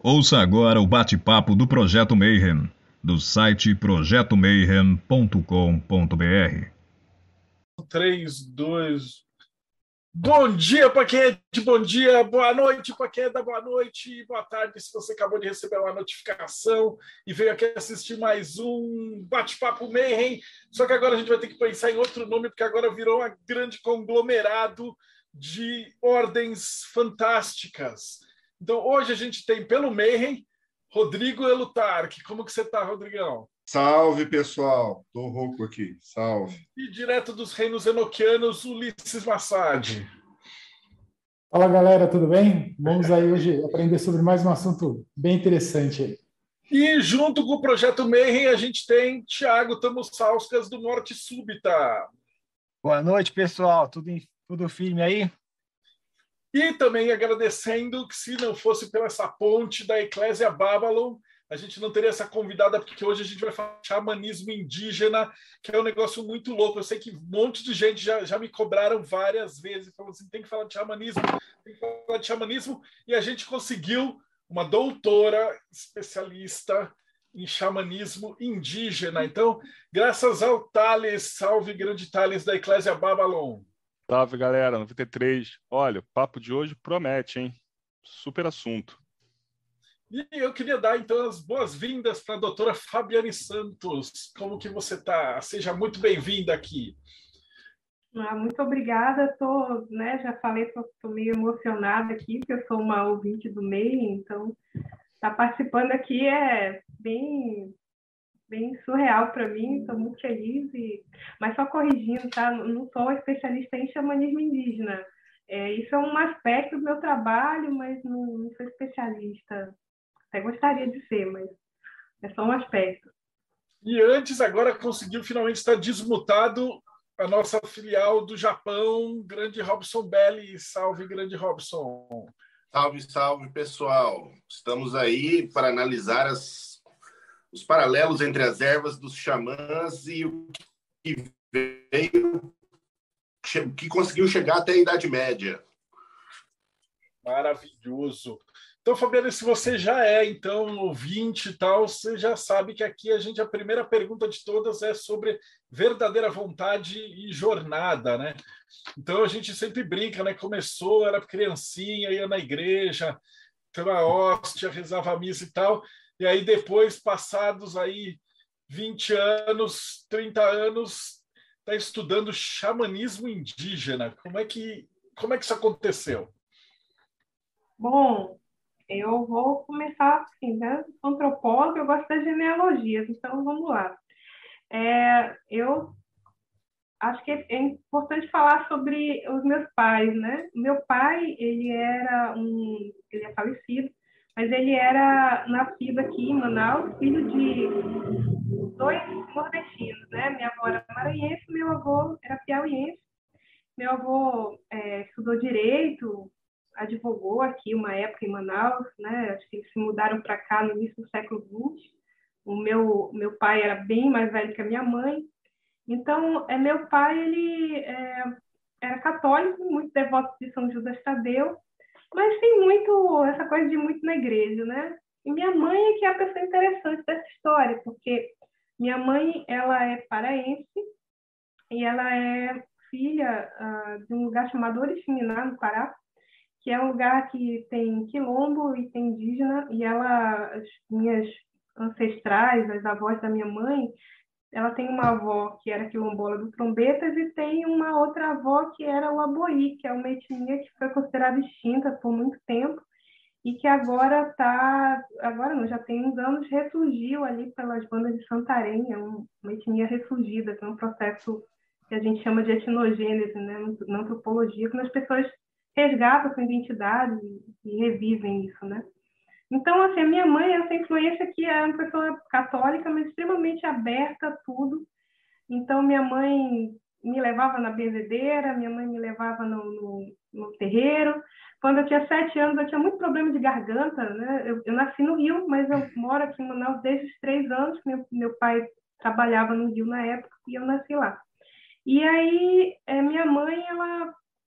Ouça agora o bate-papo do Projeto Mayhem, do site projetomayhem.com.br. 3, 2. Bom dia para quem é de bom dia, boa noite para quem é da boa noite, boa tarde se você acabou de receber uma notificação e veio aqui assistir mais um Bate-Papo Mayhem. Só que agora a gente vai ter que pensar em outro nome, porque agora virou um grande conglomerado de ordens fantásticas. Então hoje a gente tem pelo Mayhem Rodrigo Elutarque. Como que você está, Rodrigão? Salve, pessoal. Tô rouco aqui. Salve. E direto dos reinos enoquianos, Ulisses Massad. Fala, galera, tudo bem? Vamos aí hoje aprender sobre mais um assunto bem interessante aí. E junto com o Projeto Mayhem, a gente tem Thiago Tamussauskas, do Norte Súbita. Boa noite, pessoal. Tudo firme aí? E também agradecendo que, se não fosse pela essa ponte da Eclésia Babylon, a gente não teria essa convidada, porque hoje a gente vai falar de xamanismo indígena, que é um negócio muito louco. Eu sei que um monte de gente já me cobraram várias vezes, falando assim, tem que falar de xamanismo, tem que falar de xamanismo, e a gente conseguiu uma doutora especialista em xamanismo indígena. Então, graças ao Thales, salve grande Thales da Eclésia Babylon. Salve, galera, 93. Olha, o papo de hoje promete, hein? Super assunto. E eu queria dar, então, as boas-vindas para a doutora Fabiane Santos. Como que você está? Seja muito bem-vinda aqui. Muito obrigada. Já falei que estou meio emocionada aqui, porque eu sou uma ouvinte do MEI, então estar participando aqui é bem surreal para mim, estou muito feliz. Mas só corrigindo, tá? Não sou especialista em xamanismo indígena. Isso é um aspecto do meu trabalho, mas não sou especialista. Até gostaria de ser, mas é só um aspecto. E antes, agora conseguiu finalmente estar desmutado a nossa filial do Japão, grande Robson Belli. Salve, grande Robson. Salve, salve, pessoal. Estamos aí para analisar os paralelos entre as ervas dos xamãs e o que veio, que conseguiu chegar até a Idade Média. Maravilhoso. Então, Fabiana, se você já é, então, ouvinte e tal, você já sabe que aqui a primeira pergunta de todas é sobre verdadeira vontade e jornada, né? Então, a gente sempre brinca, né? Começou, era criancinha, ia na igreja, pela hóstia, rezava a missa e tal, e aí depois, passados aí 20 anos, 30 anos, está estudando xamanismo indígena. Como é que isso aconteceu? Bom, eu vou começar assim, né? Sou antropóloga, eu gosto das genealogias, então vamos lá. Eu acho que é importante falar sobre os meus pais, né? Meu pai, ele é falecido, mas ele era nascido aqui em Manaus, filho de dois nordestinos, né? Minha avó era maranhense, meu avô era piauiense. Meu avô estudou direito, advogou aqui uma época em Manaus, né? Acho que eles se mudaram para cá no início do século XX. O meu pai era bem mais velho que a minha mãe. Então, meu pai ele era católico, muito devoto de São Judas Tadeu, mas tem muito essa coisa de ir muito na igreja, né? E minha mãe é que é a pessoa interessante dessa história, porque minha mãe ela é paraense e ela é filha de um lugar chamado Oriximiná, no Pará, que é um lugar que tem quilombo e tem indígena, e as minhas ancestrais, as avós da minha mãe, ela tem uma avó que era quilombola do Trombetas e tem uma outra avó que era o Aboí, que é uma etnia que foi considerada extinta por muito tempo e que agora não, já tem uns anos, ressurgiu ali pelas bandas de Santarém, é uma etnia ressurgida, que é um processo que a gente chama de etnogênese, né, na antropologia, quando as pessoas resgatam sua identidade e revivem isso, né? Então, assim, a minha mãe, essa influência que é uma pessoa católica, mas extremamente aberta a tudo. Então, minha mãe me levava na benzedeira, minha mãe me levava no terreiro. Quando eu tinha 7 anos, eu tinha muito problema de garganta, né? Eu nasci no Rio, mas eu moro aqui em Manaus desde os 3 anos. Meu pai trabalhava no Rio na época e eu nasci lá. E aí, minha mãe, ela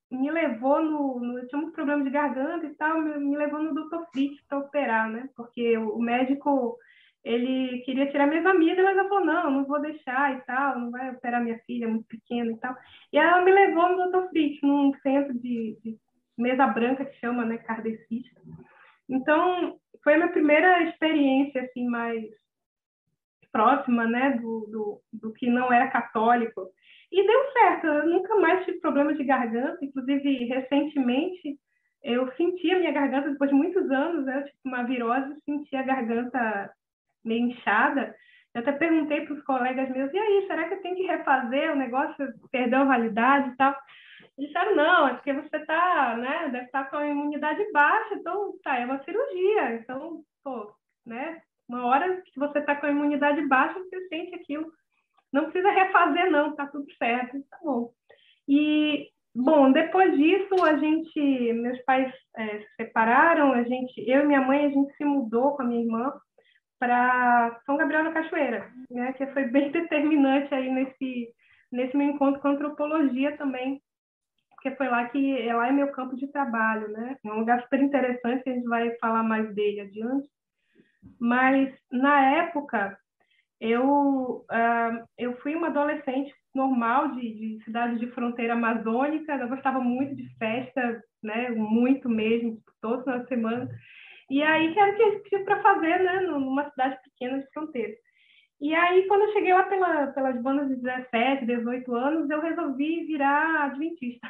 me levou eu tinha um problema de garganta e tal, me levou no Dr. Fritz para operar, né? Porque o médico, ele queria tirar minhas amigas, mas ela falou, não vou deixar e tal, não vai operar minha filha, muito pequena e tal. E ela me levou no Dr. Fritz, num centro de mesa branca, que chama, né, kardecista. Então, foi a minha primeira experiência, assim, mais próxima, né, do que não era católico. E deu certo, eu nunca mais tive problemas de garganta, inclusive, recentemente, eu senti a minha garganta, depois de muitos anos, né, eu tive uma virose, senti a garganta meio inchada. Eu até perguntei para os colegas meus, e aí, será que eu tenho que refazer o negócio, perdeu a validade e tal? Eles disseram, não, é porque você tá, né, deve estar com a imunidade baixa, então, tá, é uma cirurgia, então, pô, né, uma hora que você está com a imunidade baixa, você sente aquilo. Não precisa refazer, não, tá tudo certo, tá bom. E, bom, depois disso, meus pais se separaram, eu e minha mãe, a gente se mudou com a minha irmã para São Gabriel da Cachoeira, né, que foi bem determinante aí nesse meu encontro com a antropologia também, porque foi lá lá é meu campo de trabalho, né? É um lugar super interessante, que a gente vai falar mais dele adiante. Mas, na época, eu fui uma adolescente normal de cidade de fronteira amazônica, eu gostava muito de festa, né? Muito mesmo, todo final de semana. E aí, que era o que a gente tinha para fazer, né? Numa cidade pequena de fronteira. E aí, quando eu cheguei lá pelas bandas de 17, 18 anos, eu resolvi virar adventista.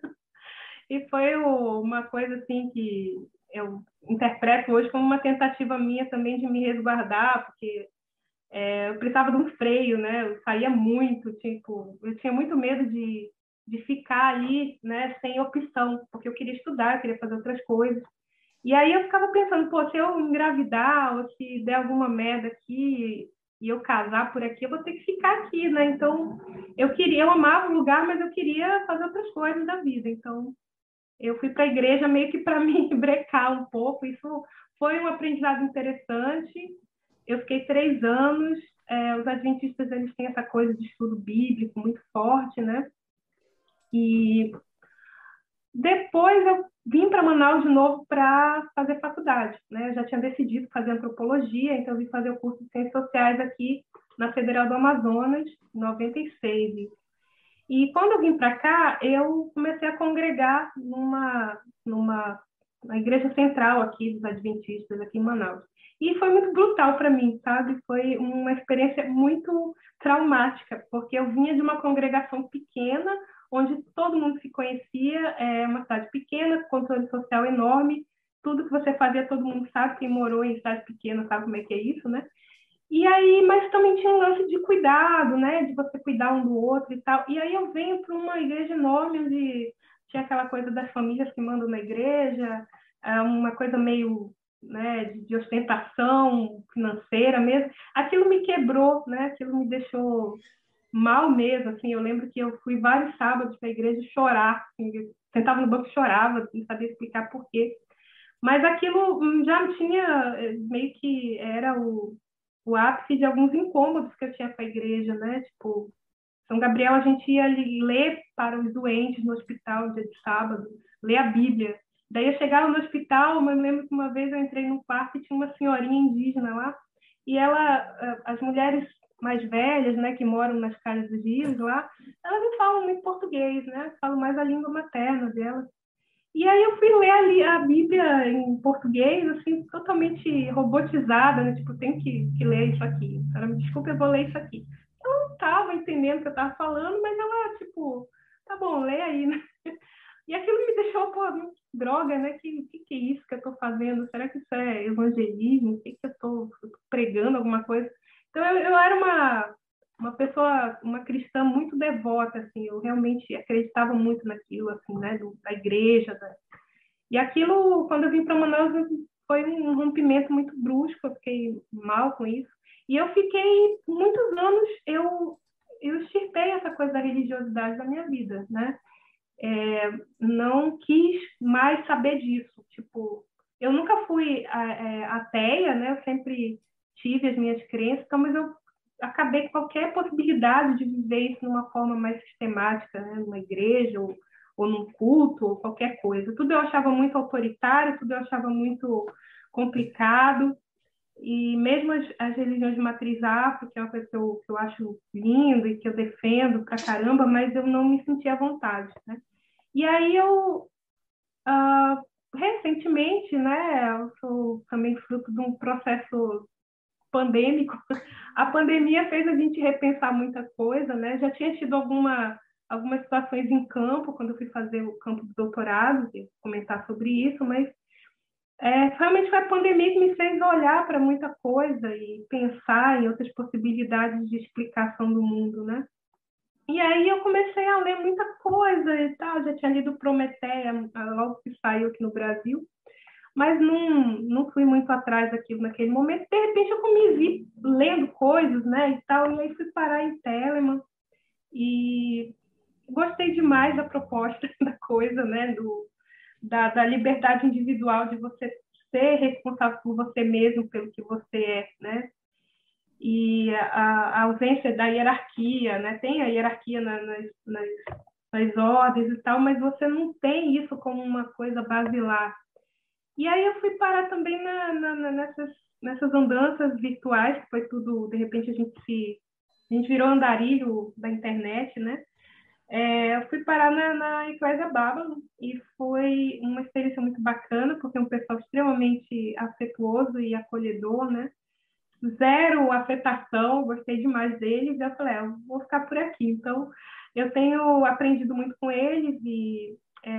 E foi uma coisa assim que eu interpreto hoje como uma tentativa minha também de me resguardar, porque eu precisava de um freio, né? Eu saía muito, tipo, eu tinha muito medo de ficar ali, né, sem opção, porque eu queria estudar, eu queria fazer outras coisas. E aí eu ficava pensando, pô, se eu engravidar ou se der alguma merda aqui e eu casar por aqui, eu vou ter que ficar aqui, né? Então, eu amava o lugar, mas eu queria fazer outras coisas da vida. Então, eu fui para a igreja meio que para me brecar um pouco. Isso foi um aprendizado interessante. Eu fiquei 3 anos. Os adventistas, eles têm essa coisa de estudo bíblico muito forte, né? E depois eu vim para Manaus de novo para fazer faculdade, né? Eu já tinha decidido fazer antropologia, então eu vim fazer o curso de Ciências Sociais aqui na Federal do Amazonas, em 96. E quando eu vim para cá, eu comecei a congregar na igreja central aqui dos adventistas, aqui em Manaus. E foi muito brutal para mim, sabe? Foi uma experiência muito traumática, porque eu vinha de uma congregação pequena, onde todo mundo se conhecia, uma cidade pequena, controle social enorme, tudo que você fazia todo mundo sabe, quem morou em cidade pequena sabe como é que é isso, né? E aí, mas também tinha um lance de cuidado, né? De você cuidar um do outro e tal. E aí eu venho para uma igreja enorme, onde tinha aquela coisa das famílias que mandam na igreja, uma coisa meio, né, de ostentação financeira mesmo. Aquilo me quebrou, né? Aquilo me deixou mal mesmo, assim. Eu lembro que eu fui vários sábados para a igreja chorar, assim, eu sentava no banco e chorava, não sabia explicar por quê. Mas aquilo já tinha, meio que era o ápice de alguns incômodos que eu tinha com a igreja, né? Tipo, São Gabriel, a gente ia ler para os doentes no hospital, dia de sábado, ler a Bíblia. Daí eu chegava no hospital, mas eu lembro que uma vez eu entrei num quarto e tinha uma senhorinha indígena lá, e as mulheres mais velhas, né, que moram nas casas dos rios lá, elas não falam muito português, né? Falam mais a língua materna delas. E aí eu fui ler a Bíblia em português, assim, totalmente robotizada, né? Tipo, tenho que ler isso aqui. Ela me desculpa, eu vou ler isso aqui. Ela não estava entendendo o que eu estava falando, mas ela, tipo, tá bom, lê aí, né? E aquilo me deixou, pô, droga, né? Que é isso que eu estou fazendo? Será que isso é evangelismo? O que eu estou pregando, alguma coisa? Então, eu era uma pessoa, uma cristã muito devota, assim, eu realmente acreditava muito naquilo, assim, né, da igreja, e aquilo, quando eu vim para Manaus, foi um rompimento muito brusco, eu fiquei mal com isso, e eu fiquei, muitos anos, eu extirpei essa coisa da religiosidade da minha vida, né, não quis mais saber disso, tipo, eu nunca fui ateia, né, eu sempre tive as minhas crenças, então, mas eu acabei com qualquer possibilidade de viver isso de uma forma mais sistemática, né? Numa igreja ou num culto, ou qualquer coisa. Tudo eu achava muito autoritário, tudo eu achava muito complicado, e mesmo as religiões de matriz afro, que é uma coisa que eu acho lindo e que eu defendo pra caramba, mas eu não me sentia à vontade, né? E aí recentemente, né, eu sou também fruto de um processo pandêmico. A pandemia fez a gente repensar muita coisa, né? Já tinha tido algumas situações em campo, quando eu fui fazer o campo do doutorado, e comentar sobre isso, mas realmente foi a pandemia que me fez olhar para muita coisa e pensar em outras possibilidades de explicação do mundo, né? E aí eu comecei a ler muita coisa e tal, já tinha lido Prometeia logo que saiu aqui no Brasil, mas não fui muito atrás daquilo naquele momento. De repente eu me vi lendo coisas, né, e tal, e aí fui parar em Telemann e gostei demais da proposta da coisa, né, da liberdade individual de você ser responsável por você mesmo, pelo que você é, né, e a ausência da hierarquia, né, tem a hierarquia nas ordens e tal, mas você não tem isso como uma coisa basilar. E aí eu fui parar também nessas andanças virtuais, que foi tudo, de repente a gente virou andarilho da internet, né? Eu fui parar na Eclésia Babylon e foi uma experiência muito bacana, porque é um pessoal extremamente afetuoso e acolhedor, né? Zero afetação, gostei demais deles, e eu falei, eu vou ficar por aqui. Então, eu tenho aprendido muito com eles e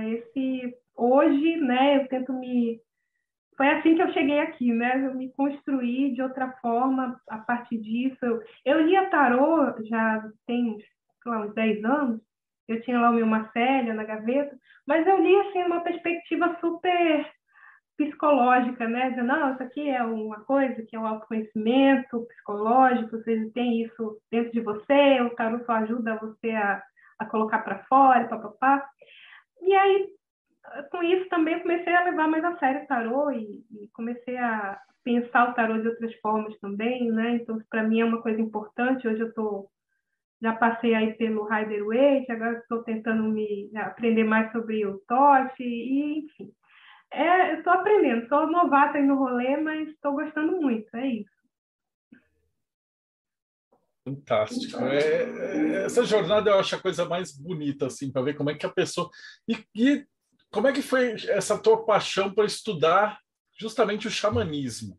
hoje, né, eu tento foi assim que eu cheguei aqui, né? Eu me construí de outra forma a partir disso. Eu lia tarô já tem, sei lá, uns 10 anos. Eu tinha lá o meu Marcélia na gaveta, mas eu li assim uma perspectiva super psicológica, né? Dizendo, não, isso aqui é uma coisa que é o autoconhecimento psicológico, você tem isso dentro de você, o tarô só ajuda você a colocar para fora, papapá. E aí, com isso também comecei a levar mais a sério o tarô e comecei a pensar o tarô de outras formas também, né? Então, para mim é uma coisa importante. Hoje já passei aí pelo Rider-Waite, agora estou tentando aprender mais sobre o Tote, e enfim. Eu estou aprendendo, sou novata aí no rolê, mas estou gostando muito, é isso. Fantástico. Essa jornada eu acho a coisa mais bonita, assim, para ver como é que a pessoa... E como é que foi essa tua paixão por estudar justamente o xamanismo?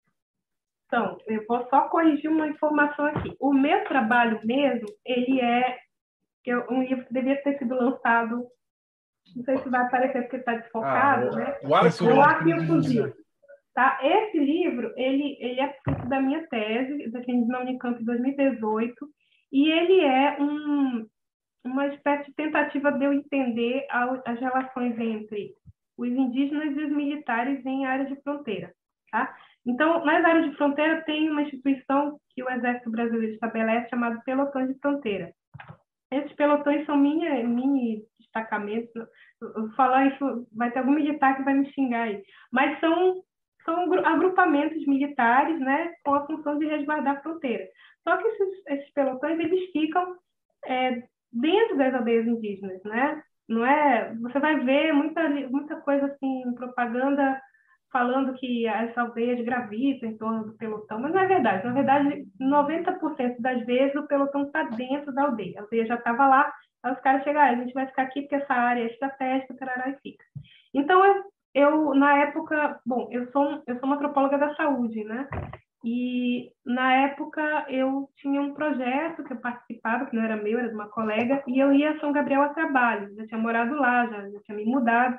Então, eu vou só corrigir uma informação aqui. O meu trabalho mesmo, ele um livro que devia ter sido lançado, não sei se vai aparecer porque está desfocado, né? O Arco e o Fuzil. Tá? Esse livro, ele é fruto da minha tese, defendida na Unicamp em 2018, e ele é uma espécie de tentativa de eu entender as relações entre os indígenas e os militares em áreas de fronteira. Tá? Então, nas áreas de fronteira, tem uma instituição que o Exército Brasileiro estabelece, chamado Pelotões de Fronteira. Esses pelotões são mini destacamentos. Eu falar isso, vai ter algum militar que vai me xingar aí. Mas são agrupamentos militares, né, com a função de resguardar a fronteira. Só que esses pelotões, eles ficam dentro das aldeias indígenas, né? Não é? Você vai ver muita coisa assim, propaganda falando que as aldeias gravitam em torno do pelotão, mas não é verdade. Na verdade, 90% das vezes o pelotão está dentro da aldeia. A aldeia já estava lá, aí os caras chegam, a gente vai ficar aqui porque essa área é estratégica, tarará, e fica. Então, eu na época, bom, eu sou uma antropóloga da saúde, né? E na época eu tinha um projeto que eu participava, que não era meu, era de uma colega, e eu ia a São Gabriel a trabalho. Já tinha morado lá, já tinha me mudado.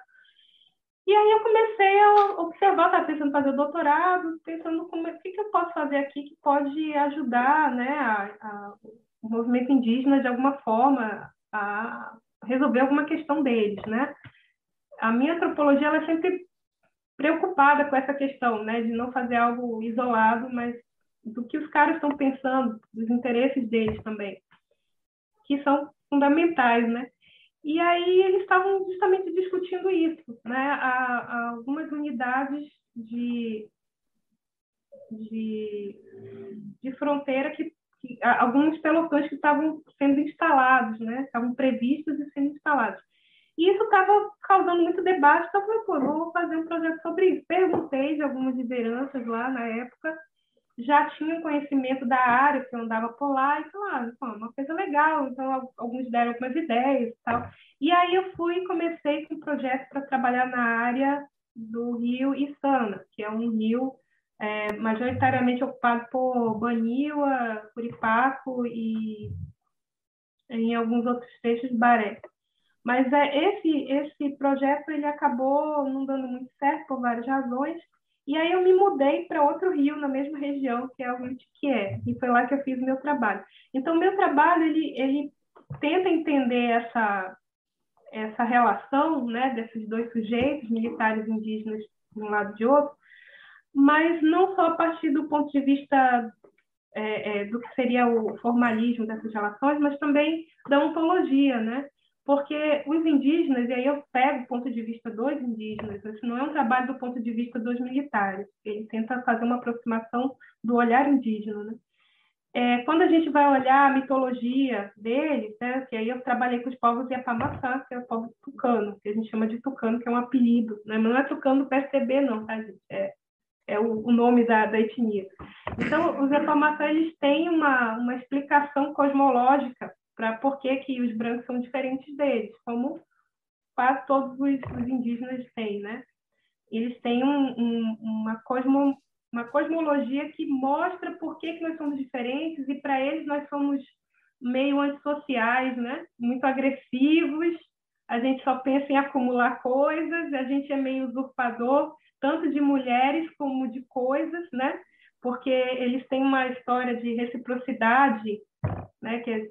E aí eu comecei a observar, estava pensando em fazer o doutorado, pensando o que eu posso fazer aqui que pode ajudar, né, o movimento indígena de alguma forma a resolver alguma questão deles, né? A minha antropologia ela é sempre preocupada com essa questão, né, de não fazer algo isolado, mas do que os caras estão pensando, dos interesses deles também, que são fundamentais, né? E aí eles estavam justamente discutindo isso, né? Algumas unidades de fronteira alguns pelotões que estavam sendo instalados, né? Estavam previstos e sendo instalados. E isso estava causando muito debate, então eu falei, pô, vou fazer um projeto sobre isso. Perguntei de algumas lideranças lá na época, já tinham conhecimento da área, que eu andava por lá, e falaram, pô, uma coisa legal, então alguns deram algumas ideias e tal. E aí eu fui e comecei com um projeto para trabalhar na área do rio Içana, que é um rio majoritariamente ocupado por Baniwa, Curipaco e em alguns outros trechos Baré. Mas esse projeto ele acabou não dando muito certo por várias razões. E aí eu me mudei para outro rio na mesma região, que é o Rio Tiquié, e foi lá que eu fiz o meu trabalho. Então, o meu trabalho ele tenta entender essa relação, né, desses dois sujeitos, militares e indígenas de um lado e de outro, mas não só a partir do ponto de vista do que seria o formalismo dessas relações, mas também da ontologia, né? Porque os indígenas, e aí eu pego o ponto de vista dos indígenas, isso não é um trabalho do ponto de vista dos militares, ele tenta fazer uma aproximação do olhar indígena, né? Quando a gente vai olhar a mitologia deles, né, que aí eu trabalhei com os povos Yapamaçã, que é o povo tucano, que a gente chama de tucano, que é um apelido, né? Mas não é tucano do PSDB, não, tá, gente? É o nome da etnia. Então, os Yapamaçã, eles têm uma explicação cosmológica para por que os brancos são diferentes deles, como quase todos os indígenas têm, né? Eles têm uma cosmologia que mostra por que nós somos diferentes, e para eles nós somos meio antissociais, né? Muito agressivos, a gente só pensa em acumular coisas, a gente é meio usurpador, tanto de mulheres como de coisas, né? Porque eles têm uma história de reciprocidade, né? Que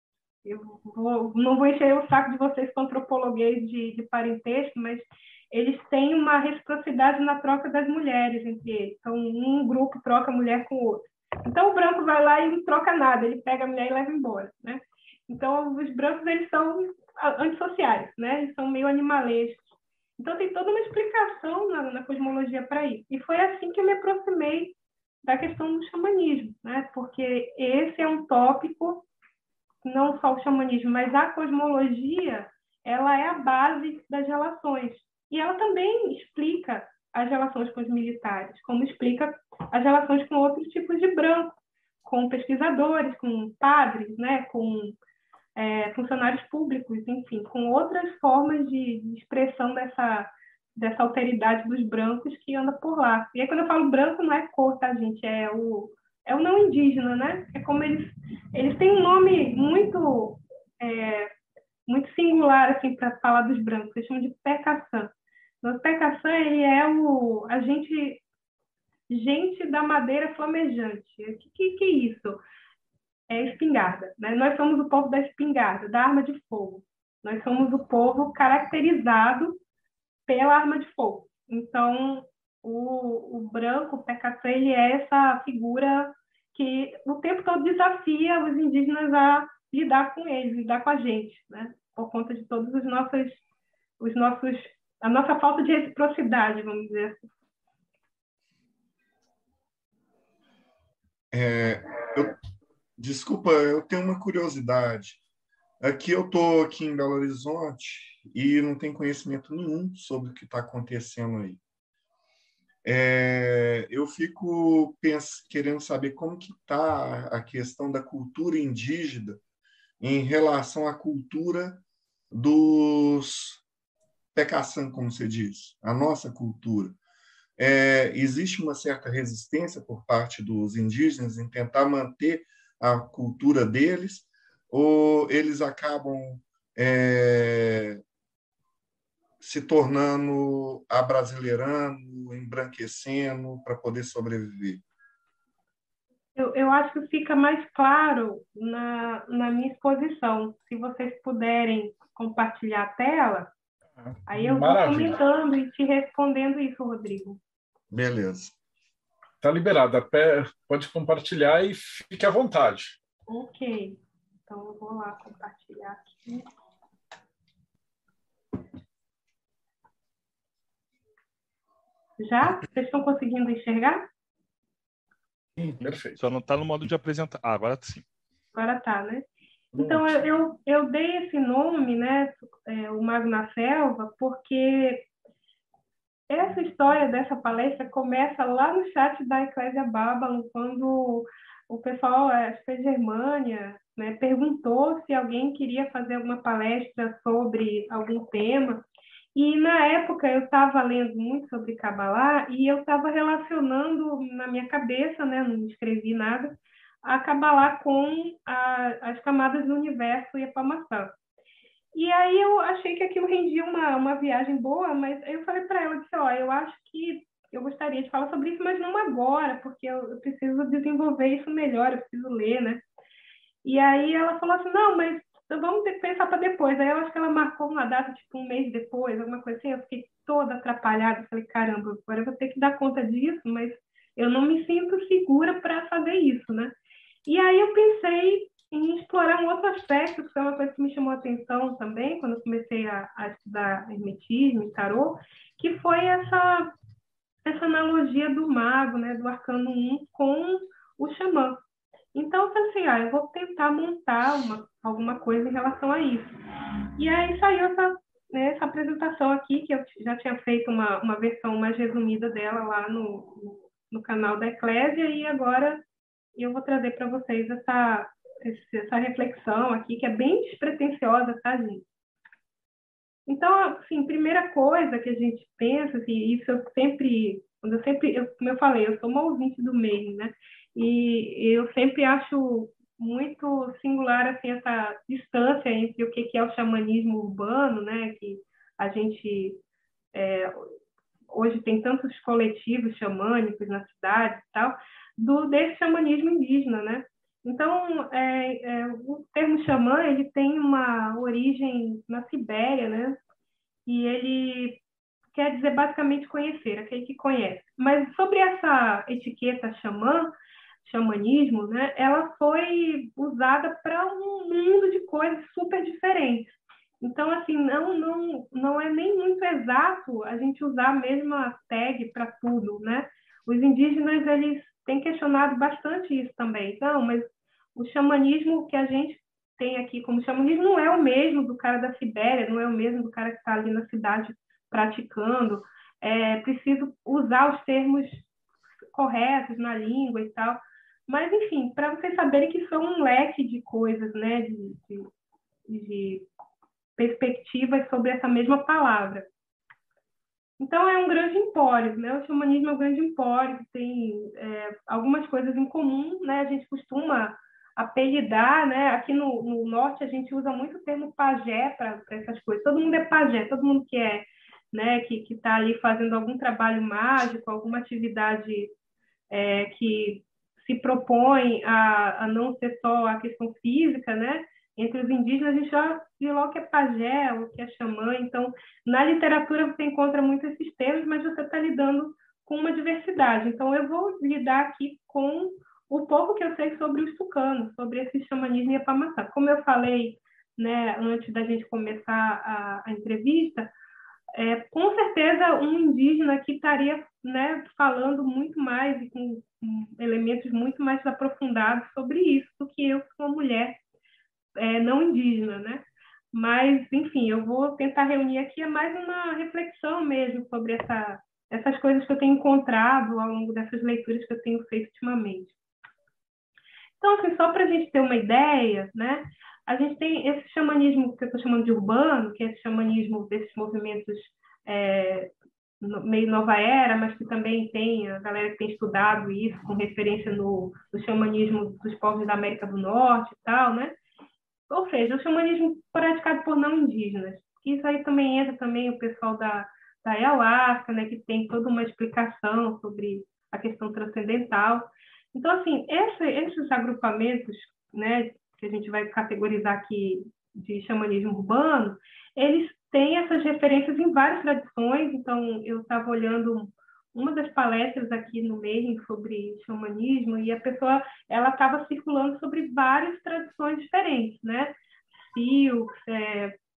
não vou encher o saco de vocês com antropologuês de parentesco, mas eles têm uma reciprocidade na troca das mulheres entre eles. Então, um grupo troca a mulher com o outro. Então, o branco vai lá e não troca nada, ele pega a mulher e leva embora, né? Então, os brancos, eles são antissociais, né? Eles são meio animalescos. Então, tem toda uma explicação na cosmologia para isso. E foi assim que eu me aproximei da questão do xamanismo, né? Porque esse é um tópico, não só o xamanismo, mas a cosmologia, ela é a base das relações. E ela também explica as relações com os militares, como explica as relações com outros tipos de branco, com pesquisadores, com padres, né? Com funcionários públicos, enfim, com outras formas de expressão dessa alteridade dos brancos que anda por lá. E aí, quando eu falo branco, não é cor, tá, gente? É o não indígena, né? É como eles têm um nome muito singular, assim, para falar dos brancos. Eles chamam de Pecaçã. O Pecaçã, ele é gente da madeira flamejante. O que é isso? É espingarda, né? Nós somos o povo da espingarda, da arma de fogo. Nós somos o povo caracterizado pela arma de fogo. Então, o branco, o Pecaçã, ele é essa figura que o tempo todo desafia os indígenas a lidar com eles, lidar com a gente, né? Por conta de todos a nossa falta de reciprocidade, vamos dizer assim. Desculpa, eu tenho uma curiosidade. Aqui eu estou aqui em Belo Horizonte e não tenho conhecimento nenhum sobre o que está acontecendo aí. Eu fico querendo saber como que está a questão da cultura indígena em relação à cultura dos Pecaçã, como você diz, a nossa cultura. Existe uma certa resistência por parte dos indígenas em tentar manter a cultura deles, ou eles acabam se tornando abrasileirando, embranquecendo para poder sobreviver? Eu acho que fica mais claro na minha exposição. Se vocês puderem compartilhar a tela, aí eu vou comentando e te respondendo isso, Rodrigo. Beleza. Está liberada. Pode compartilhar e fique à vontade. Ok. Então, eu vou lá compartilhar aqui. Já? Vocês estão conseguindo enxergar? Perfeito. Só não está no modo de apresentar. Agora sim. Agora tá, né? Então, eu dei esse nome, né, o Mago na Selva, porque essa história dessa palestra começa lá no chat da Eclésia Babylon, quando o pessoal, acho que a Germânia, né, perguntou se alguém queria fazer alguma palestra sobre algum tema. E, na época, eu estava lendo muito sobre Kabbalah e eu estava relacionando na minha cabeça, né, não escrevi nada, a Kabbalah com as camadas do universo e a Pamaçã. E aí eu achei que aquilo rendia uma viagem boa, mas aí eu falei para ela, disse, ó, eu acho que eu gostaria de falar sobre isso, mas não agora, porque eu preciso desenvolver isso melhor, eu preciso ler, né? E aí ela falou assim, não, mas vamos pensar para depois. Aí eu acho que ela marcou uma data, tipo, um mês depois, alguma coisa assim, eu fiquei toda atrapalhada, falei, caramba, agora eu vou ter que dar conta disso, mas eu não me sinto segura para fazer isso, né? E aí eu pensei em explorar um outro aspecto, que foi uma coisa que me chamou a atenção também, quando eu comecei a estudar hermetismo e tarô, que foi essa analogia do mago, né, do arcano 1 com o xamã. Então, eu falei assim, eu vou tentar montar alguma coisa em relação a isso. E aí saiu essa apresentação aqui, que eu já tinha feito uma versão mais resumida dela lá no canal da Eclésia, e agora eu vou trazer para vocês essa reflexão aqui, que é bem despretensiosa, tá, gente? Então, assim, primeira coisa que a gente pensa, assim, isso como eu falei, eu sou uma ouvinte do meio, né? E eu sempre acho muito singular, assim, essa distância entre o que é o xamanismo urbano, né? Que a gente hoje tem tantos coletivos xamânicos na cidade e tal, desse xamanismo indígena, né? Então, o termo xamã, ele tem uma origem na Sibéria, né? E ele quer dizer basicamente conhecer, aquele que conhece. Mas sobre essa etiqueta xamanismo, né? Ela foi usada para um mundo de coisas super diferentes. Então, assim, não é nem muito exato a gente usar a mesma tag para tudo, né? Os indígenas, eles têm questionado bastante isso também. Não, mas o xamanismo que a gente tem aqui como xamanismo não é o mesmo do cara da Sibéria, não é o mesmo do cara que está ali na cidade praticando. É preciso usar os termos corretos na língua e tal. Mas, enfim, para vocês saberem que isso é um leque de coisas, né? De perspectivas sobre essa mesma palavra. Então, é um grande empório, né? O xamanismo é um grande empório, que tem algumas coisas em comum, né? A gente costuma apelidar, né? Aqui no norte, a gente usa muito o termo pajé para essas coisas. Todo mundo é pajé, todo mundo que é, né? Que está ali fazendo algum trabalho mágico, alguma atividade que se propõe a não ser só a questão física, né? Entre os indígenas, a gente já viu logo que é pajé, o que é xamã. Então, na literatura, você encontra muito esses termos, mas você está lidando com uma diversidade. Então, eu vou lidar aqui com o pouco que eu sei sobre os tucanos, sobre esse xamanismo e a pamaçã. Como eu falei, né, antes da gente começar a entrevista, com certeza um indígena que estaria, né, falando muito mais e com elementos muito mais aprofundados sobre isso do que eu, que sou uma mulher não indígena, né? Mas, enfim, eu vou tentar reunir aqui mais uma reflexão mesmo sobre essas coisas que eu tenho encontrado ao longo dessas leituras que eu tenho feito ultimamente. Então, assim, só para a gente ter uma ideia, né? A gente tem esse xamanismo que eu estou chamando de urbano, que é esse xamanismo desses movimentos meio nova era, mas que também tem a galera que tem estudado isso com referência no xamanismo dos povos da América do Norte e tal, né? Ou seja, o xamanismo praticado por não indígenas. Isso aí também entra também o pessoal da ayahuasca, né, que tem toda uma explicação sobre a questão transcendental. Então, assim, esses agrupamentos, né, que a gente vai categorizar aqui de xamanismo urbano, eles têm essas referências em várias tradições. Então, eu estava olhando uma das palestras aqui no meio sobre xamanismo e a pessoa ela estava circulando sobre várias tradições diferentes, né? Sioux,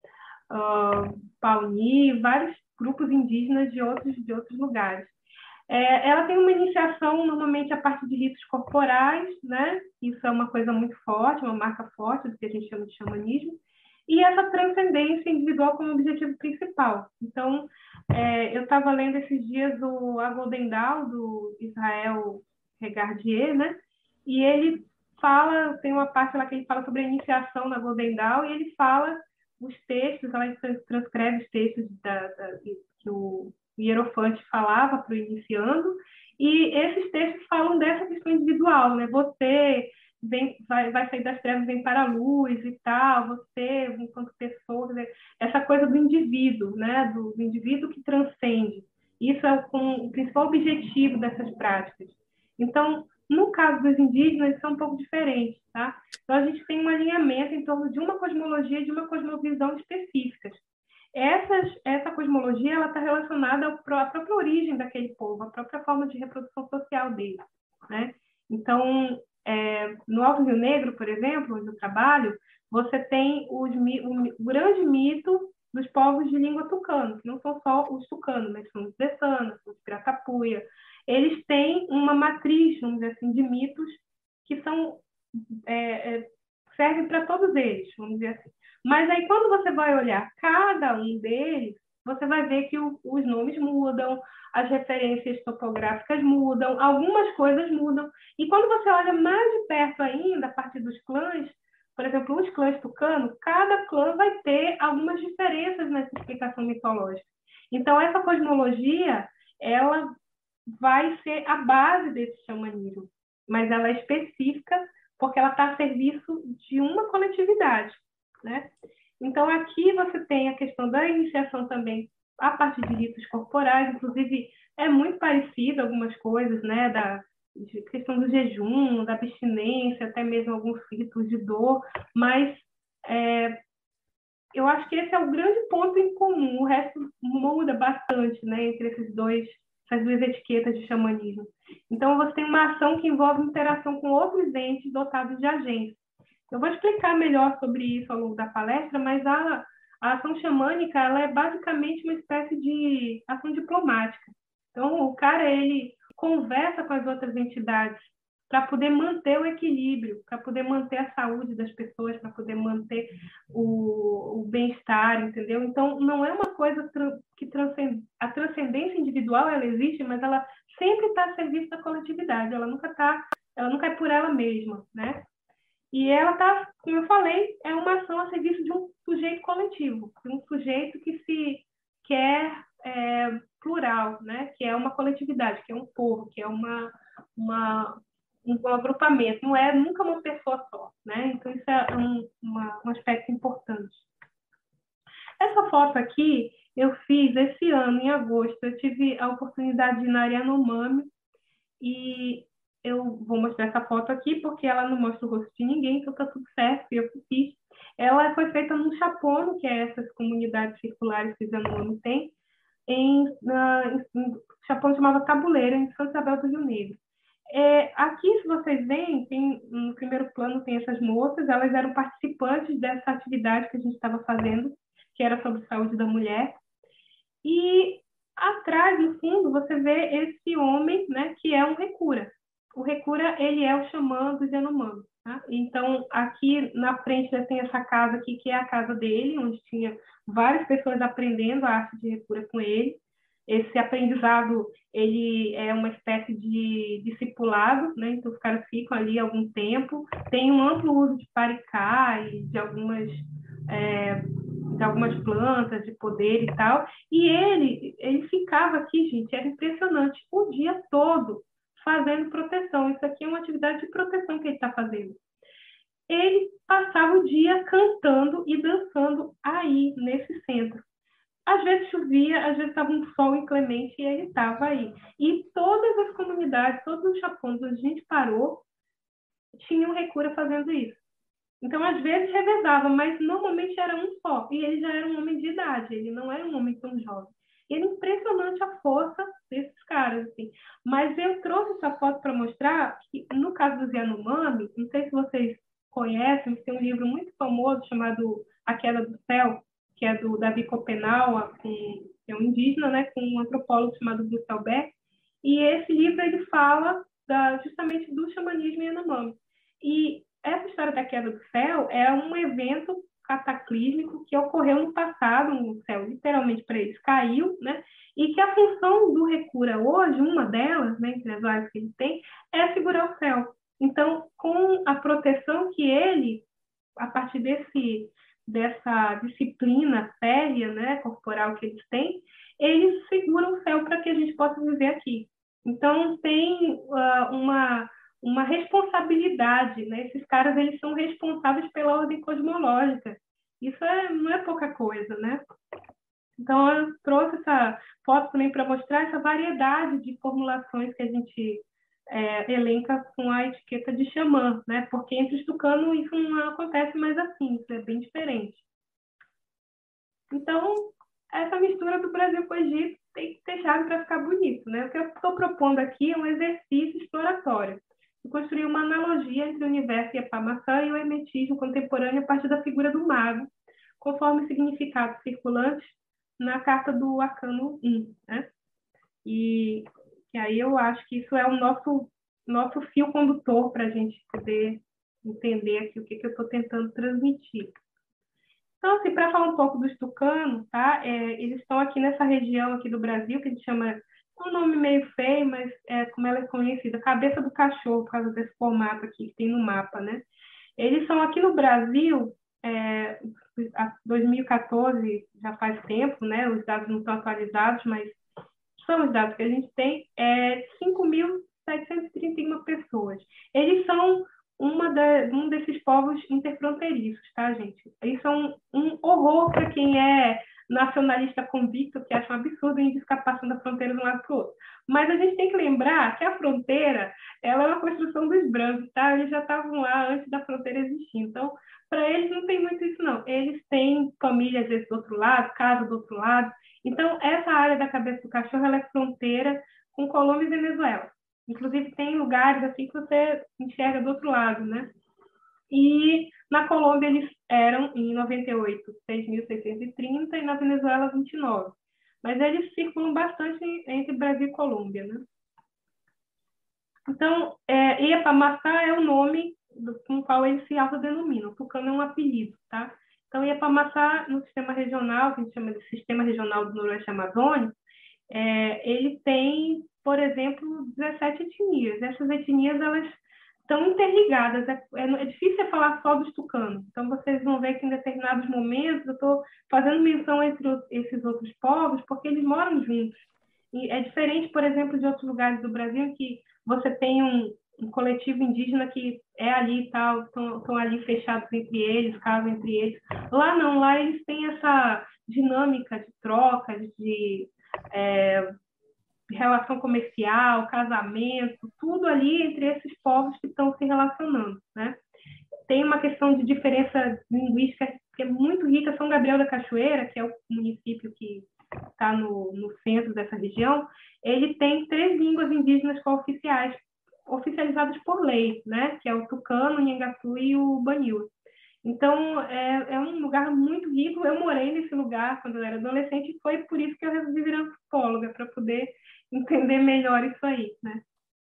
Pauni, vários grupos indígenas de outros lugares. Ela tem uma iniciação, normalmente, a partir de ritos corporais, né? Isso é uma coisa muito forte, uma marca forte do que a gente chama de xamanismo, e essa transcendência individual como objetivo principal. Então, eu estava lendo esses dias a Golden Dawn, do Israel Regardier, né? E ele fala, tem uma parte lá que ele fala sobre a iniciação na Golden Dawn, e ele fala os textos, ela transcreve os textos que o hierofante falava para o iniciando, e esses textos falam dessa questão individual, né? Você vai sair das trevas, vem para a luz e tal, você, enquanto pessoa, essa coisa do indivíduo, né? Do indivíduo que transcende. Isso é o principal objetivo dessas práticas. Então, no caso dos indígenas, eles são um pouco diferentes, tá? Então, a gente tem um alinhamento em torno de uma cosmologia e de uma cosmovisão específicas. Essa cosmologia ela está relacionada à própria origem daquele povo, à própria forma de reprodução social dele, né? Então, no Alto Rio Negro, por exemplo, onde eu trabalho, você tem o grande mito dos povos de língua tucano, que não são só os tucanos, mas são os Dessanas, os Piratapuia. Eles têm uma matriz, vamos dizer assim, de mitos que servem para todos eles, vamos dizer assim. Mas aí, quando você vai olhar cada um deles, você vai ver que os nomes mudam, as referências topográficas mudam, algumas coisas mudam. E quando você olha mais de perto ainda, a partir dos clãs, por exemplo, os clãs tucanos, cada clã vai ter algumas diferenças nessa explicação mitológica. Então, essa cosmologia, ela vai ser a base desse xamanismo, mas ela é específica porque ela está a serviço de uma coletividade, né? Então, aqui você tem a questão da iniciação também a partir de ritos corporais, inclusive é muito parecido algumas coisas, né? Da questão do jejum, da abstinência, até mesmo alguns ritos de dor, mas eu acho que esse é o grande ponto em comum, o resto muda bastante, né? Entre essas duas etiquetas de xamanismo. Então, você tem uma ação que envolve interação com outros entes dotados de agência. Eu vou explicar melhor sobre isso ao longo da palestra, mas a ação xamânica ela é basicamente uma espécie de ação diplomática. Então, o cara ele conversa com as outras entidades para poder manter o equilíbrio, para poder manter a saúde das pessoas, para poder manter o bem-estar, entendeu? Então, não é uma coisa que transcende. A transcendência individual, ela existe, mas ela sempre está a serviço da coletividade, ela nunca é por ela mesma, né? E ela está, como eu falei, é uma ação a serviço de um sujeito coletivo, de um sujeito que se quer plural, né? Que é uma coletividade, que é um povo, que é um agrupamento, não é nunca uma pessoa só, né? Então, isso é um aspecto importante. Essa foto aqui eu fiz esse ano, em agosto. Eu tive a oportunidade de ir na Yanomami e eu vou mostrar essa foto aqui porque ela não mostra o rosto de ninguém, então tá tudo certo, eu fiz. Ela foi feita num chapono, que é essas comunidades circulares que o Yanomami tem, em chapono chamado Tabuleiro, em Santa Isabel do Rio Negro. Aqui, se vocês veem, no primeiro plano tem essas moças, elas eram participantes dessa atividade que a gente estava fazendo, que era sobre saúde da mulher. E atrás, no fundo, você vê esse homem, né, que é um Recura. O Recura, ele é o xamã dos Yanomami, tá? Então, aqui na frente tem essa casa aqui, que é a casa dele, onde tinha várias pessoas aprendendo a arte de Recura com ele. Esse aprendizado, ele é uma espécie de discipulado, né? Então, os caras ficam ali algum tempo. Tem um amplo uso de paricá e de algumas plantas de poder e tal. E ele ficava aqui, gente, era impressionante, o dia todo fazendo proteção. Isso aqui é uma atividade de proteção que ele está fazendo. Ele passava o dia cantando e dançando aí, nesse centro. Às vezes chovia, às vezes estava um sol inclemente e ele estava aí. E todas as comunidades, todos os chapões onde a gente parou, tinham Recura fazendo isso. Então, às vezes revezava, mas normalmente era um só. E ele já era um homem de idade, ele não era um homem tão jovem. E era impressionante a força desses caras, assim. Mas eu trouxe essa foto para mostrar que, no caso dos Yanomami, não sei se vocês conhecem, tem um livro muito famoso chamado A Queda do Céu, que é do Davi Copenaua, que é um indígena, né, com um antropólogo chamado Bruce Albert. E esse livro ele fala justamente do xamanismo Yanomami. E essa história da queda do céu é um evento cataclísmico que ocorreu no passado, o céu literalmente para eles caiu, né? E que a função do Recura hoje, uma delas, né, entre as várias que ele tem, é segurar o céu. Então, com a proteção que ele, a partir dessa disciplina férrea, né, corporal que eles têm, eles seguram o céu para que a gente possa viver aqui. Então, tem uma responsabilidade, né? Esses caras, eles são responsáveis pela ordem cosmológica. Isso não é pouca coisa, né? Então, eu trouxe essa foto também para mostrar essa variedade de formulações que a gente elenca com a etiqueta de xamã, né? Porque entre os tucanos isso não acontece mais assim, isso é bem diferente. Então, essa mistura do Brasil com o Egito tem que ter chave para ficar bonito, né? O que eu estou propondo aqui é um exercício exploratório. Eu construí uma analogia entre o universo Iapá-Maçã e o hermetismo contemporâneo a partir da figura do mago, conforme significados circulantes na carta do Arcano 1, né? E aí eu acho que isso é o nosso fio condutor para a gente poder entender aqui o que eu estou tentando transmitir. Então, assim, para falar um pouco dos tucanos, tá? Eles estão aqui nessa região aqui do Brasil, que a gente chama, um nome meio feio, mas como ela é conhecida, cabeça do cachorro, por causa desse formato aqui que tem no mapa, né? Eles são aqui no Brasil, 2014, já faz tempo, né? Os dados não estão atualizados, mas são os dados que a gente tem, 5.731 pessoas. Eles são um desses povos interfronteiriços, tá, gente? Eles são um horror para quem é nacionalista convicto, que acha um absurdo a gente ficar passando a fronteira de um lado para o outro. Mas a gente tem que lembrar que a fronteira, ela é uma construção dos brancos, tá? Eles já estavam lá antes da fronteira existir. Então, para eles não tem muito isso, não. Eles têm família, às vezes, do outro lado, casa do outro lado. Então, essa área da cabeça do cachorro, ela é fronteira com Colômbia e Venezuela. Inclusive, tem lugares assim que você enxerga do outro lado, né? E na Colômbia eles eram, em 98, 6.630 e na Venezuela, 29. Mas eles circulam bastante entre Brasil e Colômbia, né? Então, Iapá-Maçã é o nome com o qual eles se autodenominam. Tucano é um apelido, tá? Então, Iapá-Maçã, no sistema regional, que a gente chama de Sistema Regional do Noroeste Amazônico, ele tem, por exemplo, 17 etnias. Essas etnias, elas estão interligadas. É difícil falar só dos tucanos. Então, vocês vão ver que em determinados momentos eu estou fazendo menção entre esses outros povos porque eles moram juntos. E é diferente, por exemplo, de outros lugares do Brasil em que você tem um coletivo indígena que é ali e tal, estão ali fechados entre eles, casam entre eles. Lá não, lá eles têm essa dinâmica de troca, de relação comercial, casamento, tudo ali entre esses povos que estão se relacionando, né? Tem uma questão de diferença linguística que é muito rica. São Gabriel da Cachoeira, que é o município que está no centro dessa região, ele tem 3 línguas indígenas cooficiais, oficializadas por lei, né? Que é o tucano, o nhangatu e o baniwa. Então, é um lugar muito rico. Eu morei nesse lugar quando eu era adolescente e foi por isso que eu resolvi virar antropóloga, para poder entender melhor isso aí, né?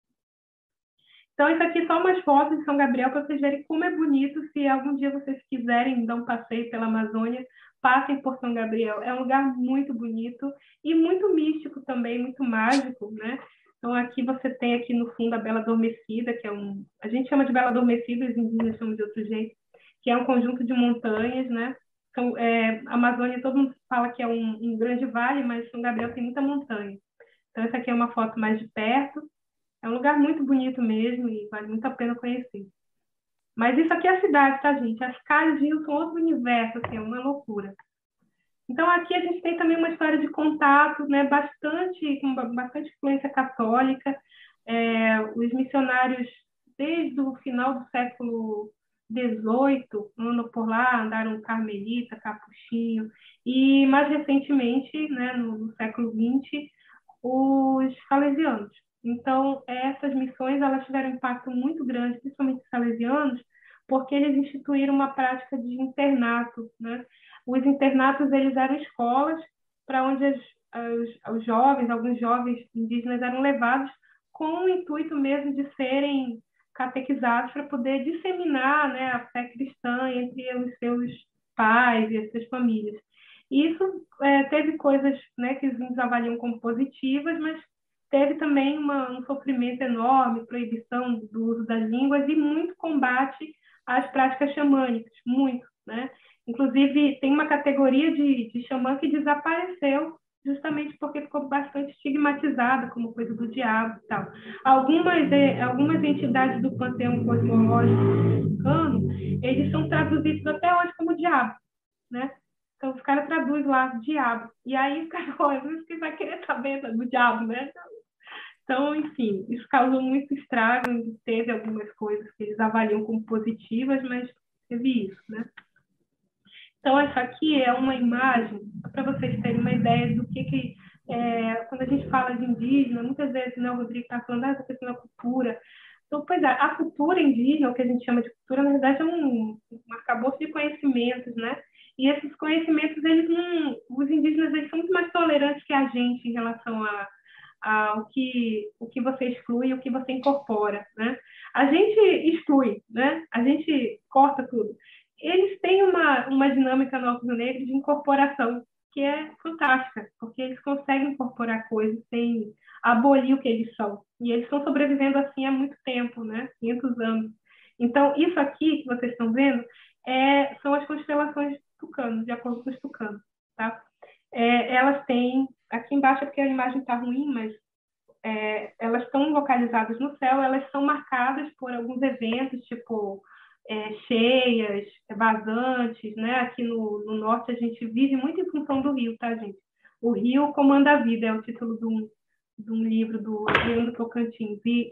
Então, isso aqui é só umas fotos de São Gabriel para vocês verem como é bonito. Se algum dia vocês quiserem dar um passeio pela Amazônia, passem por São Gabriel. É um lugar muito bonito e muito místico também, muito mágico, né? Então, aqui você tem aqui no fundo a Bela Adormecida, que a gente chama de Bela Adormecida, os indígenas chamam de outro jeito, que é um conjunto de montanhas, né? Então, a Amazônia, todo mundo fala que é um grande vale, mas São Gabriel tem muita montanha. Então, essa aqui é uma foto mais de perto. É um lugar muito bonito mesmo e vale muito a pena conhecer. Mas isso aqui é a cidade, tá, gente? As calles de Rio são outro universo, assim, é uma loucura. Então, aqui a gente tem também uma história de contato, né? Com bastante influência católica. Os missionários, desde o final do século XVIII, andam por lá, andaram carmelita, capuchinho. E, mais recentemente, né, no século XX, os salesianos. Então, essas missões elas tiveram um impacto muito grande, principalmente os salesianos, porque eles instituíram uma prática de internato, né? Os internatos eles eram escolas para onde os jovens, alguns jovens indígenas eram levados com o intuito mesmo de serem catequizados para poder disseminar, né, a fé cristã entre os seus pais e as suas famílias. E isso teve coisas, né, que os índios avaliam como positivas, mas teve também um sofrimento enorme, proibição do uso das línguas e muito combate às práticas xamânicas, muito, né? Inclusive, tem uma categoria de xamã que desapareceu justamente porque ficou bastante estigmatizada como coisa do diabo e tal. Algumas entidades do panteão cosmológico mexicano, eles são traduzidos até hoje como diabo, né? Então, os caras traduzem lá diabo. E aí, os caras, olha, você vai querer saber do diabo, né? Então, enfim, isso causou muito estrago. Teve algumas coisas que eles avaliam como positivas, mas teve isso, né? Então, essa aqui é uma imagem, para vocês terem uma ideia do que quando a gente fala de indígena, muitas vezes, né, o Rodrigo está falando essa questão da cultura. Então, pois é, a cultura indígena, o que a gente chama de cultura, na verdade, é um arcabouço de conhecimentos, né? E esses conhecimentos, os indígenas, eles são muito mais tolerantes que a gente em relação o que você exclui e o que você incorpora, né? A gente exclui, né? A gente corta tudo. Eles têm uma dinâmica no Alto Rio Negro de incorporação que é fantástica, porque eles conseguem incorporar coisas sem abolir o que eles são. E eles estão sobrevivendo assim há muito tempo, né? 500 anos. Então, isso aqui que vocês estão vendo são as constelações tucanos, de acordo com os tucanos, tá? Elas têm... Aqui embaixo é porque a imagem está ruim, mas elas estão localizadas no céu, elas são marcadas por alguns eventos, tipo cheias, vazantes, né? Aqui no norte a gente vive muito em função do rio, tá, gente? O rio comanda a vida, é o título de um livro do Leandro Tocantins. E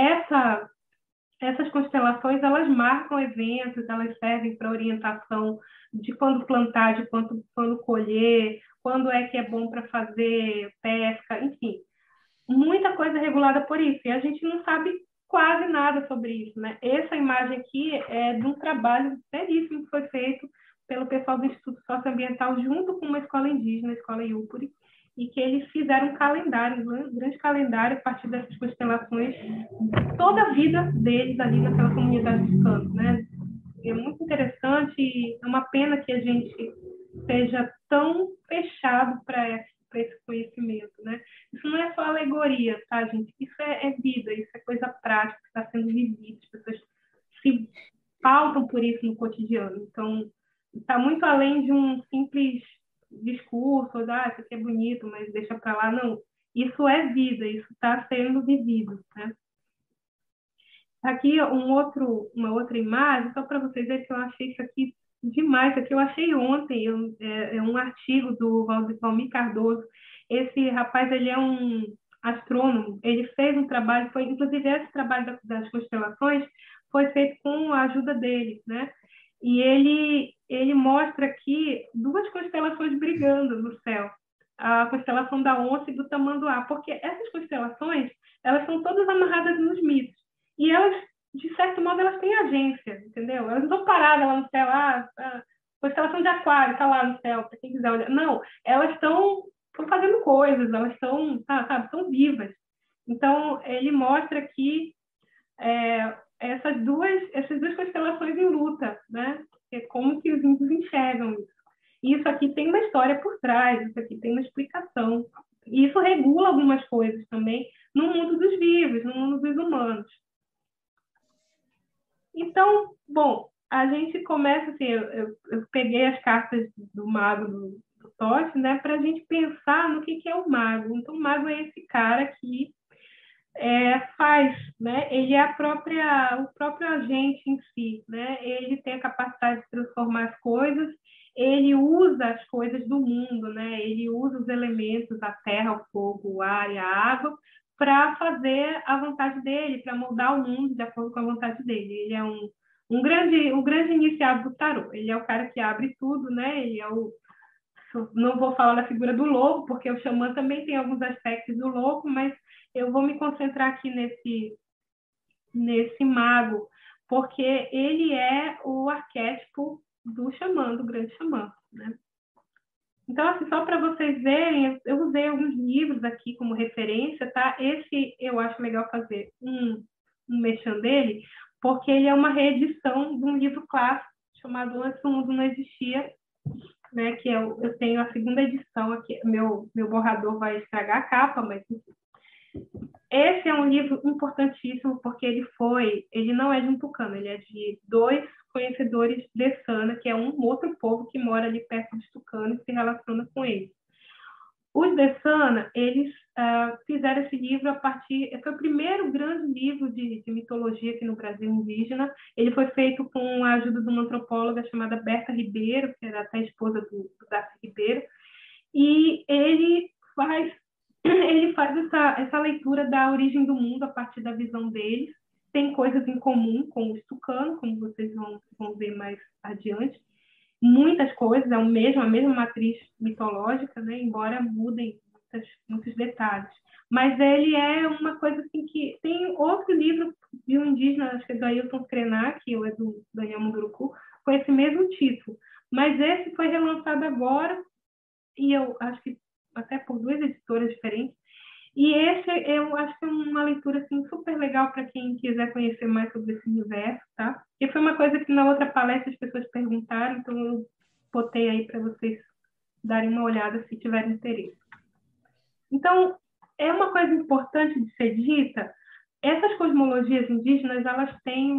essas constelações, elas marcam eventos, elas servem para orientação de quando plantar, de quando colher, quando é que é bom para fazer pesca, enfim. Muita coisa regulada por isso, e a gente não sabe quase nada sobre isso, né? Essa imagem aqui é de um trabalho seríssimo que foi feito pelo pessoal do Instituto Socioambiental junto com uma escola indígena, a Escola Iupuri, e que eles fizeram um calendário, um grande calendário a partir dessas constelações, toda a vida deles ali naquela comunidade de canto, né? É muito interessante e é uma pena que a gente seja tão fechado para esse conhecimento, né? Isso não é só alegoria, tá, gente? Isso é vida, isso é coisa prática que está sendo vivida, as pessoas se pautam por isso no cotidiano. Então, está muito além de um simples discurso, isso aqui é bonito, mas deixa para lá, não. Isso é vida, isso está sendo vivido, né? Aqui uma outra imagem, só para vocês verem que eu achei isso aqui demais. Isso aqui eu achei ontem, é um artigo do Valmir Cardoso. Esse rapaz, ele é um astrônomo, ele fez um trabalho, inclusive esse trabalho das constelações foi feito com a ajuda dele, né? E ele mostra aqui duas constelações brigando no céu, a constelação da Onça e do Tamanduá, porque essas constelações, elas são todas amarradas nos mitos. E elas, de certo modo, elas têm agência, entendeu? Elas não estão paradas lá no céu, a constelação de Aquário está lá no céu, para quem quiser olhar. Não, elas estão fazendo coisas, elas estão, sabe, estão vivas. Então, ele mostra aqui essas duas constelações em luta, né? Como que os índios enxergam isso. E isso aqui tem uma história por trás, isso aqui tem uma explicação. E isso regula algumas coisas também no mundo dos vivos, no mundo dos humanos. Então, bom, a gente começa assim, eu peguei as cartas do mago do Toche, né, para a gente pensar no que é o mago. Então, o mago é esse cara que faz, né? Ele é o próprio agente em si, né? Ele tem a capacidade de transformar as coisas, ele usa as coisas do mundo, né? Ele usa os elementos, a terra, o fogo, o ar e a água, para fazer a vontade dele, para moldar o mundo de acordo com a vontade dele. Ele é um grande iniciado do tarô. Ele é o cara que abre tudo, né? Ele é não vou falar da figura do lobo, porque o xamã também tem alguns aspectos do lobo, mas eu vou me concentrar aqui nesse mago, porque ele é o arquétipo do xamã, do grande xamã, né? Então, assim, só para vocês verem, eu usei alguns livros aqui como referência, tá? Esse eu acho legal fazer um merchan dele, porque ele é uma reedição de um livro clássico chamado Antes o Mundo Não Existia, né? Que eu tenho a segunda edição aqui. Meu borrador vai estragar a capa, mas esse é um livro importantíssimo porque ele não é de um tucano, ele é de dois conhecedores de Sana, que é um outro povo que mora ali perto dos tucanos e se relaciona com eles. Os de Sana, eles fizeram esse livro a partir... Foi o primeiro grande livro de mitologia aqui no Brasil indígena. Ele foi feito com a ajuda de uma antropóloga chamada Berta Ribeiro, que era até esposa do Darcy Ribeiro. E ele faz essa leitura da origem do mundo a partir da visão deles. Tem coisas em comum com os tucanos, como vocês vão ver mais adiante. Muitas coisas, a mesma matriz mitológica, né? Embora mudem muitos detalhes. Mas ele é uma coisa assim que... Tem outro livro de um indígena, acho que é do Ailton Krenak, ou é do Daniel Munduruku, com esse mesmo título. Mas esse foi relançado agora, e eu acho que até por duas editoras diferentes. E esse eu acho que é uma leitura assim, super legal para quem quiser conhecer mais sobre esse universo, tá? E foi uma coisa que na outra palestra as pessoas perguntaram, então eu botei aí para vocês darem uma olhada se tiverem interesse. Então, é uma coisa importante de ser dita, essas cosmologias indígenas, elas têm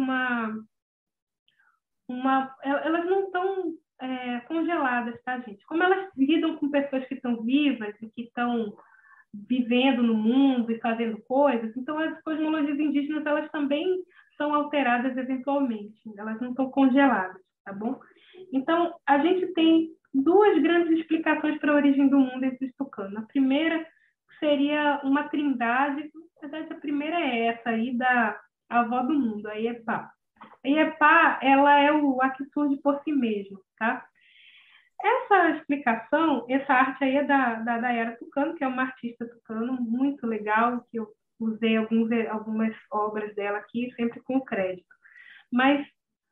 elas não estão congeladas, tá, gente? Como elas lidam com pessoas que estão vivas e que estão vivendo no mundo e fazendo coisas, então as cosmologias indígenas, elas também são alteradas eventualmente, elas não estão congeladas, tá bom? Então, a gente tem duas grandes explicações para a origem do mundo entre os tucanos. A primeira seria uma trindade, na verdade, a primeira é essa aí da avó do mundo, a Iepá. A Iepá, ela é a que surge por si mesma, tá? Essa explicação, essa arte aí é da Dayara Tucano, que é uma artista tucano muito legal, que eu usei algumas obras dela aqui, sempre com crédito. Mas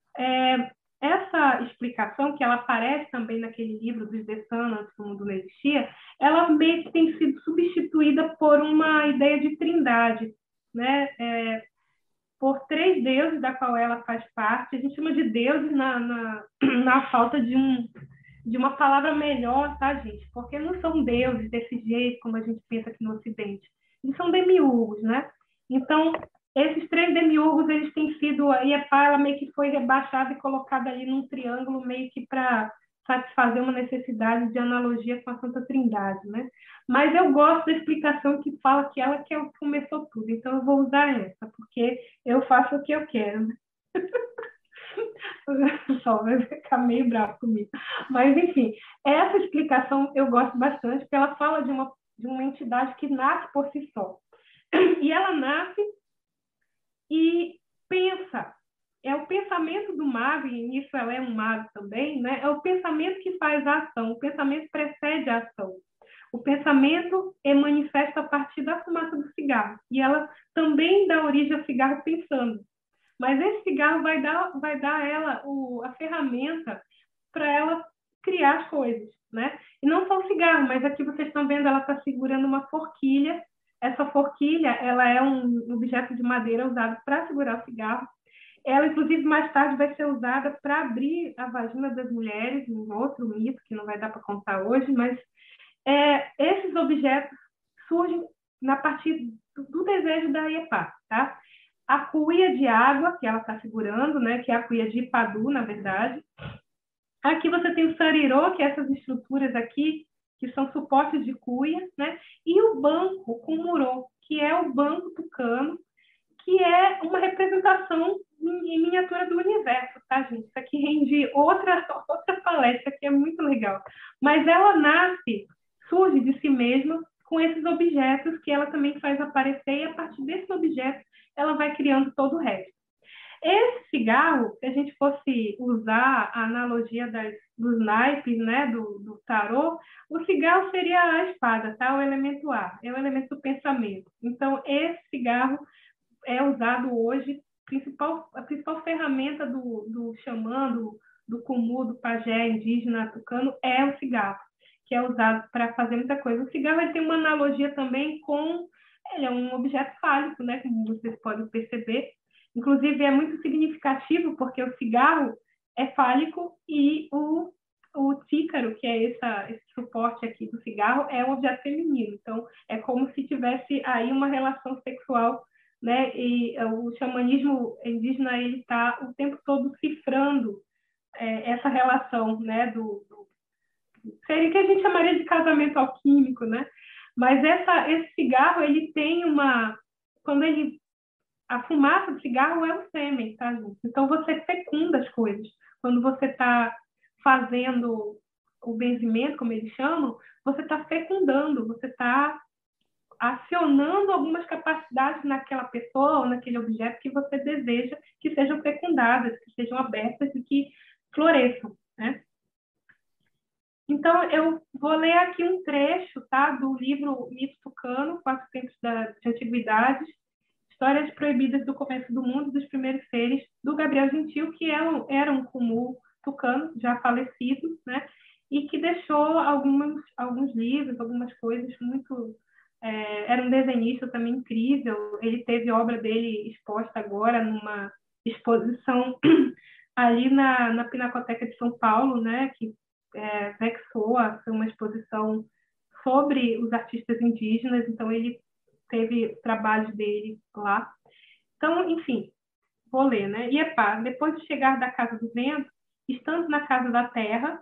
essa explicação, que ela aparece também naquele livro dos The Sun, Antes o Mundo Não Existia, ela meio que tem sido substituída por uma ideia de trindade, né? Por três deuses, da qual ela faz parte. A gente chama de deuses na falta de uma palavra melhor, tá, gente? Porque não são deuses desse jeito, como a gente pensa aqui no Ocidente. Eles são demiurgos, né? Então, esses três demiurgos, eles têm sido... A Iepá, ela meio que foi rebaixada e colocada ali num triângulo, meio que para satisfazer uma necessidade de analogia com a Santa Trindade, né? Mas eu gosto da explicação que fala que ela que é o que começou tudo. Então, eu vou usar essa, porque eu faço o que eu quero, né? O pessoal vai ficar meio bravo comigo. Mas, enfim, essa explicação eu gosto bastante, porque ela fala de uma entidade que nasce por si só. E ela nasce e pensa. É o pensamento do mago, e nisso ela é um mago também, né? É o pensamento que faz a ação, o pensamento precede a ação. O pensamento é manifesto a partir da fumaça do cigarro. E ela também dá origem ao cigarro pensando. Mas esse cigarro vai dar a ela a ferramenta para ela criar as coisas, né? E não só o cigarro, mas aqui vocês estão vendo, ela está segurando uma forquilha. Essa forquilha, ela é um objeto de madeira usado para segurar o cigarro. Ela, inclusive, mais tarde vai ser usada para abrir a vagina das mulheres, um outro mito que não vai dar para contar hoje, mas esses objetos surgem na partir do desejo da Iepá, tá? A cuia de água que ela está segurando, né, que é a cuia de Ipadu, na verdade. Aqui você tem o sarirô, que é essas estruturas aqui, que são suportes de cuia, né? E o banco com murô, que é o banco tucano, que é uma representação em miniatura do universo, tá, gente? Isso aqui rende outra palestra, que é muito legal. Mas ela surge de si mesma com esses objetos que ela também faz aparecer, e a partir desses objetos ela vai criando todo o resto. Esse cigarro, se a gente fosse usar a analogia dos naipes, né, do tarô, o cigarro seria a espada, tá? O elemento ar, é o elemento do pensamento. Então, esse cigarro é usado hoje, a principal ferramenta do xamã, do cumu, do pajé indígena tucano, é o cigarro, que é usado para fazer muita coisa. O cigarro ele tem uma analogia também com... Ele é um objeto fálico, né? Como vocês podem perceber. Inclusive, é muito significativo, porque o cigarro é fálico e o cícaro, que é esse suporte aqui do cigarro, é um objeto feminino. Então, é como se tivesse aí uma relação sexual, né? E o xamanismo indígena ele está o tempo todo cifrando essa relação, né? Seria que a gente chamaria de casamento alquímico, né? Mas esse cigarro ele tem a fumaça do cigarro é o sêmen, tá, gente? Então você fecunda as coisas. Quando você está fazendo o benzimento, como eles chamam, você está fecundando, você está acionando algumas capacidades naquela pessoa ou naquele objeto que você deseja que sejam fecundadas, que sejam abertas e que floresçam, né? Então, eu vou ler aqui um trecho, tá, do livro Mito Tucano, 4 Tempos de Antiguidades, Histórias Proibidas do Começo do Mundo dos Primeiros Seres, do Gabriel Gentil, que era um Kumu tucano, já falecido, né, e que deixou alguns livros, algumas coisas muito... era um desenhista também incrível, ele teve obra dele exposta agora numa exposição ali na Pinacoteca de São Paulo, né, que Vexoa, foi uma exposição sobre os artistas indígenas, então ele teve trabalhos dele lá. Então, enfim, vou ler, né? Iepá, depois de chegar da casa do vento, estando na casa da terra...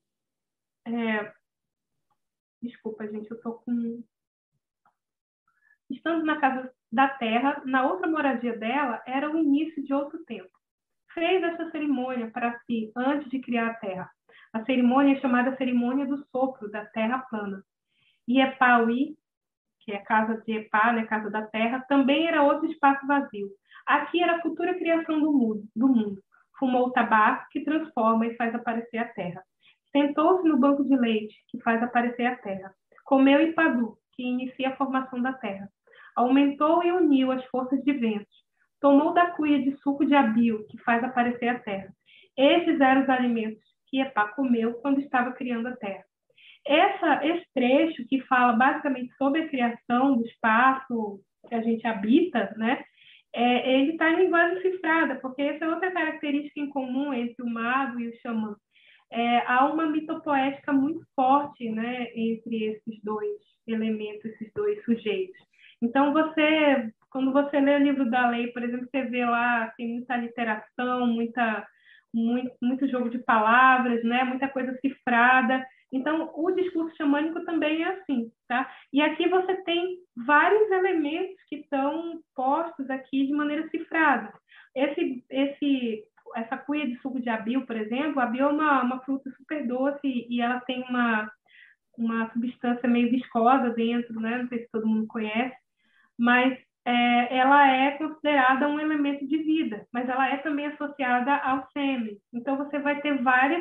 Desculpa, gente, eu tô com... Estando na casa da terra, na outra moradia dela, era o início de outro tempo. Fez essa cerimônia para si, antes de criar a terra. A cerimônia é chamada cerimônia do sopro da terra plana. Iepauí, que é a casa de Epá, né, casa da terra, também era outro espaço vazio. Aqui era a futura criação do mundo. Fumou o tabaco, que transforma e faz aparecer a terra. Sentou-se no banco de leite, que faz aparecer a terra. Comeu Ipadu, que inicia a formação da terra. Aumentou e uniu as forças de ventos. Tomou da cuia de suco de abio, que faz aparecer a terra. Esses eram os alimentos que Epá comeu quando estava criando a terra. Esse trecho que fala basicamente sobre a criação do espaço que a gente habita, né? Ele está em linguagem cifrada, porque essa é outra característica em comum entre o mago e o xamã. Há uma mitopoética muito forte, né, entre esses dois elementos, esses dois sujeitos. Então, quando você lê o livro da lei, por exemplo, você vê lá, tem muita literação, muito jogo de palavras, né, muita coisa cifrada. Então, o discurso xamânico também é assim, tá? E aqui você tem vários elementos que estão postos aqui de maneira cifrada. Essa cuia de suco de abio, por exemplo, a abio é uma fruta super doce e ela tem uma substância meio viscosa dentro, né? Não sei se todo mundo conhece, mas ela é considerada um elemento de vida, mas ela é também associada ao sêmen. Então, você vai ter várias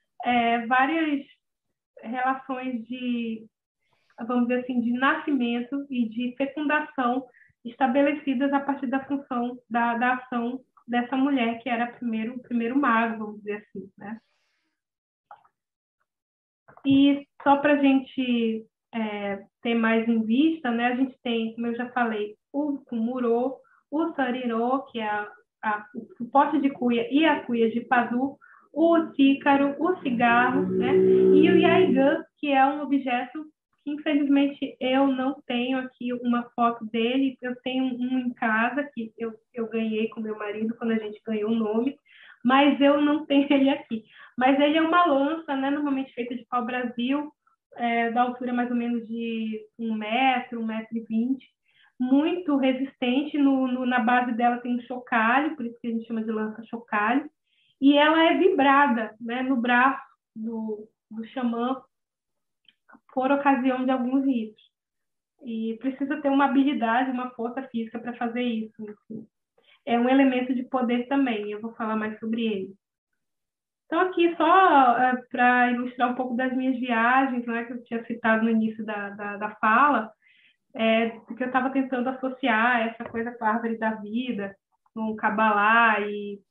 relações vamos dizer assim, de nascimento e de fecundação estabelecidas a partir da função da ação dessa mulher, que era o primeiro mago, vamos dizer assim, né? E só para a gente ter mais em vista, né, a gente tem, como eu já falei, o Kumuro, o Sarirô, que é o pote de cuia e a cuia de Padu, o cícaro, o cigarro, né? E o Yaigã, que é um objeto que, infelizmente, eu não tenho aqui uma foto dele. Eu tenho um em casa, que eu ganhei com meu marido quando a gente ganhou o nome, mas eu não tenho ele aqui. Mas ele é uma lança, né? Normalmente feita de pau-brasil, da altura mais ou menos de 1 metro, 1,20 m, muito resistente. Na base dela tem um chocalho, por isso que a gente chama de lança chocalho. E ela é vibrada, né, no braço do xamã por ocasião de alguns ritos. E precisa ter uma habilidade, uma força física para fazer isso. Assim. É um elemento de poder também, eu vou falar mais sobre ele. Então, aqui, só para ilustrar um pouco das minhas viagens, né, que eu tinha citado no início da fala, que eu estava tentando associar essa coisa com a árvore da vida, com o Kabbalah e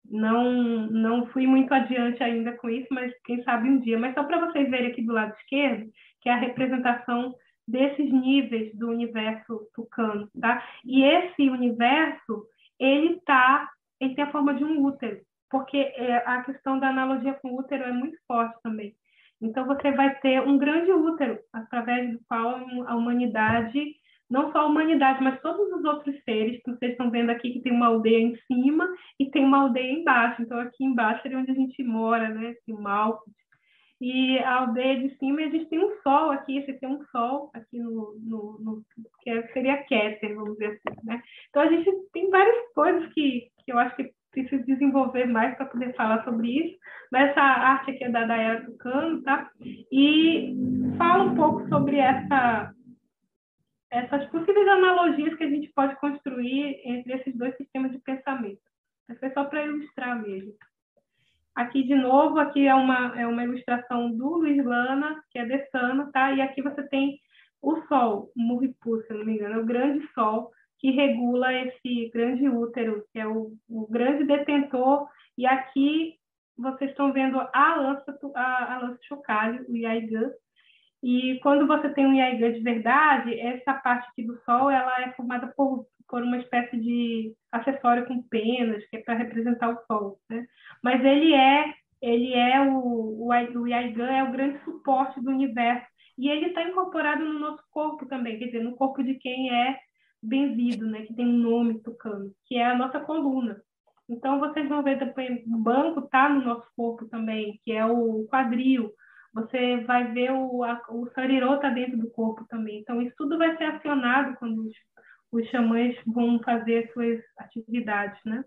Não fui muito adiante ainda com isso, mas quem sabe um dia. Mas só para vocês verem aqui do lado esquerdo, que é a representação desses níveis do universo tucano, tá? E esse universo, ele tem a forma de um útero, porque a questão da analogia com o útero é muito forte também. Então, você vai ter um grande útero, através do qual a humanidade, não só a humanidade, mas todos os outros seres, que vocês estão vendo aqui, que tem uma aldeia em cima e tem uma aldeia embaixo. Então, aqui embaixo seria onde a gente mora, né? O Malkuth. E a aldeia de cima, a gente tem um sol aqui, esse aqui é um sol, aqui que seria Keter, vamos dizer assim, né? Então, a gente tem várias coisas que eu acho que preciso desenvolver mais para poder falar sobre isso. Mas essa arte aqui é da Dayara Tucano, tá? E fala um pouco sobre essas possíveis analogias que a gente pode construir entre esses dois sistemas de pensamento. Isso é só para ilustrar mesmo. Aqui, de novo, aqui é uma ilustração do Luiz Lana, que é Dessano, tá? E aqui você tem o Sol, o Muripu, se eu não me engano, é o grande Sol, que regula esse grande útero, que é o grande detentor. E aqui vocês estão vendo a lança chocalho, o Yaigã. E quando você tem um Yaigã de verdade, essa parte aqui do Sol, ela é formada por uma espécie de acessório com penas, que é para representar o Sol, né? Mas o Yaigã é o grande suporte do universo. E ele está incorporado no nosso corpo também, quer dizer, no corpo de quem é benzido, né? Que tem um nome tucano, que é a nossa coluna. Então, vocês vão ver também, o banco está no nosso corpo também, que é o quadril. Você vai ver o sarirô está dentro do corpo também. Então, isso tudo vai ser acionado quando os xamãs vão fazer suas atividades, né?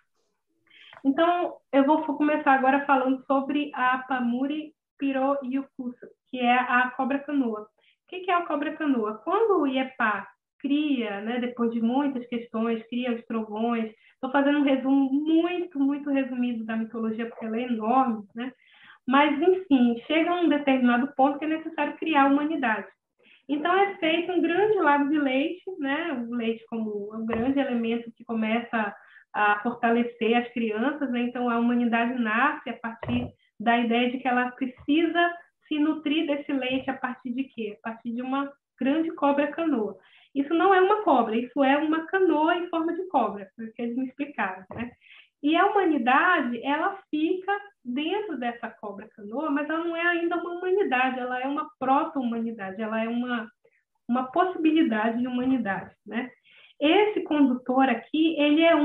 Então, eu vou começar agora falando sobre a Pamuri Piroyukusa, que é a cobra canoa. O que é a cobra canoa? Quando o Iepá cria, né, depois de muitas questões, cria os trovões. Estou fazendo um resumo muito, muito resumido da mitologia, porque ela é enorme, né? Mas, enfim, chega a um determinado ponto que é necessário criar a humanidade. Então, é feito um grande lago de leite, né? O leite como um grande elemento que começa a fortalecer as crianças, né? Então, a humanidade nasce a partir da ideia de que ela precisa se nutrir desse leite a partir de quê? A partir de uma grande cobra canoa. Isso não é uma cobra, isso é uma canoa em forma de cobra, foi o que eles me explicaram, né? E a humanidade, ela fica dentro dessa cobra canoa, mas ela não é ainda uma humanidade, ela é uma proto-humanidade, ela é uma possibilidade de humanidade, né? Esse condutor aqui, ele é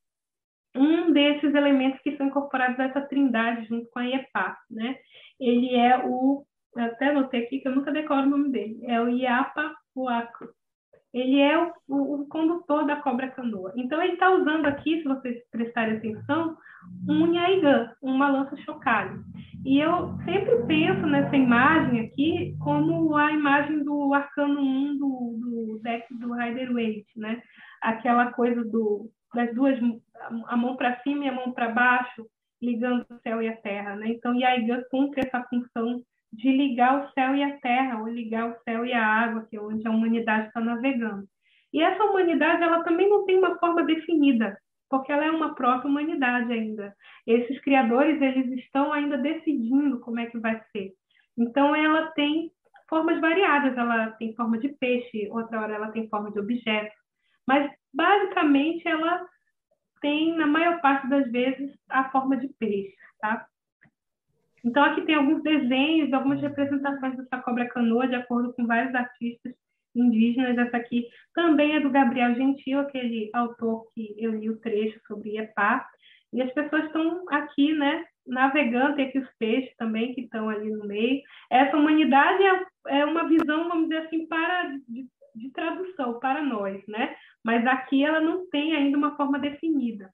um desses elementos que são incorporados nessa trindade junto com a Iepá, né? Ele é eu até anotei aqui que eu nunca decoro o nome dele, é o Iapa Huaco. Ele é o condutor da cobra canoa. Então, ele está usando aqui, se vocês prestarem atenção, um Yaigã, uma lança chocalho. E eu sempre penso nessa imagem aqui como a imagem do Arcano 1 do deck do Rider-Waite, né? Aquela coisa das duas, a mão para cima e a mão para baixo, ligando o céu e a terra, né? Então, Yaigã cumpre essa função de ligar o céu e a terra, ou ligar o céu e a água, que é onde a humanidade está navegando. E essa humanidade, ela também não tem uma forma definida, porque ela é uma proto-humanidade ainda. Esses criadores, eles estão ainda decidindo como é que vai ser. Então, ela tem formas variadas, ela tem forma de peixe, outra hora ela tem forma de objeto, mas, basicamente, ela tem, na maior parte das vezes, a forma de peixe, tá? Então, aqui tem alguns desenhos, algumas representações dessa cobra canoa, de acordo com vários artistas indígenas. Essa aqui também é do Gabriel Gentil, aquele autor que eu li o trecho sobre Iepá. E as pessoas estão aqui, né, navegando, tem aqui os peixes também que estão ali no meio. Essa humanidade é uma visão, vamos dizer assim, de tradução para nós, né? Mas aqui ela não tem ainda uma forma definida.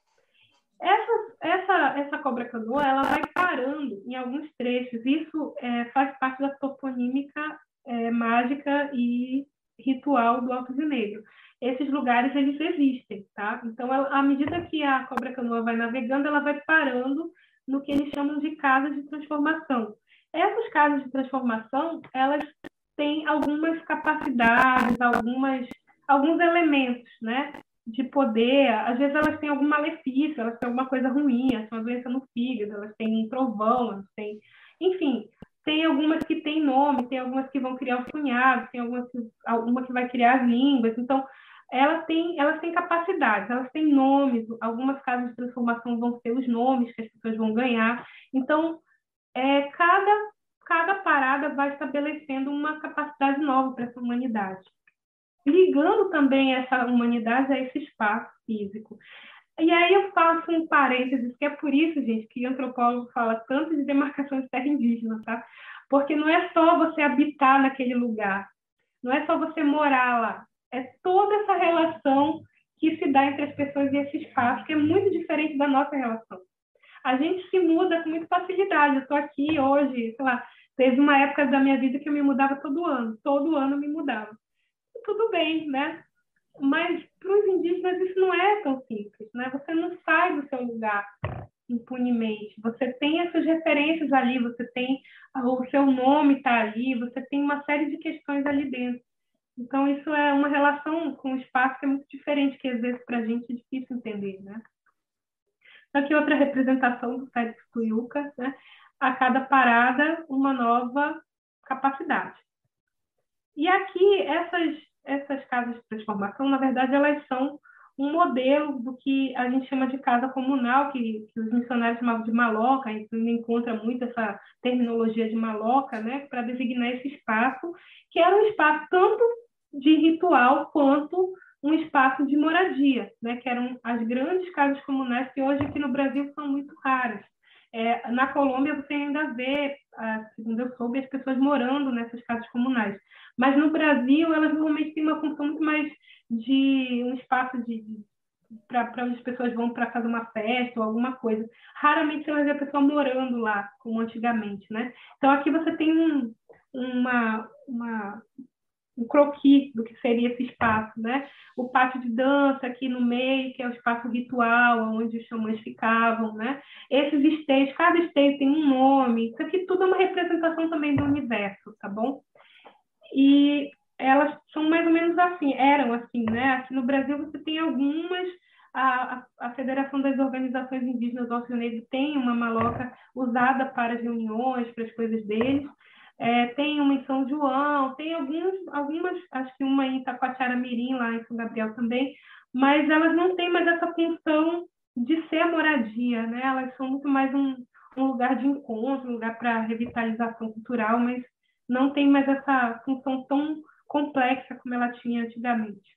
Essa cobra canoa, ela vai parando em alguns trechos. Isso faz parte da toponímica mágica e ritual do Alto Rio Negro. Esses lugares, eles existem, tá? Então, à medida que a cobra canoa vai navegando, ela vai parando no que eles chamam de casas de transformação. Essas casas de transformação, elas têm algumas capacidades, alguns elementos, né? de poder, às vezes elas têm algum malefício, elas têm alguma coisa ruim, elas têm uma doença no fígado, elas têm um trovão, elas têm... Enfim, tem algumas que têm nome, tem algumas que vão criar os cunhados, tem alguma que vai criar as línguas. Então, elas têm capacidades, elas têm nomes, algumas casas de transformação vão ter os nomes que as pessoas vão ganhar. Então, cada parada vai estabelecendo uma capacidade nova para essa humanidade, ligando também essa humanidade a esse espaço físico. E aí eu faço um parênteses, que é por isso, gente, que o antropólogo fala tanto de demarcação de terra indígena, tá? Porque não é só você habitar naquele lugar, não é só você morar lá, é toda essa relação que se dá entre as pessoas e esse espaço, que é muito diferente da nossa relação. A gente se muda com muita facilidade. Eu estou aqui hoje, sei lá, teve uma época da minha vida que eu me mudava todo ano eu me mudava. Tudo bem, né? Mas para os indígenas isso não é tão simples, né? Você não sai do seu lugar impunemente. Você tem essas referências ali, você tem o seu nome está ali, você tem uma série de questões ali dentro. Então isso é uma relação com o espaço que é muito diferente, que às vezes para a gente é difícil entender, né? Aqui outra representação do Site Tuiuca, né? A cada parada uma nova capacidade. E aqui essas casas de transformação, na verdade, elas são um modelo do que a gente chama de casa comunal, que os missionários chamavam de maloca, a gente encontra muito essa terminologia de maloca, né, para designar esse espaço, que era um espaço tanto de ritual quanto um espaço de moradia, né, que eram as grandes casas comunais que hoje aqui no Brasil são muito raras. Na Colômbia você ainda vê, segundo eu soube, as pessoas morando nessas casas comunais. Mas no Brasil elas normalmente têm uma função muito mais de um espaço para onde as pessoas vão para fazer uma festa ou alguma coisa. Raramente você vai ver a pessoa morando lá, como antigamente, né? Então aqui você tem um croquis do que seria esse espaço, né? O pátio de dança aqui no meio, que é o espaço ritual, onde os xamãs ficavam, né? Esses esteios, cada esteio tem um nome. Isso aqui tudo é uma representação também do universo, tá bom? E elas são mais ou menos assim, eram assim, né? Aqui no Brasil você tem algumas, a Federação das Organizações Indígenas do Rio Negro tem uma maloca usada para as reuniões, para as coisas deles. Tem uma em São João, tem algumas, acho que uma em Itacoatiara-Mirim, lá em São Gabriel também, mas elas não têm mais essa função de ser moradia, né? Elas são muito mais um lugar de encontro, um lugar para revitalização cultural, mas não tem mais essa função tão complexa como ela tinha antigamente.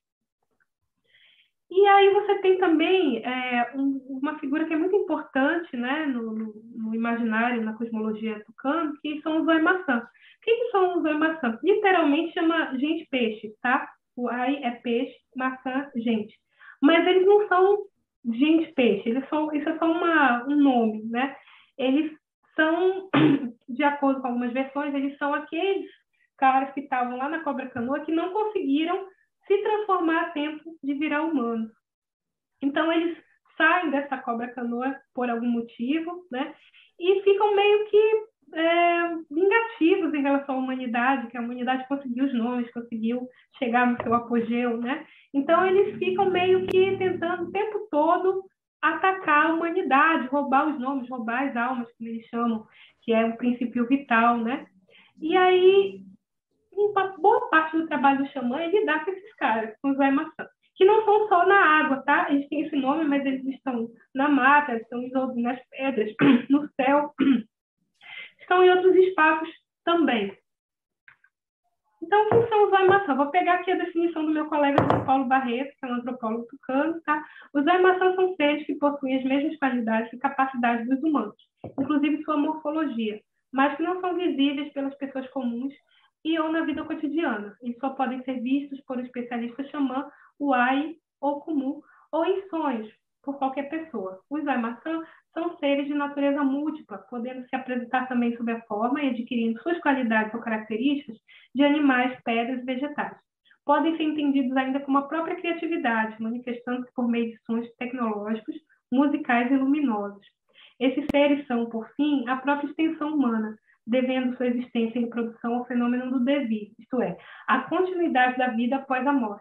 E aí você tem também uma figura que é muito importante, né, no imaginário, na cosmologia tucano, que são os Oi-Maçã. O que são os Oi-Maçã? Literalmente chama gente-peixe, tá? O ai é peixe, maçã, gente. Mas eles não são gente-peixe, isso é só um nome, né? Eles são, de acordo com algumas versões, eles são aqueles caras que estavam lá na Cobra Canoa que não conseguiram se transformar a tempo de virar humano. Então, eles saem dessa Cobra Canoa por algum motivo, né? E ficam meio que vingativos em relação à humanidade, que a humanidade conseguiu os nomes, conseguiu chegar no seu apogeu, né? Então, eles ficam meio que tentando o tempo todo atacar a humanidade, roubar os nomes, roubar as almas, como eles chamam, que é o princípio vital, né? E aí, uma boa parte do trabalho do xamã é lidar com esses caras, com os Oi-Maçã, que não são só na água, tá? Eles têm esse nome, mas eles estão na mata, estão nas pedras, no céu, estão em outros espaços também. Então, o que são os Oi-Maçã? Vou pegar aqui a definição do meu colega João Paulo Barreto, que é um antropólogo tucano, tá? Os Oi-Maçã são seres que possuem as mesmas qualidades e capacidades dos humanos, inclusive sua morfologia, mas que não são visíveis pelas pessoas comuns e ou na vida cotidiana. Eles só podem ser vistos por um especialista xamã, uai ou kumu, ou em sonhos, por qualquer pessoa. Os Oi-Maçã são seres de natureza múltipla, podendo se apresentar também sob a forma e adquirindo suas qualidades ou características de animais, pedras e vegetais. Podem ser entendidos ainda como a própria criatividade, manifestando-se por meio de sons tecnológicos, musicais e luminosos. Esses seres são, por fim, a própria extensão humana, devendo sua existência e reprodução ao fenômeno do devir, isto é, a continuidade da vida após a morte,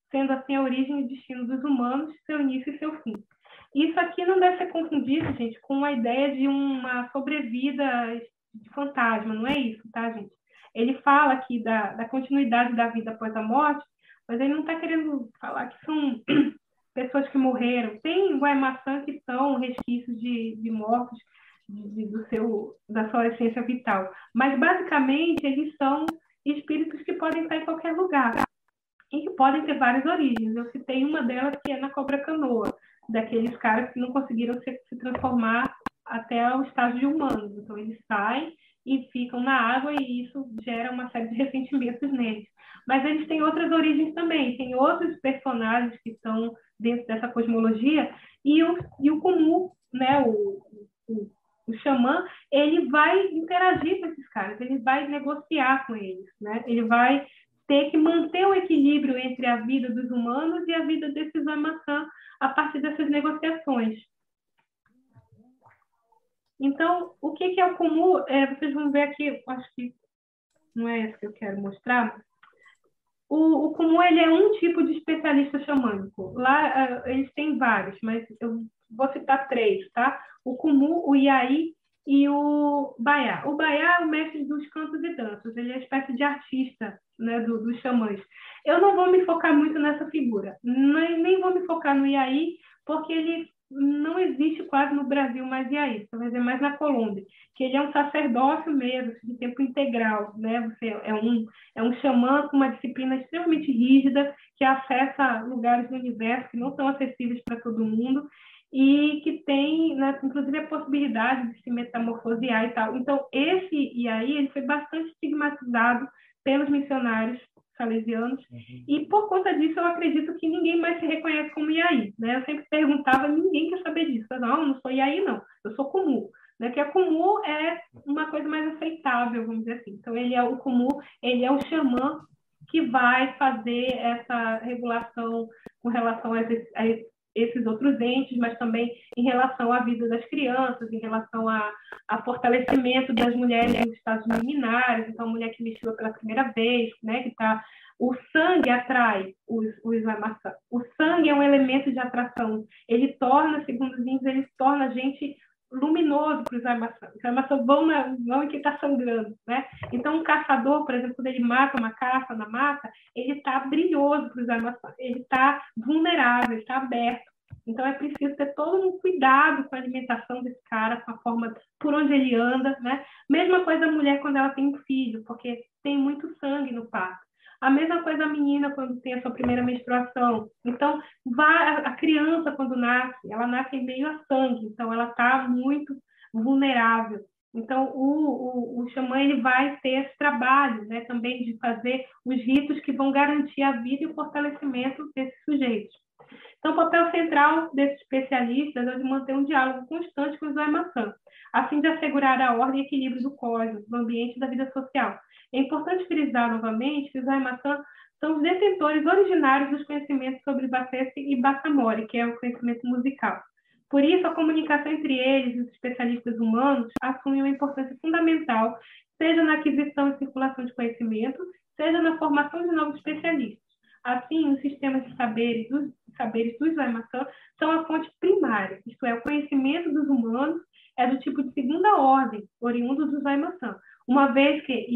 sendo assim a origem e destino dos humanos, seu início e seu fim. Isso aqui não deve ser confundido, gente, com a ideia de uma sobrevida de fantasma, não é isso, tá, gente? Ele fala aqui da continuidade da vida após a morte, mas ele não está querendo falar que são pessoas que morreram. Tem Guaimaçã que são resquícios de mortos da sua essência vital, mas basicamente eles são espíritos que podem estar em qualquer lugar e que podem ter várias origens. Eu citei uma delas que é na cobra canoa, daqueles caras que não conseguiram se transformar até o estágio de humanos. Então, eles saem e ficam na água e isso gera uma série de ressentimentos neles. Mas eles têm outras origens também, tem outros personagens que estão dentro dessa cosmologia e o Kumu, né, o xamã, ele vai interagir com esses caras, ele vai negociar com eles, né? Ele vai ter que manter o equilíbrio entre a vida dos humanos e a vida desses Amaçã a partir dessas negociações. Então, o que é o Kumu? Vocês vão ver aqui, acho que não é esse que eu quero mostrar. O Kumu, ele é um tipo de especialista xamânico. Lá, eles têm vários, mas eu vou citar 3, tá? O Kumu, o Iai e o Baiá. O Baiá é o mestre dos cantos e danças, ele é uma espécie de artista, né, dos xamãs. Eu não vou me focar muito nessa figura, nem vou me focar no Iai, porque ele não existe quase no Brasil mais Iai, isso vai dizer mais na Colômbia, que ele é um sacerdócio mesmo, de tempo integral, né? Você é um xamã com uma disciplina extremamente rígida, que acessa lugares do universo que não são acessíveis para todo mundo, e que tem, né, inclusive, a possibilidade de se metamorfosear e tal. Então, esse Iai, ele foi bastante estigmatizado pelos missionários salesianos, e por conta disso eu acredito que ninguém mais se reconhece como Iai, né? Eu sempre perguntava, ninguém quer saber disso. Eu não sou Iai, não, eu sou Kumu, né? Que a Kumu é uma coisa mais aceitável, vamos dizer assim. Então, o Kumu, ele é um xamã que vai fazer essa regulação com relação a esses outros entes, mas também em relação à vida das crianças, em relação a fortalecimento das mulheres nos estados liminares. Então, a mulher que menstrua pela primeira vez, né, que tá, o sangue atrai os Amaçã. O sangue é um elemento de atração. Ele torna, segundo os índios, ele torna a gente luminoso para os Amaçã. Os Amaçã vão em que está sangrando, né? Então, um caçador, por exemplo, quando ele mata uma caça na mata, ele está brilhoso para os Amaçã. Ele está vulnerável, ele está aberto. Então, é preciso ter todo um cuidado com a alimentação desse cara, com a forma por onde ele anda, né? Mesma coisa a mulher quando ela tem um filho, porque tem muito sangue no parto. A mesma coisa a menina quando tem a sua primeira menstruação. Então, a criança, quando nasce, ela nasce em meio a sangue, então ela está muito vulnerável. Então, o xamã, ele vai ter esse trabalho, né, também de fazer os ritos que vão garantir a vida e o fortalecimento desses sujeitos. Então, o papel central desses especialistas é de manter um diálogo constante com os Amaçã, a fim de assegurar a ordem e equilíbrio do cosmos, do ambiente e da vida social. É importante frisar novamente que os Amaçã são os detentores originários dos conhecimentos sobre Bacesse e Bassamori, que é o conhecimento musical. Por isso, a comunicação entre eles e os especialistas humanos assume uma importância fundamental, seja na aquisição e circulação de conhecimento, seja na formação de novos especialistas. Assim, os sistemas de saberes dos Amaçã são a fonte primária, isto é, o conhecimento dos humanos é do tipo de segunda ordem, oriundo dos Amaçã, uma vez que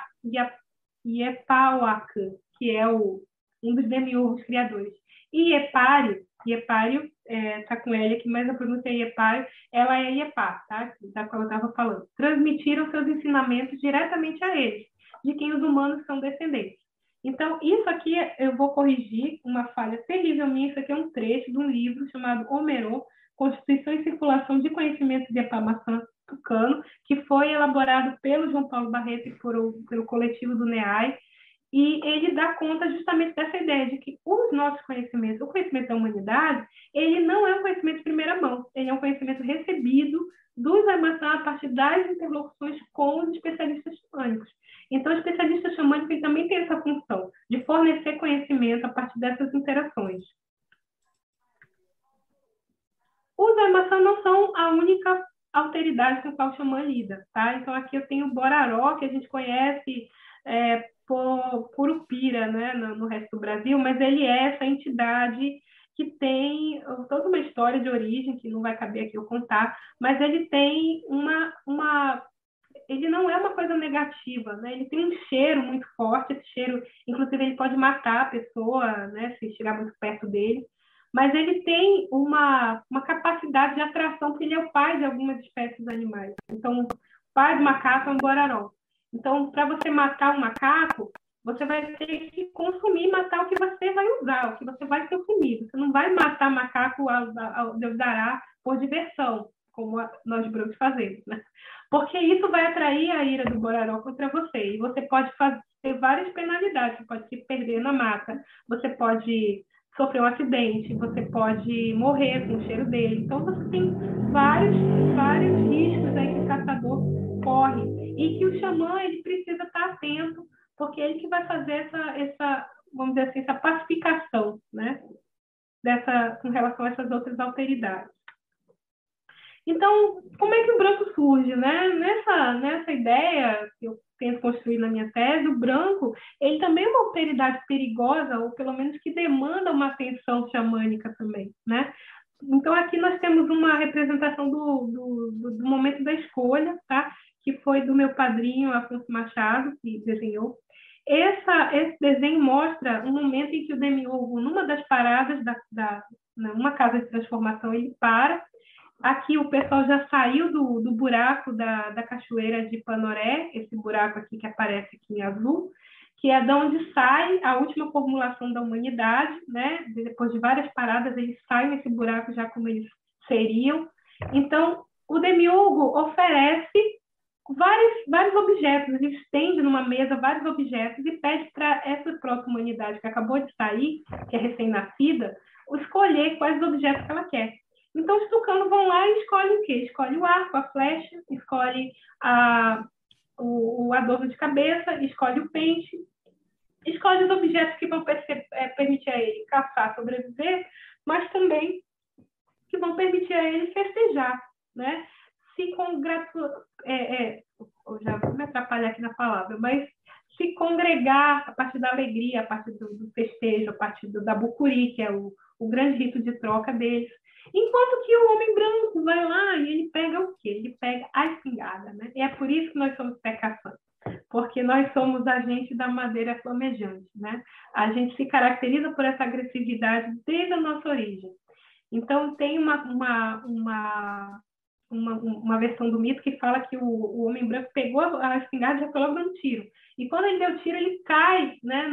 Iepauac, que é um dos demiurgos criadores, e Iepário está com L aqui, mas a pronúncia é Iepário, ela é Iepá, tá? Da qual eu estava falando. Transmitiram seus ensinamentos diretamente a eles, de quem os humanos são descendentes. Então, isso aqui eu vou corrigir uma falha terrível minha. Isso aqui é um trecho de um livro chamado Homero, Constituição e Circulação de Conhecimentos de Epamaçã Tucano, que foi elaborado pelo João Paulo Barreto e pelo coletivo do NEAI, e ele dá conta justamente dessa ideia de que os nossos conhecimentos, o conhecimento da humanidade, ele não é um conhecimento de primeira mão, ele é um conhecimento recebido dos Amaçã a partir das interlocuções com os especialistas xamânicos. Então, o especialista xamânico ele também tem essa função de fornecer conhecimento a partir dessas interações. Os Amaçã não são a única alteridade com a qual o xamã lida, tá? Então, aqui eu tenho o Boraró, que a gente conhece Curupira, né, no resto do Brasil, mas ele é essa entidade que tem toda uma história de origem, que não vai caber aqui eu contar, mas ele tem ele não é uma coisa negativa, né? Ele tem um cheiro muito forte, esse cheiro, inclusive ele pode matar a pessoa, né, se chegar muito perto dele, mas ele tem uma capacidade de atração, porque ele é o pai de algumas espécies animais. Então, o pai do macaco é um boraró. Então, para você matar um macaco, você vai ter que consumir e matar o que você vai usar, o que você vai consumir. Você não vai matar macaco ao Deus dará por diversão, como nós brancos fazemos, né? Porque isso vai atrair a ira do boraró contra você. E você pode ter várias penalidades. Você pode se perder na mata, você pode sofrer um acidente, você pode morrer com o cheiro dele. Então, você tem vários riscos aí que o caçador corre. E que o xamã ele precisa estar atento, porque é ele que vai fazer essa vamos dizer assim, essa pacificação, né? Com relação a essas outras alteridades. Então, como é que o branco surge, né? Nessa ideia que eu tento construir na minha tese, o branco, ele também é uma alteridade perigosa, ou pelo menos que demanda uma atenção xamânica também, né? Então, aqui nós temos uma representação do momento da escolha, tá? Que foi do meu padrinho, Afonso Machado, que desenhou. Esse desenho mostra um momento em que o Demiurgo, numa das paradas numa casa de transformação, ele para. Aqui o pessoal já saiu do buraco da cachoeira de Panoré, esse buraco aqui que aparece aqui em azul, que é de onde sai a última formulação da humanidade, né? Depois de várias paradas, eles saem nesse buraco já como eles seriam. Então, o Demiurgo oferece vários objetos, ele estende numa mesa vários objetos e pede para essa proto-humanidade que acabou de sair, que é recém-nascida, escolher quais objetos que ela quer. Então, os tucanos vão lá e escolhem o quê? Escolhe o arco, a flecha, escolhe o adorno de cabeça, escolhe o pente, escolhe os objetos que vão permitir a ele caçar, sobreviver, mas também que vão permitir a ele festejar, né? Se já vou me atrapalhar aqui na palavra, mas se congregar a partir da alegria, a partir do festejo, a partir da bucuri, que é o grande rito de troca deles. Enquanto que o homem branco vai lá e ele pega o quê? Ele pega a espingarda, né? E é por isso que nós somos pecações, porque nós somos agentes da madeira flamejante, né? A gente se caracteriza por essa agressividade desde a nossa origem. Então, tem uma versão do mito que fala que o homem branco pegou a espingarda e já foi logo dando tiro. E quando ele deu tiro, ele cai, né,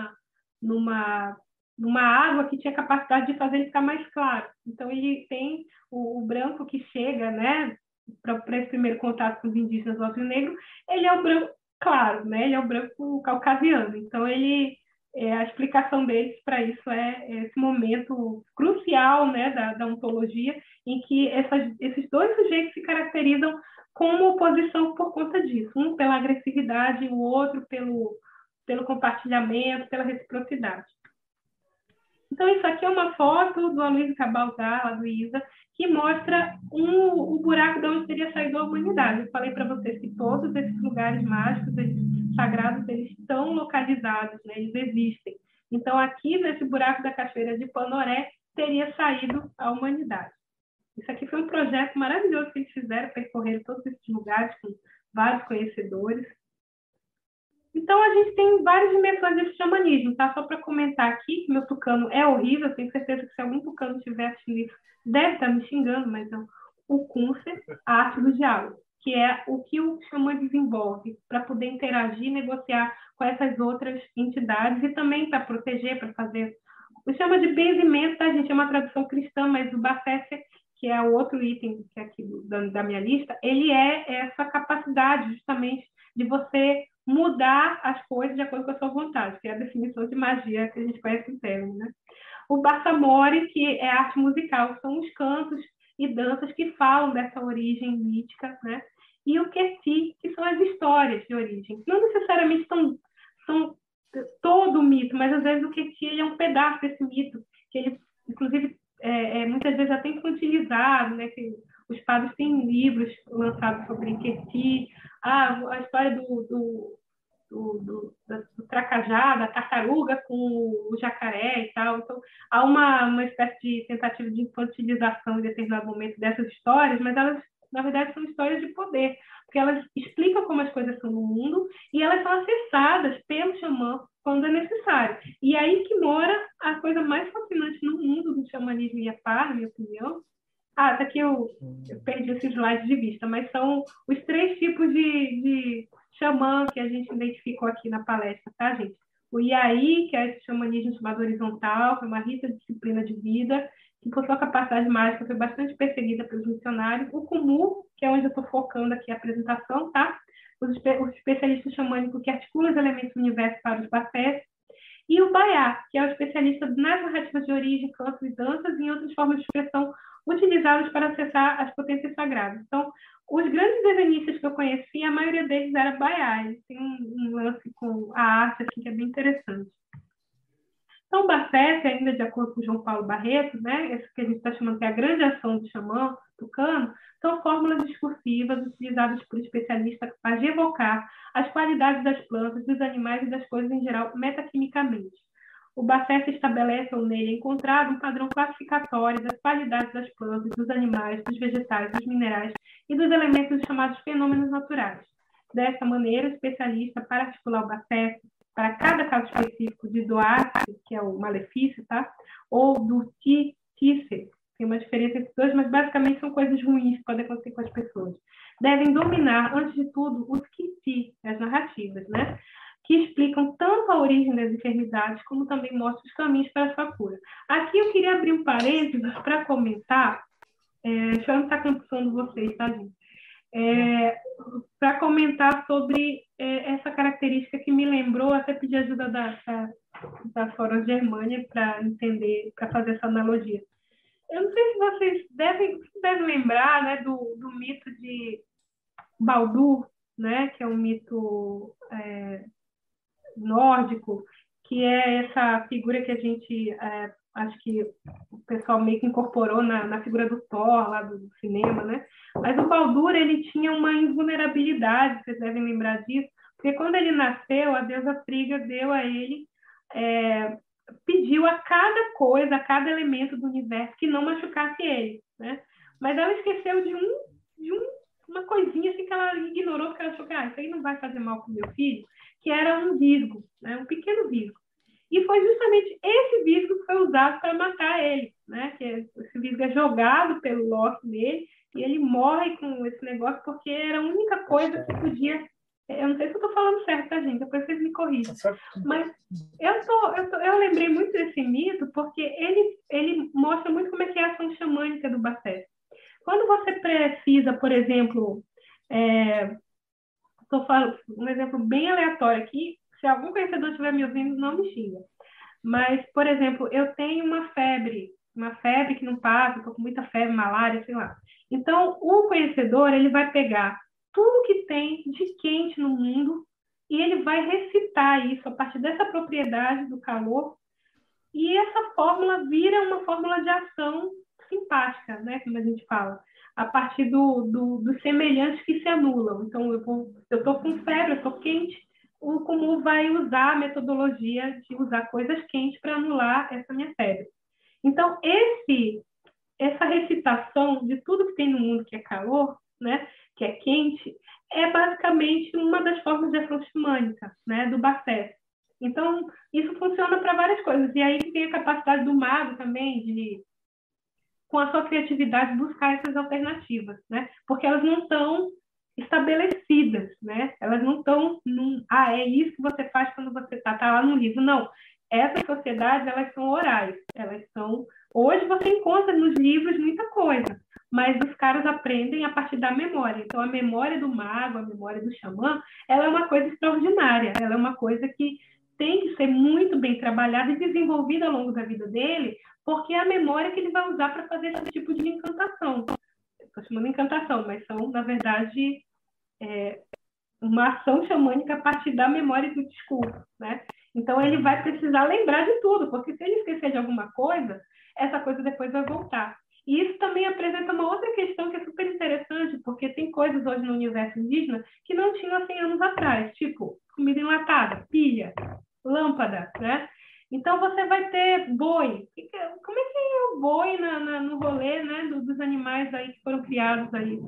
numa água que tinha capacidade de fazer ele ficar mais claro. Então, ele tem o branco que chega, né, para esse primeiro contato com os indígenas do Alto Negro, ele é o branco claro, né, ele é o branco caucasiano. Então, a explicação deles para isso é esse momento crucial, né, da ontologia, em que esses dois sujeitos se caracterizam como oposição por conta disso. Um pela agressividade, o outro pelo compartilhamento, pela reciprocidade. Então, isso aqui é uma foto do Aloysio Cabalzar, lá do ISA, que mostra o buraco de onde teria saído a humanidade. Eu falei para vocês que todos esses lugares mágicos, sagrados, eles estão localizados, né? Eles existem. Então, aqui nesse buraco da Cachoeira de Panoré, teria saído a humanidade. Isso aqui foi um projeto maravilhoso que eles fizeram, percorrer todos esses lugares com vários conhecedores. Então, a gente tem várias dimensões desse xamanismo, tá? Só para comentar aqui, que meu tucano é horrível, tenho certeza que se algum tucano estiver assistindo isso, deve estar me xingando, mas é o Kunse, a arte do diálogo, que é o que o xamã desenvolve para poder interagir, negociar com essas outras entidades e também para proteger, para fazer... O chama de benzimento, tá, gente? É uma tradução cristã, mas o Bafécia, que é o outro item que é aqui da minha lista, ele é essa capacidade, justamente, de você mudar as coisas de acordo com a sua vontade, que é a definição de magia que a gente conhece em termos, né? O Barsamore, que é arte musical, são os cantos e danças que falam dessa origem mítica, né? E o Queti, que são as histórias de origem. Não necessariamente são todo o mito, mas às vezes o Queti ele é um pedaço desse mito, que ele, inclusive, muitas vezes até infantilizado, né? Que os padres têm livros lançados sobre Queti, a história do tracajá, da tartaruga com o jacaré e tal. Então, há uma espécie de tentativa de infantilização em determinado momento dessas histórias, mas elas, na verdade, são histórias de poder, porque elas explicam como as coisas são no mundo e elas são acessadas pelo xamã quando é necessário. E aí que mora a coisa mais fascinante no mundo do xamanismo Iapar, na minha opinião. Tá aqui eu perdi esse slide de vista, mas são os 3 tipos de xamã que a gente identificou aqui na palestra, tá, gente? O Iai, que é esse xamanismo chamado horizontal, que é uma rica disciplina de vida, que por sua capacidade mágica foi bastante perseguida pelos missionários. O Kumu, que é onde eu estou focando aqui a apresentação, tá? Os especialistas xamânicos que articulam os elementos do universo para os Bafés. E o Baiá, que é o especialista nas narrativas de origem, cantos e danças e em outras formas de expressão utilizadas para acessar as potências sagradas. Então, os grandes desenhistas que eu conheci, a maioria deles era Baiá. Eles têm um lance com a arte assim, que é bem interessante. Então, o Bafés, ainda de acordo com o João Paulo Barreto, né, esse que a gente está chamando de a grande ação do xamã tucano, são fórmulas discursivas utilizadas por especialistas capazes de evocar as qualidades das plantas, dos animais e das coisas em geral metaquimicamente. O Bafés estabelece ou nele é encontrado um padrão classificatório das qualidades das plantas, dos animais, dos vegetais, dos minerais e dos elementos chamados fenômenos naturais. Dessa maneira, o especialista, para articular o Bafés, para cada caso específico de doar, que é o malefício, tá? Ou do tisse, tem uma diferença entre os dois, mas basicamente são coisas ruins que podem acontecer com as pessoas. Devem dominar, antes de tudo, os kiti, as narrativas, né? Que explicam tanto a origem das enfermidades, como também mostram os caminhos para a sua cura. Aqui eu queria abrir um parênteses para comentar, deixa eu não estar cansando vocês, tá, gente? Para comentar sobre essa característica que me lembrou, até pedir ajuda da Fórum Germânia para entender, para fazer essa analogia. Eu não sei se vocês devem lembrar, né, do mito de Baldur, né, que é um mito nórdico, que é essa figura que a gente, acho que o pessoal meio que incorporou na figura do Thor, lá do cinema, né? Mas o Baldur, ele tinha uma invulnerabilidade, vocês devem lembrar disso, porque quando ele nasceu, a deusa Frigga deu a ele, pediu a cada coisa, a cada elemento do universo que não machucasse ele, né? Mas ela esqueceu de uma coisinha assim que ela ignorou, porque ela achou que isso aí não vai fazer mal para o meu filho, que era um visgo, né? Um pequeno visgo. E foi justamente esse visgo que foi usado para matar ele, né? Que esse visgo é jogado pelo Loki nele e ele morre com esse negócio porque era a única coisa que podia... Eu não sei se eu estou falando certo, tá, gente? Depois vocês me corrigem. Mas eu lembrei muito desse mito porque ele mostra muito como é que é a ação xamânica do Bafés. Quando você precisa, por exemplo... Estou falando um exemplo bem aleatório aqui. Se algum conhecedor estiver me ouvindo, não me xinga. Mas, por exemplo, eu tenho uma febre que não passa, estou com muita febre, malária, sei lá. Então, o conhecedor, ele vai pegar tudo que tem de quente no mundo e ele vai recitar isso a partir dessa propriedade do calor e essa fórmula vira uma fórmula de ação simpática, né, como a gente fala, a partir dos semelhantes que se anulam. Então, eu estou com febre, eu estou quente, o Kumu vai usar a metodologia de usar coisas quentes para anular essa minha febre. Então, essa recitação de tudo que tem no mundo que é calor, né, que é quente, é basicamente uma das formas de ação xamânica, né, do Bafés. Então, isso funciona para várias coisas. E aí tem a capacidade do mago também de, com a sua criatividade, buscar essas alternativas, né? Porque elas não estão estabelecidas, né? Elas não estão é isso que você faz quando você está lá no livro. Não. Essas sociedades, elas são orais. Elas são... Hoje você encontra nos livros muita coisa, mas os caras aprendem a partir da memória. Então, a memória do mago, a memória do xamã, ela é uma coisa extraordinária. Ela é uma coisa que tem que ser muito bem trabalhada e desenvolvida ao longo da vida dele, porque é a memória que ele vai usar para fazer esse tipo de encantação. Estou chamando encantação, mas são, na verdade, uma ação xamânica a partir da memória e do discurso, né? Então, ele vai precisar lembrar de tudo, porque se ele esquecer de alguma coisa, essa coisa depois vai voltar. E isso também apresenta uma outra questão que é super interessante, porque tem coisas hoje no universo indígena que não tinham há 100 anos atrás. Tipo, comida enlatada, pilha, lâmpada, né? Então, você vai ter boi. Como é que é o boi no rolê, né, dos animais aí que foram criados aí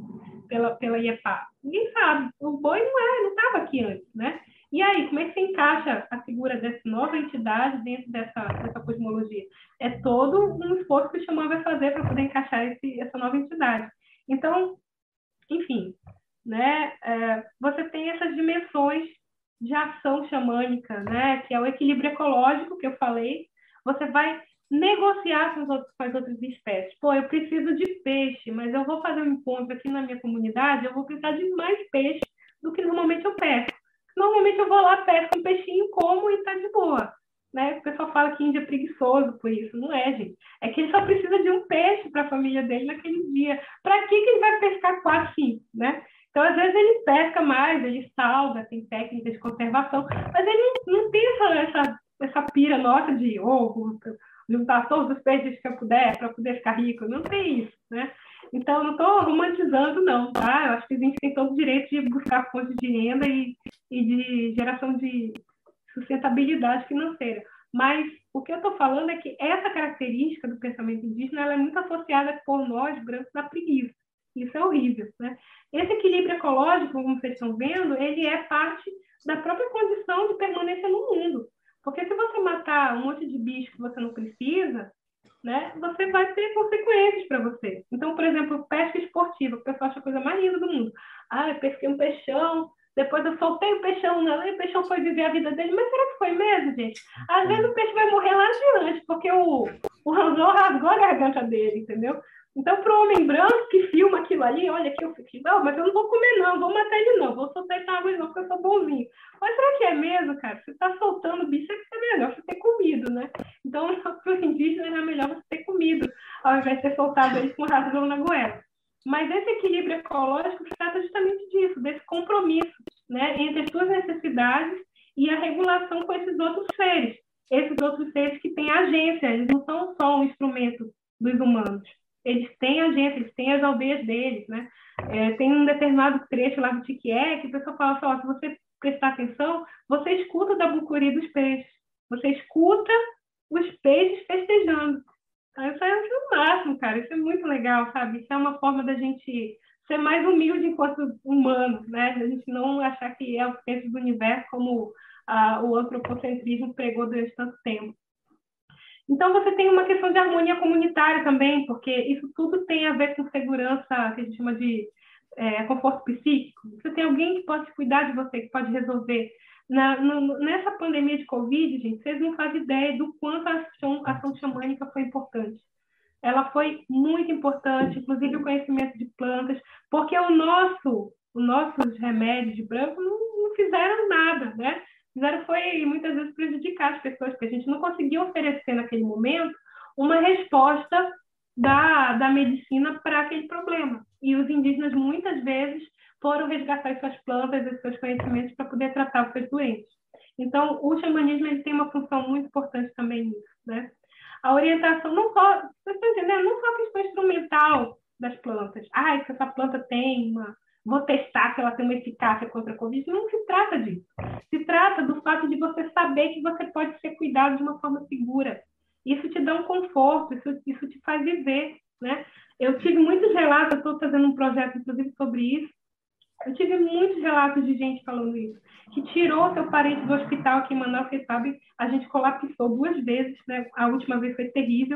pela IEPA? Ninguém sabe. O boi não estava aqui antes, né? E aí, como é que você encaixa a figura dessa nova entidade dentro dessa cosmologia? É todo um esforço que o xamã vai fazer para poder encaixar essa nova entidade. Então, enfim, né? Você tem essas dimensões de ação xamânica, né? Que é o equilíbrio ecológico que eu falei. Você vai negociar com as outras espécies. Pô, eu preciso de peixe, mas eu vou fazer um encontro aqui na minha comunidade, eu vou precisar de mais peixe do que normalmente eu pesco. Normalmente eu vou lá, pesco um peixinho, como e tá de boa. Né? O pessoal fala que índio é preguiçoso por isso. Não é, gente. É que ele só precisa de um peixe para a família dele naquele dia. Para que ele vai pescar 4, 5, né? Então, às vezes, ele pesca mais, ele salga, tem técnicas de conservação, mas ele não tem essa pira nossa de juntar todos os peixes que eu puder para poder ficar rico. Não tem isso, né? Então, eu não estou romantizando, não, tá? Eu acho que a gente tem todo o direito de buscar fontes de renda e de geração de sustentabilidade financeira. Mas o que eu estou falando é que essa característica do pensamento indígena ela é muito associada por nós, brancos, à preguiça. Isso é horrível, né? Esse equilíbrio ecológico, como vocês estão vendo, ele é parte da própria condição de permanência no mundo. Porque se você matar um monte de bicho que você não precisa, né, você vai ter consequências para você. Então, por exemplo, pesca esportiva, o pessoal acha a coisa mais linda do mundo. Ah, eu pesquei um peixão, depois eu soltei o peixão, né? E o peixão foi viver a vida dele. Mas será que foi mesmo, gente? Às vezes o peixe vai morrer lá adiante, porque o anzol rasgou a garganta dele, entendeu? Então, para o homem branco que filma aquilo ali, olha aqui, eu fico, não, mas eu não vou comer não, vou matar ele não, vou soltar essa água não, porque eu sou bonzinho. Mas será que é mesmo, cara? Você está soltando bicho, é que é melhor você ter comido, né? Então, para o indígena, é melhor você ter comido, ao invés de ter soltado ele com razão na goela. Mas esse equilíbrio ecológico se trata justamente disso, desse compromisso, né, entre as suas necessidades e a regulação com esses outros seres que têm agência, eles não são só um instrumento dos humanos. Eles têm agência, eles têm as aldeias deles, né? Tem um determinado trecho lá do Tiquié que o pessoal fala assim, se você prestar atenção, você escuta da bucuri dos peixes, você escuta os peixes festejando. Então, isso é o máximo, cara, isso é muito legal, sabe? Isso é uma forma da gente ser mais humilde enquanto humano, né? A gente não achar que é o centro do universo como o antropocentrismo pregou durante tanto tempo. Então, você tem uma questão de harmonia comunitária também, porque isso tudo tem a ver com segurança, que a gente chama de conforto psíquico. Você tem alguém que pode cuidar de você, que pode resolver. Nessa pandemia de Covid, gente, vocês não fazem ideia do quanto a ação xamânica foi importante. Ela foi muito importante, inclusive o conhecimento de plantas, porque os nossos remédios de branco não fizeram nada, né? Fizeram foi, muitas vezes, prejudicar as pessoas, porque a gente não conseguia oferecer, naquele momento, uma resposta da medicina para aquele problema. E os indígenas, muitas vezes, foram resgatar suas plantas e seus conhecimentos para poder tratar os seus doentes. Então, o xamanismo ele tem uma função muito importante também nisso, né? A orientação, não só, vocês estão entendendo? Não só a questão instrumental das plantas. Se essa planta tem vou testar se ela tem uma eficácia contra a Covid. Não se trata disso. Se trata do fato de você saber que você pode ser cuidado de uma forma segura. Isso te dá um conforto, isso te faz viver, né? Eu tive muitos relatos, eu estou fazendo um projeto, inclusive, sobre isso. Eu tive muitos relatos de gente falando isso, que tirou seu parente do hospital aqui em Manaus, vocês sabem, a gente colapsou 2 vezes, né? A última vez foi terrível.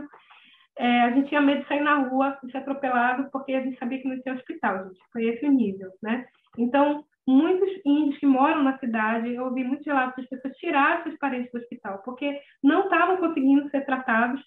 A gente tinha medo de sair na rua e ser atropelado, porque a gente sabia que não tinha hospital, gente. Foi esse o nível, né? Então, muitos índios que moram na cidade, eu ouvi muitos relatos das pessoas tirarem seus parentes do hospital, porque não estavam conseguindo ser tratados,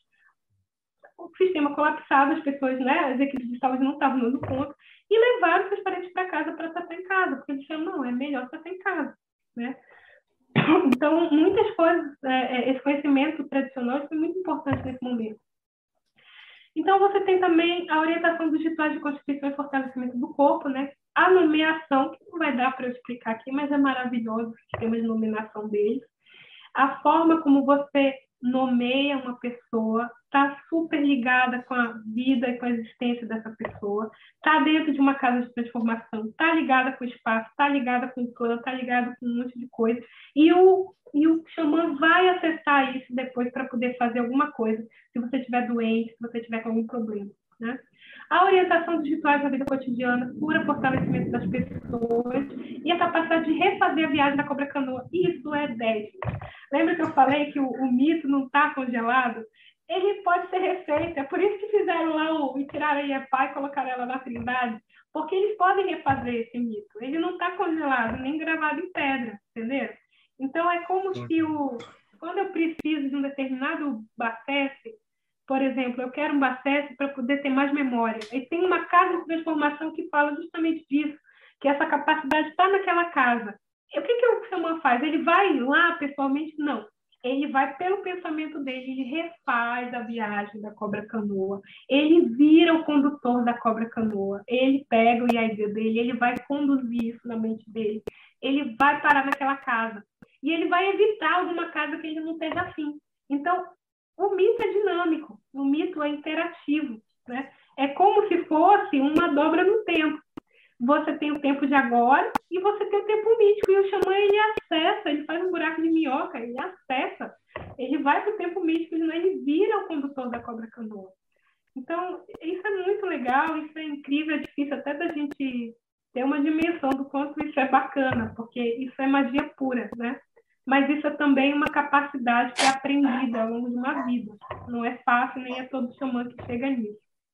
o sistema colapsado, as pessoas, né, as equipes de saúde não estavam dando conta, e levaram seus parentes para casa para tratar em casa, porque eles disseram, não, é melhor tratar em casa, né? Então, muitas coisas, esse conhecimento tradicional foi muito importante nesse momento. Então, você tem também a orientação dos rituais de constituição e fortalecimento do corpo, né? A nomeação, que não vai dar para eu explicar aqui, mas é maravilhoso o sistema de nomeação deles. A forma como você nomeia uma pessoa está super ligada com a vida e com a existência dessa pessoa, está dentro de uma casa de transformação, está ligada com o espaço, está ligada com o clã, está ligada com um monte de coisa. E o xamã vai acessar isso depois para poder fazer alguma coisa, se você estiver doente, se você estiver com algum problema, né? A orientação dos rituais da vida cotidiana, cura fortalecimento das pessoas e a capacidade de refazer a viagem da Cobra Canoa. Isso é 10. Lembra que eu falei que o mito não está congelado? Ele pode ser refeito. É por isso que fizeram lá e tiraram a Iepá e colocaram ela na Trindade, porque eles podem refazer esse mito. Ele não está congelado, nem gravado em pedra, entendeu? Então, é como se quando eu preciso de um determinado Bacesse, por exemplo, eu quero um Bacesse para poder ter mais memória. E tem uma casa de transformação que fala justamente disso, que essa capacidade está naquela casa. E o que o xamã faz? Ele vai lá pessoalmente? Não. Ele vai pelo pensamento dele, ele refaz a viagem da Cobra Canoa, ele vira o condutor da Cobra Canoa, ele pega o Iaide dele, ele vai conduzir isso na mente dele, ele vai parar naquela casa, e ele vai evitar alguma casa que ele não esteja afim. Então, o mito é dinâmico, o mito é interativo, né? É como se fosse uma dobra no tempo. Você tem o tempo de agora e você tem o tempo mítico. E o xamã, ele acessa, ele faz um buraco de minhoca, ele acessa, ele vai para o tempo mítico, ele vira o condutor da Cobra Canoa. Então, isso é muito legal, isso é incrível, é difícil até da gente ter uma dimensão do quanto isso é bacana, porque isso é magia pura, né? Mas isso é também uma capacidade que é aprendida ao longo de uma vida. Não é fácil, nem é todo xamã que chega nisso.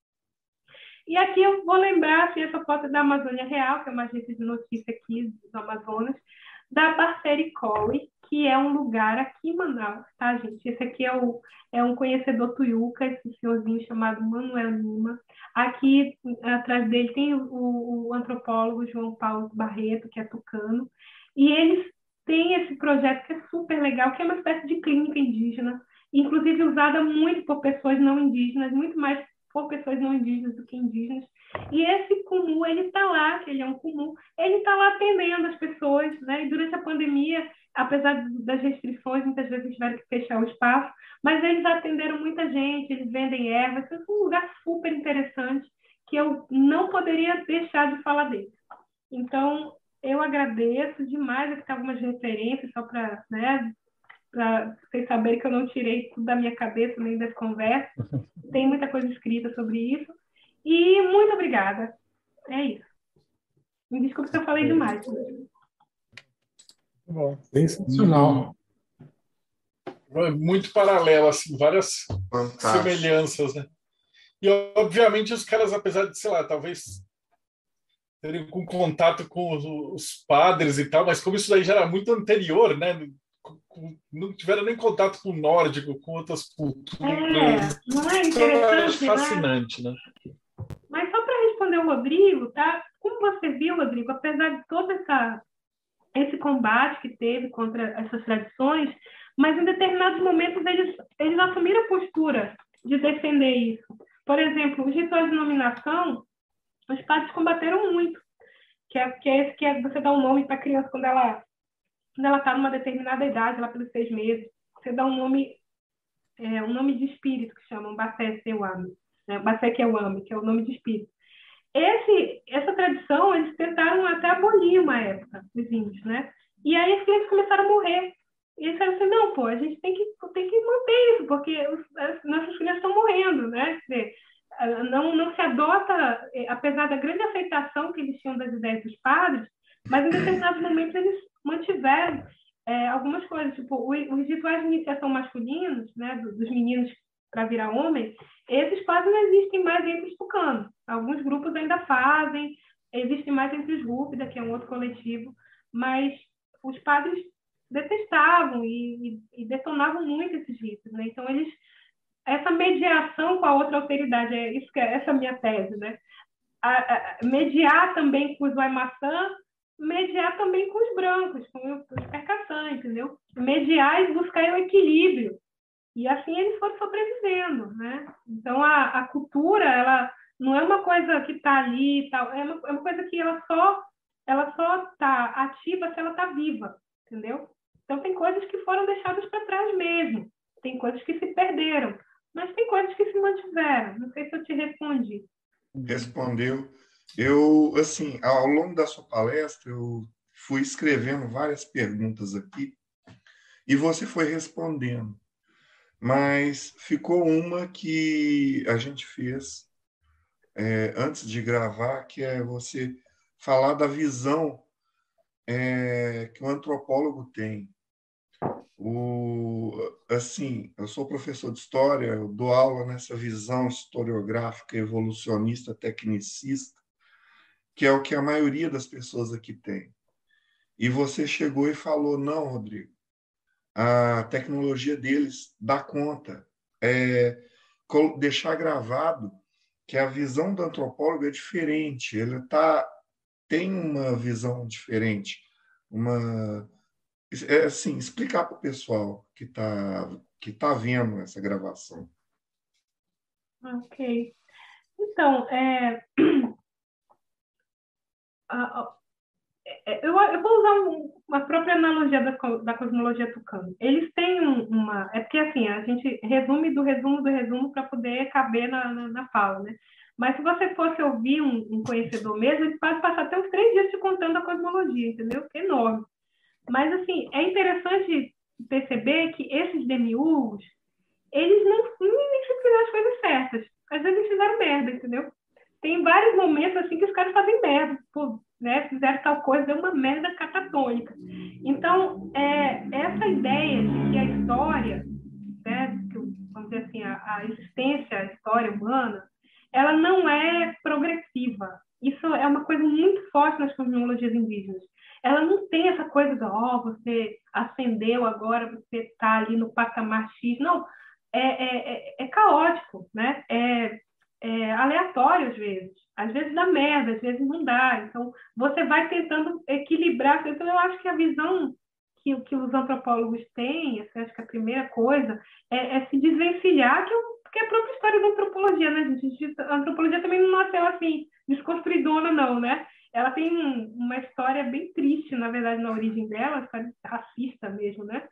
E aqui eu vou lembrar assim, essa foto da Amazônia Real, que é uma agência de notícia aqui do Amazonas, da Barcericoli, que é um lugar aqui em Manaus, tá, gente? Esse aqui é um conhecedor tuiuca, esse senhorzinho chamado Manuel Lima. Aqui atrás dele tem o antropólogo João Paulo Barreto, que é tucano, e eles têm esse projeto que é super legal, que é uma espécie de clínica indígena, inclusive usada muito por pessoas não indígenas, muito mais por pessoas não indígenas do que indígenas. E esse Kumu, ele está lá, que ele é um Kumu, ele está lá atendendo as pessoas, né? E durante a pandemia, apesar das restrições, muitas vezes tiveram que fechar o espaço, mas eles atenderam muita gente, eles vendem ervas, é um lugar super interessante que eu não poderia deixar de falar dele. Então, eu agradeço demais, aqui tem algumas referências, só para, né, para vocês saberem que eu não tirei tudo da minha cabeça nem das conversas. Tem muita coisa escrita sobre isso. E muito obrigada. É isso. Me desculpe se eu falei demais. Bom, sensacional. Muito paralelo, assim, várias semelhanças, né? E, obviamente, os caras, apesar de, sei lá, talvez terem com contato com os padres e tal, mas como isso daí já era muito anterior, né? Não tiveram nem contato com o nórdico, com outras culturas. Não é interessante, fascinante, né? Mas só para responder o Rodrigo, tá? Como você viu, Rodrigo, apesar de todo esse combate que teve contra essas tradições, mas em determinados momentos eles assumiram a postura de defender isso. Por exemplo, os rituais de nominação, os padres combateram muito, que é esse que você dá um nome para a criança quando ela está numa determinada idade, lá pelos 6 meses, você dá um nome de espírito, que chamam Bacé Seuame, né? Bacé Keuame, que é o nome de espírito. Essa tradição, eles tentaram até abolir uma época, os índios, né? E aí as crianças começaram a morrer. E eles falaram assim, não, pô, a gente tem que manter isso, porque nossas crianças estão morrendo, né? Quer dizer, não se adota, apesar da grande aceitação que eles tinham das ideias dos padres, mas em determinados momentos eles mantiveram algumas coisas, tipo os rituais de iniciação masculinos, né, dos meninos para virar homem, esses quase não existem mais entre os tucanos. Alguns grupos ainda fazem, existem mais entre os Rúpida, que é um outro coletivo, mas os padres detestavam e detonavam muito esses ritos, né? Então essa mediação com a outra alteridade, essa é a minha tese, né? Mediar também com os Waimaçã, mediar também com os brancos, com os Percaçã, entendeu? Mediar e buscar o equilíbrio. E assim eles foram sobrevivendo, né? Então a cultura, ela não é uma coisa que está ali, tal, é uma coisa que ela só está ativa se ela está viva, entendeu? Então tem coisas que foram deixadas para trás mesmo, tem coisas que se perderam, mas tem coisas que se mantiveram. Não sei se eu te respondi. Respondeu. Eu, assim, ao longo da sua palestra, eu fui escrevendo várias perguntas aqui e você foi respondendo. Mas ficou uma que a gente fez antes de gravar, que é você falar da visão que o antropólogo tem. Assim, eu sou professor de história, eu dou aula nessa visão historiográfica, evolucionista, tecnicista, que é o que a maioria das pessoas aqui tem. E você chegou e falou, não, Rodrigo, a tecnologia deles dá conta. Deixar gravado que a visão do antropólogo é diferente, ele tem uma visão diferente, assim, explicar para o pessoal que tá vendo essa gravação. Ok. Então, eu vou usar uma própria analogia da cosmologia tucano. Eles têm uma... É porque, assim, a gente resume do resumo para poder caber na fala, né? Mas se você fosse ouvir um conhecedor mesmo, ele pode passar até uns 3 dias te contando a cosmologia, entendeu? Que é enorme. Mas, assim, é interessante perceber que esses demiurgos, eles nem sempre fizeram as coisas certas. Às vezes eles fizeram merda, entendeu? Tem vários momentos assim que os caras fazem merda, pô, né? Fizeram tal coisa, deu uma merda catatônica. Então, essa ideia de que a história, né, vamos dizer assim, a existência, a história humana, ela não é progressiva. Isso é uma coisa muito forte nas cosmologias indígenas. Ela não tem essa coisa de, você ascendeu agora, você está ali no patamar X. Não, é caótico, né? Aleatório às vezes dá merda, às vezes não dá. Então, você vai tentando equilibrar. Então, eu acho que a visão que os antropólogos têm, acho que a primeira coisa é se desvencilhar, que é a própria história da antropologia, né, gente? A antropologia também não nasceu assim, desconstruidona, não, né? Ela tem uma história bem triste, na verdade, na origem dela, história racista mesmo, né?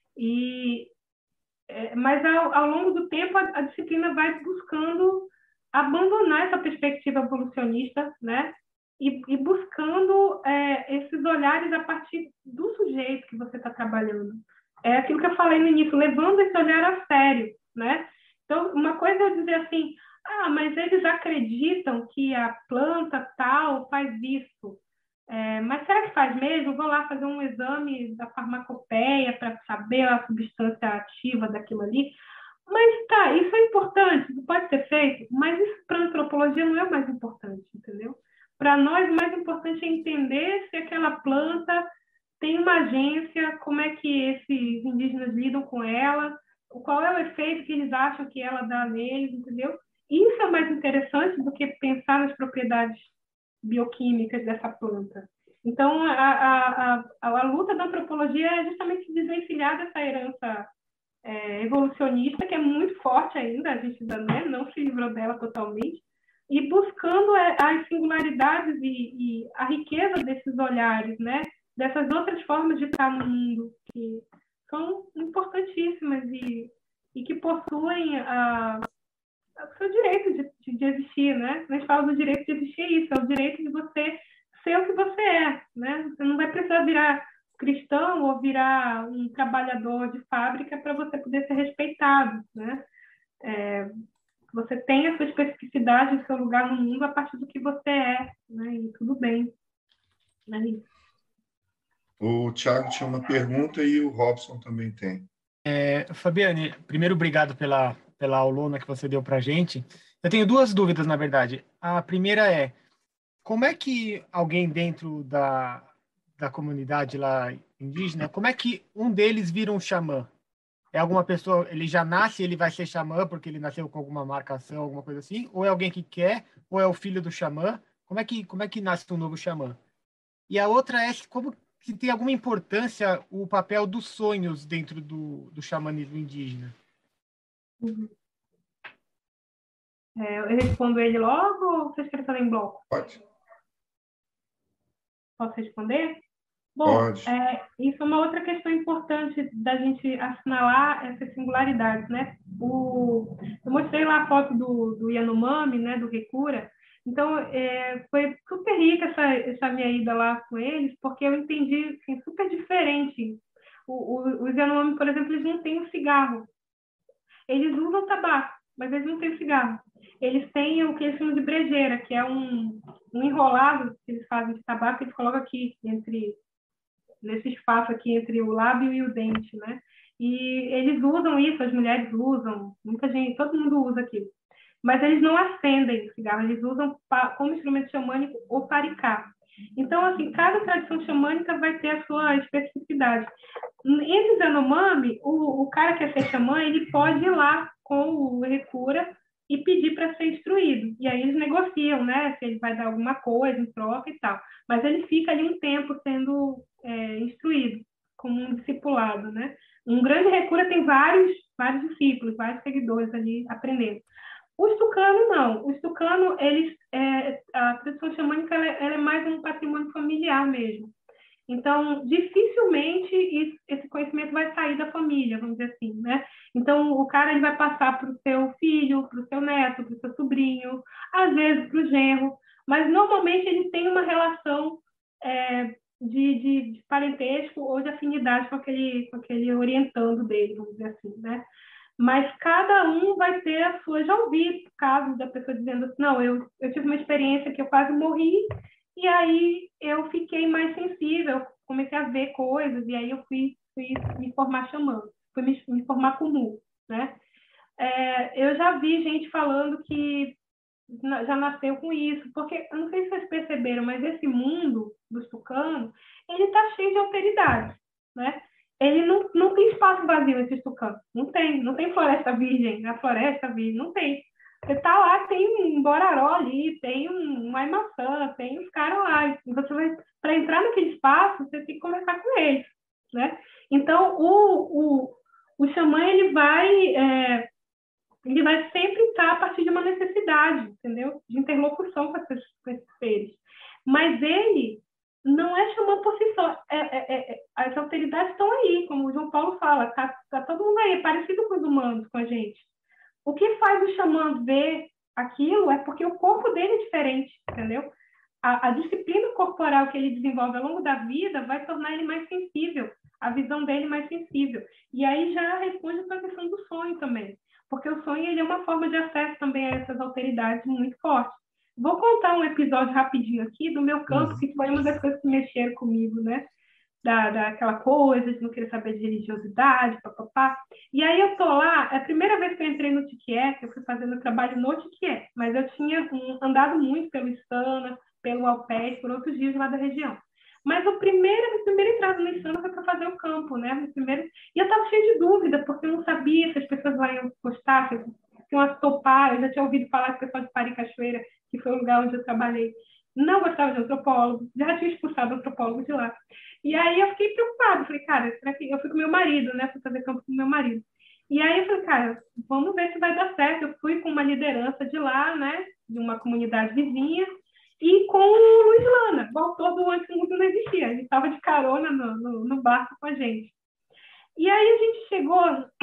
Mas ao longo do tempo a disciplina vai buscando abandonar essa perspectiva evolucionista, né? E buscando esses olhares a partir do sujeito que você está trabalhando. É aquilo que eu falei no início, levando esse olhar a sério, né? Então, uma coisa é eu dizer assim, mas eles acreditam que a planta tal faz isso. Mas será que faz mesmo? Vou lá fazer um exame da farmacopeia para saber a substância ativa daquilo ali. Mas tá, isso é importante, isso pode ser feito, mas isso para a antropologia não é o mais importante, entendeu? Para nós, o mais importante é entender se aquela planta tem uma agência, como é que esses indígenas lidam com ela, qual é o efeito que eles acham que ela dá neles, entendeu? Isso é mais interessante do que pensar nas propriedades bioquímicas dessa planta. Então, a luta da antropologia é justamente desvencilhar dessa herança evolucionista, que é muito forte ainda, a gente ainda não se livrou dela totalmente, e buscando as singularidades e a riqueza desses olhares, né? Dessas outras formas de estar no mundo, que são importantíssimas e que possuem o seu direito de existir, né? A gente fala do direito de existir, isso é o direito de você ser o que você é, né? Você não vai precisar virar cristão ou virar um trabalhador de fábrica para você poder ser respeitado, né? Você tem a sua especificidade, o seu lugar no mundo a partir do que você é, né? E tudo bem. É isso. O Thiago tinha uma pergunta e o Robson também tem. Fabiane, primeiro, obrigado pela aulona que você deu para a gente. Eu tenho 2 dúvidas, na verdade. A primeira é, como é que alguém dentro da comunidade lá indígena, como é que um deles vira um xamã? É alguma pessoa, ele já nasce, ele vai ser xamã porque ele nasceu com alguma marcação, alguma coisa assim? Ou é alguém que quer, ou é o filho do xamã? Como é que nasce um novo xamã? E a outra é se tem alguma importância o papel dos sonhos dentro do xamanismo indígena. Uhum. Eu respondo ele logo ou vocês querem fazer em bloco? Pode. Posso responder? Bom, Pode. isso é uma outra questão importante da gente assinalar essas singularidades, né? Eu mostrei lá a foto do Yanomami, né, do Recura. Então, foi super rica essa minha ida lá com eles, porque eu entendi assim, super diferente. Os Yanomami, por exemplo, eles não têm o cigarro. Eles usam tabaco, mas eles não têm cigarro. Eles têm o que eles chamam de brejeira, que é um enrolado que eles fazem de tabaco, eles colocam aqui, nesse espaço aqui entre o lábio e o dente, né? E eles usam isso, as mulheres usam, muita gente, todo mundo usa aquilo. Mas eles não acendem o cigarro, eles usam como instrumento xamânico o paricá. Então, assim, cada tradição xamânica vai ter a sua especificidade. Entre os Yanomami, o cara que quer ser xamã, ele pode ir lá com o Recura e pedir para ser instruído. E aí eles negociam, né? Se ele vai dar alguma coisa em troca e tal. Mas ele fica ali um tempo sendo instruído, como um discipulado, né? Um grande Recura tem vários discípulos, vários seguidores ali aprendendo. Os tucanos, não. Os tucanos, a tradição xamânica ela é mais um patrimônio familiar mesmo. Então, dificilmente esse conhecimento vai sair da família, vamos dizer assim, né? Então, o cara ele vai passar para o seu filho, para o seu neto, para o seu sobrinho, às vezes para o genro, mas normalmente eles têm uma relação de parentesco ou de afinidade com aquele orientando dele, vamos dizer assim, né? Mas cada um vai ter a sua. Já ouvi casos da pessoa dizendo assim, não, eu tive uma experiência que eu quase morri, e aí eu fiquei mais sensível, comecei a ver coisas, e aí eu fui me formar xamã, fui me formar Kumu, né? Eu já vi gente falando que já nasceu com isso, porque eu não sei se vocês perceberam, mas esse mundo dos tucanos, ele está cheio de alteridades, né? Ele não tem espaço vazio esses tucanos, não tem floresta virgem, a floresta virgem, não tem. Você tá lá, tem um boraró ali, tem uma maçã, tem os caras lá. E você vai, para entrar naquele espaço, você tem que conversar com eles, né? Então, o xamã, ele vai sempre estar a partir de uma necessidade, entendeu? De interlocução com esses seres. Mas ele não é xamã por si só. As autoridades estão aí, como o João Paulo fala, tá todo mundo aí, parecido com os humanos, com a gente. O que faz o xamã ver aquilo é porque o corpo dele é diferente, entendeu? A disciplina corporal que ele desenvolve ao longo da vida vai tornar ele mais sensível, a visão dele mais sensível. E aí já responde para a questão do sonho também, porque o sonho ele é uma forma de acesso também a essas alteridades muito forte. Vou contar um episódio rapidinho aqui do meu campo, que foi uma das coisas que mexeram comigo, né? Daquela coisa de não querer saber de religiosidade, papapá. E aí eu tô lá, é a primeira vez que eu entrei no Tiquié, que eu fui fazendo trabalho no Tiquié, mas eu tinha andado muito pelo Istana, pelo Alpes, por outros dias lá da região. Mas a primeira entrada no Istana foi para fazer o campo, né? E eu tava cheia de dúvida, porque eu não sabia se as pessoas lá iam gostar, se umas topar, eu já tinha ouvido falar do pessoal de Pari Cachoeira, que foi o lugar onde eu trabalhei. Não gostava de antropólogo, já tinha expulsado o antropólogo de lá. E aí eu fiquei preocupada, falei, cara, será que eu fui com meu marido, né? Fui fazer campo com meu marido. E aí eu falei, cara, vamos ver se vai dar certo. Eu fui com uma liderança de lá, né? De uma comunidade vizinha, e com o Luiz Lana, o autor do Antes o Mundo Não Existia. Ele estava de carona no barco com a gente. E aí a gente chegou,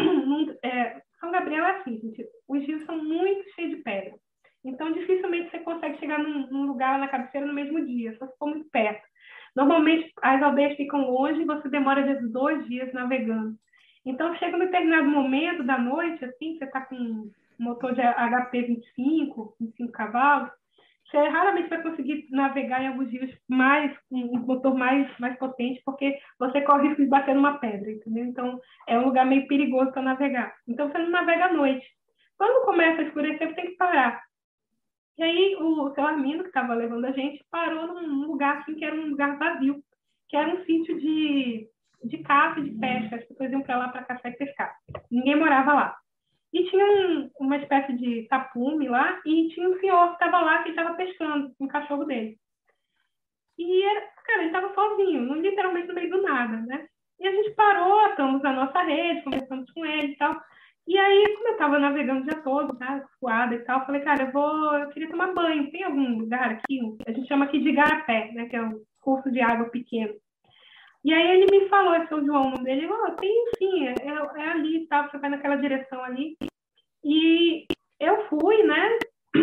São Gabriel é assim, gente, os rios são muito cheios de pedra. Então, dificilmente você consegue chegar num lugar na cabeceira no mesmo dia, só se for muito perto. Normalmente, as aldeias ficam longe e você demora às vezes 2 dias navegando. Então, chega num determinado momento da noite, assim, você está com um motor de HP 25 cavalos, você raramente vai conseguir navegar em alguns rios com um motor mais potente, porque você corre o risco de bater numa pedra, entendeu? Então, é um lugar meio perigoso para navegar. Então, você não navega à noite. Quando começa a escurecer, você tem que parar. E aí, o seu Armindo, que estava levando a gente, parou num lugar assim, que era um lugar vazio, que era um sítio de caça e de pesca. As pessoas iam para lá para caçar e pescar. Ninguém morava lá. E tinha uma espécie de tapume lá, e tinha um senhor que estava lá, que estava pescando, um cachorro dele. E, cara, ele estava sozinho, literalmente no meio do nada, né? E a gente parou, atamos a nossa rede, conversamos com ele e tal. E aí, como eu estava navegando o dia todo, tá, suada e tal, eu falei, cara, eu queria tomar banho. Tem algum lugar aqui? A gente chama aqui de igarapé, né, que é um curso de água pequeno. E aí ele me falou, é São João, o nome dele, tem sim, é ali, tá? Você vai naquela direção ali. E eu fui, né,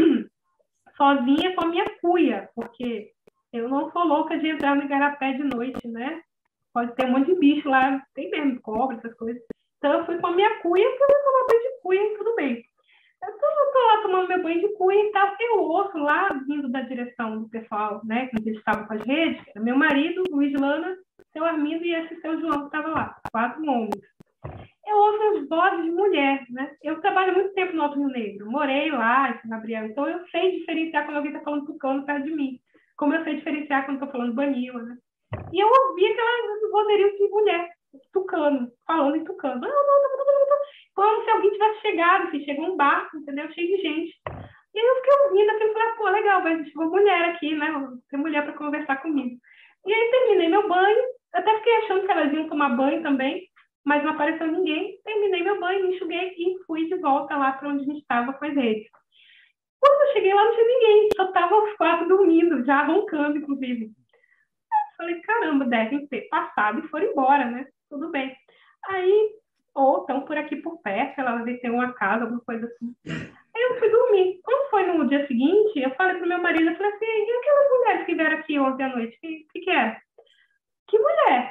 sozinha com a minha cuia, porque eu não sou louca de entrar no igarapé de noite, né? Pode ter um monte de bicho lá, tem mesmo cobra, essas coisas. Então eu fui com a minha cuia, porque eu tomar banho de cuia e tudo bem. Eu tô lá tomando meu banho de cuia e tal, eu ouço lá, vindo da direção do pessoal, né, que eles estavam com as redes, era meu marido, Luiz Lana, seu Armindo e esse seu João que estava lá, 4 homens. Eu ouço as vozes de mulher, né? Eu trabalho muito tempo no Alto Rio Negro, morei lá em São Gabriel, então eu sei diferenciar quando alguém está falando tucano perto de mim, como eu sei diferenciar quando estou falando banila, né? E eu ouvi aquela vozerio de mulher, tucano, falando em tucano. Como se alguém tivesse chegado, assim, chegou um barco, entendeu? Cheio de gente. E aí eu fiquei ouvindo aquilo e falei, pô, legal, vai chegou mulher aqui, né? Tem mulher para conversar comigo. E aí terminei meu banho, até fiquei achando que elas iam tomar banho também, mas não apareceu ninguém. Terminei meu banho, me enxuguei e fui de volta lá para onde a gente estava com as redes. Quando eu cheguei lá, não tinha ninguém, só estavam os 4 dormindo, já roncando, inclusive. Falei, caramba, devem ter passado e foram embora, né? Tudo bem. Aí, ou estão por aqui por perto, ela deve ter uma casa, alguma coisa assim. Aí eu fui dormir. Quando foi no dia seguinte, eu falei pro meu marido, eu falei assim, e aquelas mulheres que vieram aqui ontem à noite? O que é? Que mulher?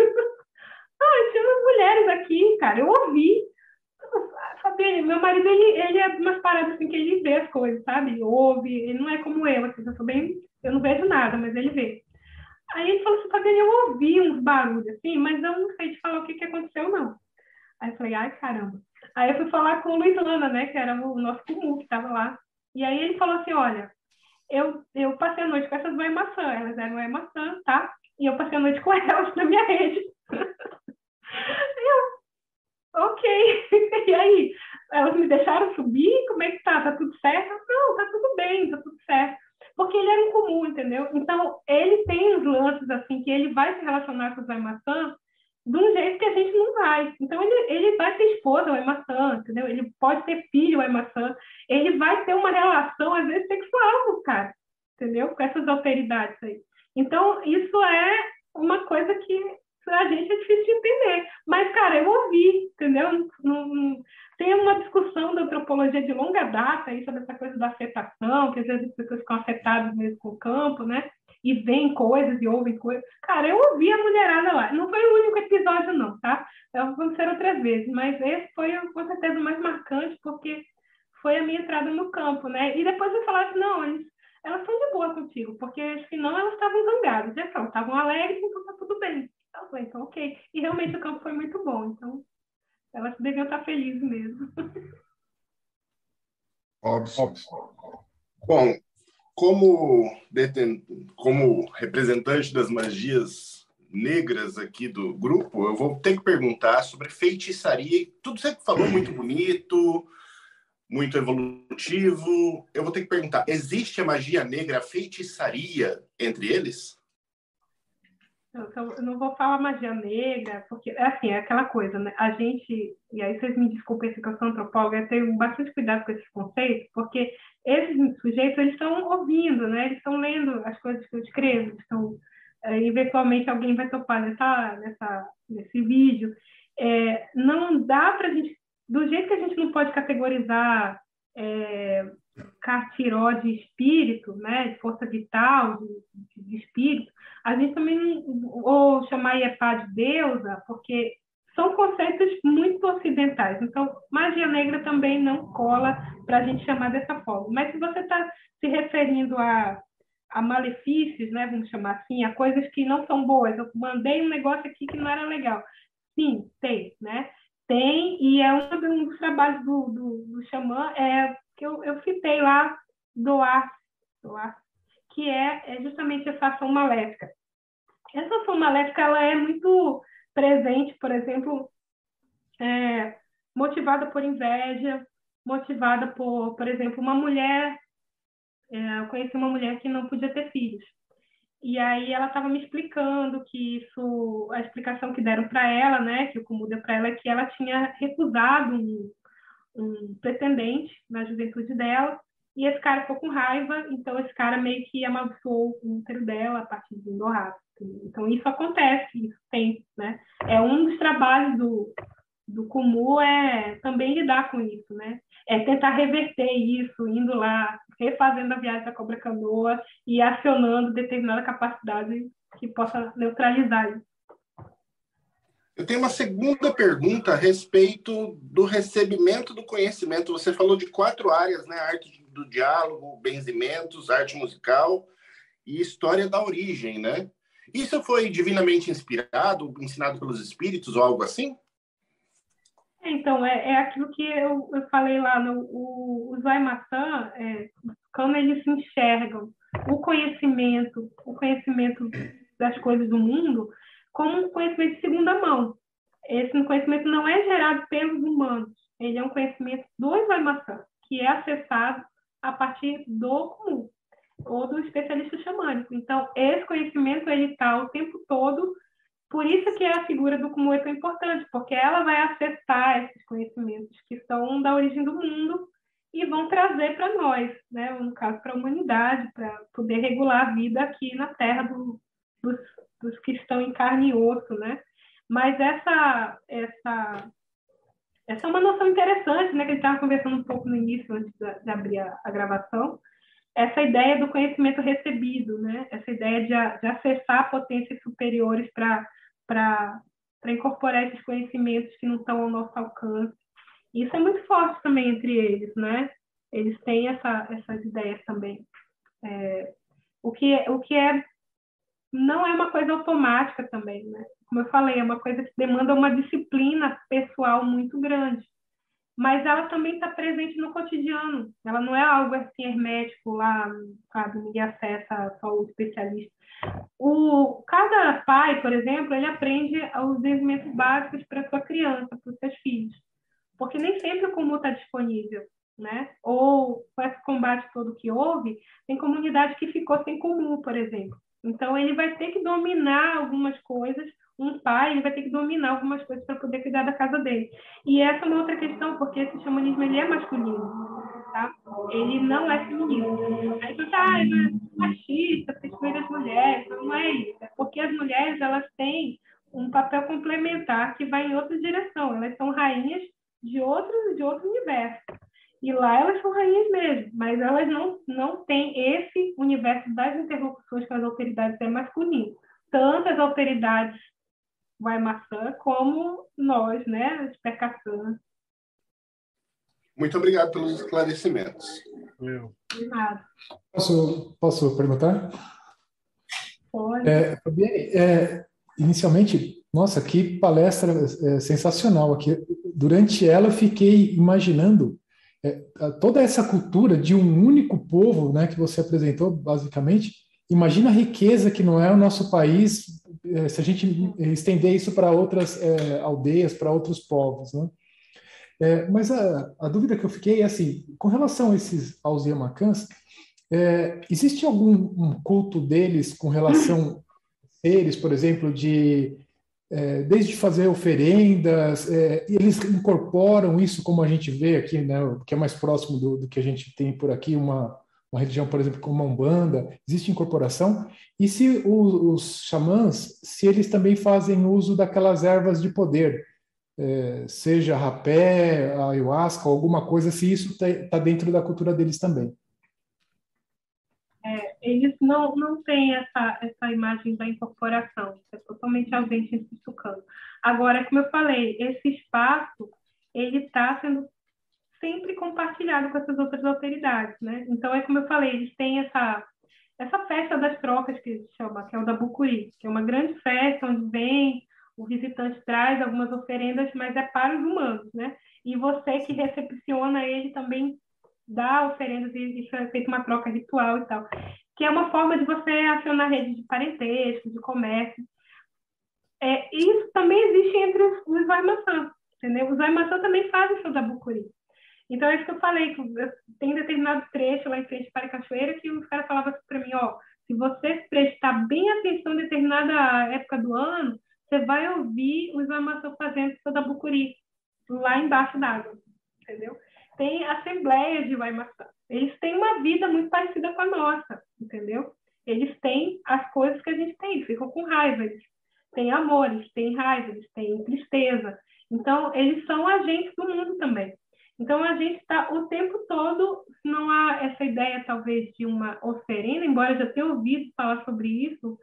Tinha umas mulheres aqui, cara, eu ouvi. Sabe, meu marido, ele é umas paradas assim que ele vê as coisas, sabe? Ouve, ele não é como eu, assim, eu não vejo nada, mas ele vê. Aí ele falou assim, Fabiana, eu ouvi uns barulhos assim, mas eu não sei te falar o que aconteceu, não. Aí eu falei, ai, caramba. Aí eu fui falar com o Luiz Lana, né, que era o nosso comum que estava lá. E aí ele falou assim, olha, eu passei a noite com essas maçã, elas eram maçã, tá? E eu passei a noite com elas na minha rede. Ok. E aí, elas me deixaram subir? Como é que tá? Tá tudo certo? Não, tá tudo bem, tá tudo certo. Porque ele era um comum, entendeu? Então, ele tem uns lances, assim, que ele vai se relacionar com os maçã de um jeito que a gente não vai. Então, ele vai ter esposa ao maçã, entendeu? Ele pode ter filho ao maçã. Ele vai ter uma relação, às vezes, sexual com o cara, entendeu? Com essas alteridades aí. Então, isso é uma coisa que a gente é difícil de entender. Mas, cara, eu ouvi, entendeu? Tem uma discussão da antropologia de longa data aí sobre essa coisa da afetação, que às vezes as pessoas ficam afetadas mesmo com o campo, né? E veem coisas e ouvem coisas. Cara, eu ouvi a mulherada lá. Não foi o único episódio, não, tá? Aconteceram outras vezes, mas esse foi, com certeza, o mais marcante, porque foi a minha entrada no campo, né? E depois eu falasse, não, elas estão de boa contigo, porque senão elas estavam zangadas. Então, estavam alegres, então tá tudo bem. Então, ok. E realmente o campo foi muito bom, então elas deviam estar felizes mesmo. Óbvio. Bom, como representante das magias negras aqui do grupo, eu vou ter que perguntar sobre feitiçaria. Tudo você falou muito bonito, muito evolutivo. Eu vou ter que perguntar, existe a magia negra, a feitiçaria entre eles? Eu não vou falar magia negra, porque assim, é aquela coisa, né? A gente, e aí vocês me desculpem se eu sou antropóloga, eu tenho bastante cuidado com esses conceitos, porque esses sujeitos, eles estão ouvindo, né? Eles estão lendo as coisas que eu escrevo, estão, eventualmente alguém vai topar nesse vídeo. Não dá para a gente, do jeito que a gente não pode categorizar Cartiró de espírito, né? De força vital, de espírito, a gente também, ou chamar Iepá de deusa, porque são conceitos muito ocidentais. Então, magia negra também não cola para a gente chamar dessa forma. Mas se você está se referindo a malefícios, né, vamos chamar assim, a coisas que não são boas, eu mandei um negócio aqui que não era legal. Sim, tem, né? Tem, e é um dos trabalhos do xamã, que eu citei lá, doar, que é justamente essa ação maléfica. Essa ação maléfica ela é muito presente, por exemplo, motivada por inveja, motivada por exemplo, uma mulher. Eu conheci uma mulher que não podia ter filhos. E aí ela estava me explicando que isso, a explicação que deram para ela, né, que o Kumu deu para ela, é que ela tinha recusado um pretendente na juventude dela, e esse cara ficou com raiva, então esse cara meio que amaldiçoou o útero dela a partir de Indorá. Então isso acontece, isso tem, né? Um dos trabalhos do Kumu também lidar com isso, né? Tentar reverter isso, indo lá, refazendo a viagem da Cobra Canoa e acionando determinada capacidade que possa neutralizar isso. Eu tenho uma segunda pergunta a respeito do recebimento do conhecimento. Você falou de 4 áreas, né? Arte do diálogo, benzimentos, arte musical e história da origem, né? Isso foi divinamente inspirado, ensinado pelos espíritos ou algo assim? Então, aquilo que eu falei lá, os Waimatã, como eles se enxergam o conhecimento das coisas do mundo como um conhecimento de segunda mão. Esse conhecimento não é gerado pelos humanos, ele é um conhecimento dos Waimatã, que é acessado a partir do comum ou do especialista xamânico. Então, esse conhecimento ele está o tempo todo. Por isso que a figura do Kumu é tão importante, porque ela vai acessar esses conhecimentos que são da origem do mundo e vão trazer para nós, né? No caso, para a humanidade, para poder regular a vida aqui na Terra dos que estão em carne e osso, né? Mas essa é uma noção interessante, né? Que a gente estava conversando um pouco no início, antes de abrir a gravação. Essa ideia do conhecimento recebido, né? Essa ideia de acessar potências superiores para incorporar esses conhecimentos que não estão ao nosso alcance. Isso é muito forte também entre eles, né? Eles têm essas ideias também. O que não é uma coisa automática também, né? Como eu falei, é uma coisa que demanda uma disciplina pessoal muito grande. Mas ela também está presente no cotidiano. Ela não é algo assim hermético lá, sabe? Ninguém acessa só o especialista. Cada pai, por exemplo, ele aprende os desenvolvimentos básicos para sua criança, para os seus filhos. Porque nem sempre o Kumu está disponível, né? Ou com esse combate todo que houve, tem comunidade que ficou sem Kumu, por exemplo. Então, ele vai ter que dominar algumas coisas. Um pai ele vai ter que dominar algumas coisas para poder cuidar da casa dele. E essa é uma outra questão, porque esse xamanismo ele é masculino, tá? Ele não é feminino. Aí tu tá, é machista, você exclui as mulheres. Não é isso. É porque as mulheres elas têm um papel complementar que vai em outra direção. Elas são rainhas de outro universo. E lá elas são rainhas mesmo, mas elas não têm esse universo das interlocuções com as autoridades masculino. Tanto as autoridades Waimatã como nós, né, os Pekaçã. Muito obrigado pelos esclarecimentos. De nada. Posso perguntar? Pode. Inicialmente, nossa, que palestra sensacional aqui. Durante ela, eu fiquei imaginando toda essa cultura de um único povo, né, que você apresentou, basicamente. Imagina a riqueza que não é o nosso país, se a gente estender isso para outras aldeias, para outros povos, né? Mas a dúvida que eu fiquei é assim, com relação aos Yamakans, existe algum culto deles com relação a eles, por exemplo, desde fazer oferendas, eles incorporam isso como a gente vê aqui, né, que é mais próximo do que a gente tem por aqui, uma religião, por exemplo, como a Umbanda, existe incorporação? E se os xamãs, se eles também fazem uso daquelas ervas de poder, seja rapé, ayahuasca, alguma coisa, se isso está dentro da cultura deles também? Eles não têm essa imagem da incorporação, é totalmente ausente em Tucano. Agora, como eu falei, esse espaço ele está sendo sempre compartilhado com essas outras autoridades, né? Então, como eu falei, eles têm essa festa das trocas, que se chama, que é o da Bucuri, que é uma grande festa onde vem, o visitante traz algumas oferendas, mas é para os humanos, né? E você que recepciona ele também dá oferendas e é feita uma troca ritual e tal, que é uma forma de você acionar rede de parentesco, de comércio. Isso também existe entre os Waimatã, entendeu? Os Waimatã também fazem seu da Bucuri. Então, é isso que eu falei, que tem determinado trecho lá em frente para a cachoeira que os caras falavam assim para mim, se você prestar bem atenção em determinada época do ano, você vai ouvir os Waimatã fazendo seu da Bucuri, lá embaixo d'água, entendeu? Tem assembleias de Waimatã. Eles têm uma vida muito parecida com a nossa, entendeu? Eles têm as coisas que a gente tem, ficam com raiva. têm amor, eles têm raiva, eles têm tristeza. Então, eles são agentes do mundo também. Então, a gente está o tempo todo, não há essa ideia, talvez, de uma oferenda, embora eu já tenha ouvido falar sobre isso,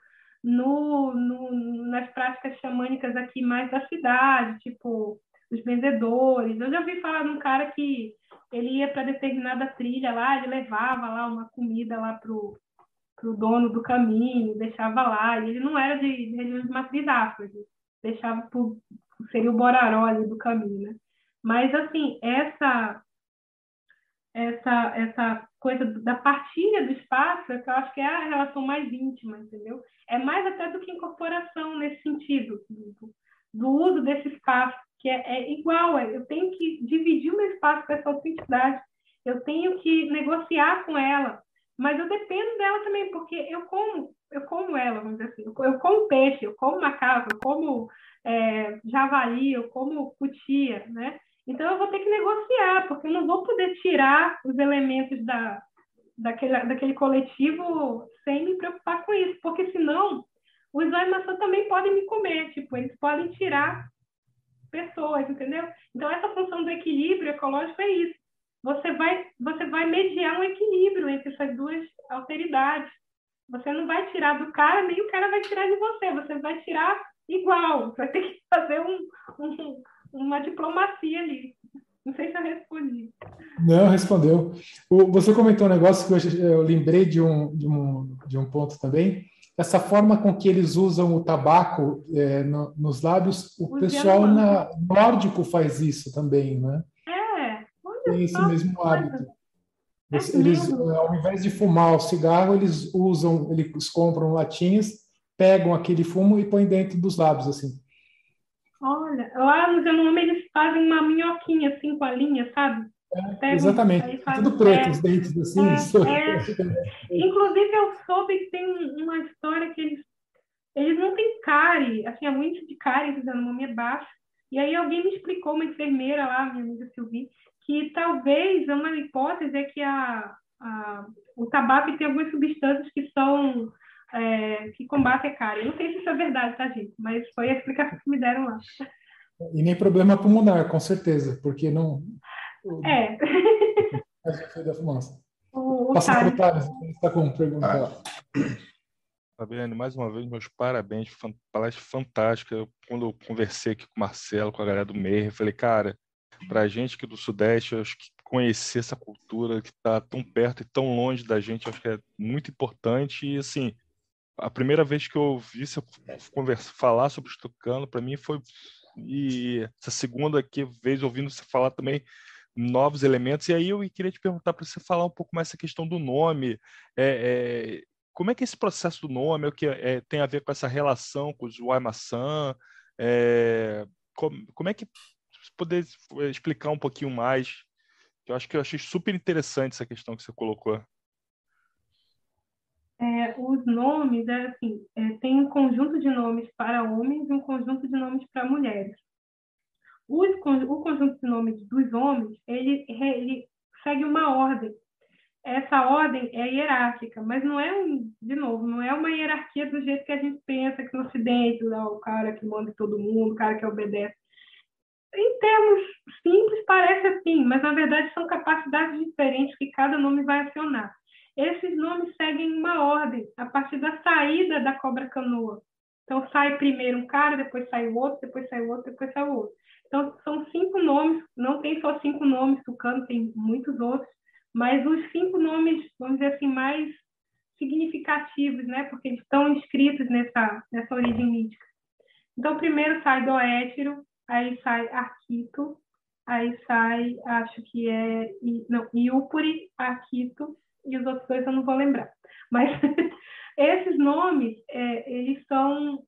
nas práticas xamânicas aqui mais da cidade, tipo, os vendedores. Eu já ouvi falar de um cara que ele ia para determinada trilha lá, ele levava lá uma comida lá pro dono do caminho, deixava lá, e ele não era de religião de matriz afro, ele deixava seria o Boraró ali do caminho, né? Mas, assim, essa coisa da partilha do espaço, é que eu acho que é a relação mais íntima, entendeu? É mais até do que incorporação nesse sentido, do uso desse espaço, que é igual, eu tenho que dividir o meu espaço com essa autenticidade, eu tenho que negociar com ela, mas eu dependo dela também, porque eu como ela, vamos dizer assim, eu como peixe, eu como macaco, eu como javali, eu como cutia, né? Então eu vou ter que negociar, porque eu não vou poder tirar os elementos daquele coletivo sem me preocupar com isso, porque senão os maçã também podem me comer, tipo, eles podem tirar pessoas, entendeu? Então essa função do equilíbrio ecológico é isso. Você vai mediar um equilíbrio entre essas duas alteridades. Você não vai tirar do cara, nem o cara vai tirar de você. Você vai tirar igual. Você vai ter que fazer uma diplomacia ali. Não sei se eu respondi. Não, respondeu. Você comentou um negócio que eu lembrei de um ponto também. Essa forma com que eles usam o tabaco nos lábios, o pessoal nórdico faz isso também, né? Tem esse mesmo hábito. Eles, ao invés de fumar o cigarro, eles compram latinhas, pegam aquele fumo e põem dentro dos lábios, assim. Olha, lá no Genoma eles fazem uma minhoquinha assim com a linha, sabe? Exatamente. Tudo preto, os dentes assim. Inclusive, eu soube que tem uma história que eles não têm cárie, assim, há muito de cárie, a anomia é baixa. E aí alguém me explicou, uma enfermeira lá, minha amiga Silvia, que talvez uma hipótese é que o tabaco tem algumas substâncias que são que combatem a cárie. Eu não sei se isso é verdade, tá, gente? Mas foi a explicação que me deram lá. E nem problema pulmonar, com certeza, porque não... Faz efeito da fumaça. Passa para o Thales, você está com pergunta lá. Fabiane, mais uma vez, meus parabéns, palestra fantástica. Quando eu conversei aqui com o Marcelo, com a galera do Meir, eu falei, cara, para a gente aqui do Sudeste, eu acho que conhecer essa cultura que está tão perto e tão longe da gente, eu acho que é muito importante. E, assim, a primeira vez que eu ouvi você falar sobre o Tucano, para mim foi... E essa segunda vez ouvindo você falar também novos elementos. E aí eu queria te perguntar para você falar um pouco mais essa questão do nome. Como é que é esse processo do nome? O que tem a ver com essa relação com os Waimaçã? Como é que você poder explicar um pouquinho mais? Eu acho que eu achei super interessante essa questão que você colocou. Os nomes, tem um conjunto de nomes para homens e um conjunto de nomes para mulheres. O conjunto de nomes dos homens, ele segue uma ordem. Essa ordem é hierárquica, mas não é, de novo, não é uma hierarquia do jeito que a gente pensa que no Ocidente, o cara que manda todo mundo, o cara que obedece. Em termos simples, parece assim, mas na verdade são capacidades diferentes que cada nome vai acionar. Esses nomes seguem uma ordem, a partir da saída da cobra canoa. Então, sai primeiro um cara, depois sai o outro, depois sai o outro, depois sai o outro. Então, são 5 nomes, não tem só 5 nomes, Tucano tem muitos outros, mas os 5 nomes, vamos dizer assim, mais significativos, né? Porque eles estão inscritos nessa origem mítica. Então, primeiro sai Doétiro, aí sai Arquito, aí sai, acho que Iúpuri, Arquito, e os outros 2 eu não vou lembrar. Mas esses nomes, eles são...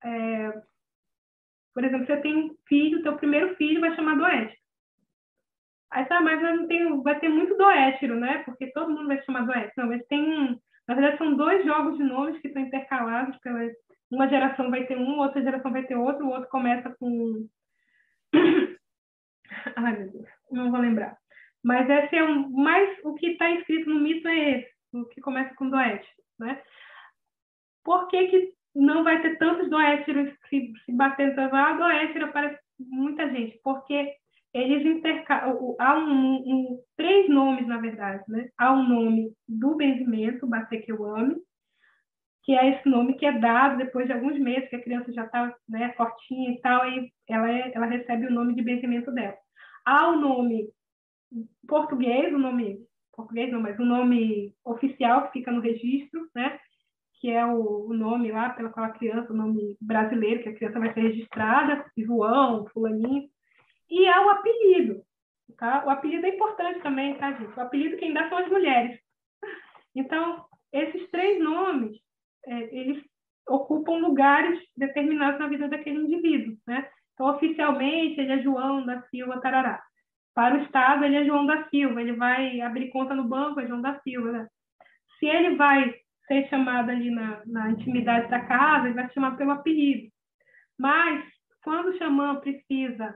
por exemplo, você tem um filho, teu primeiro filho vai chamar Doétiro. Aí tá, mas vai ter muito Doétiro, né? Porque todo mundo vai se chamar Doétiro. Não, mas na verdade, são 2 jogos de nomes que estão intercalados. Uma geração vai ter um, outra geração vai ter outro, o outro começa com... Ai, meu Deus, não vou lembrar. Mas esse é o que está escrito no mito é esse, o que começa com Doétiro, né? Por que não vai ter tantos doéteros se batendo. Doétero aparece muita gente, porque eles intercalam. Há três nomes, na verdade, né? Há um nome do benzimento, Basequeuame, que é esse nome que é dado depois de alguns meses, que a criança já está, né, fortinha e tal, e ela recebe o nome de benzimento dela. Há o nome português, mas o nome oficial que fica no registro, né, que é o nome lá pela qual a criança, o nome brasileiro, que a criança vai ser registrada, João, fulaninho, e há o apelido, tá? O apelido é importante também, tá, gente? O apelido quem dá são as mulheres. Então, esses três nomes, eles ocupam lugares determinados na vida daquele indivíduo, né? Então, oficialmente, ele é João da Silva Tarará. Para o Estado, ele é João da Silva. Ele vai abrir conta no banco, é João da Silva, né? Se ele vai ser chamado ali na intimidade da casa, ele vai se chamar pelo apelido. Mas, quando o xamã precisa,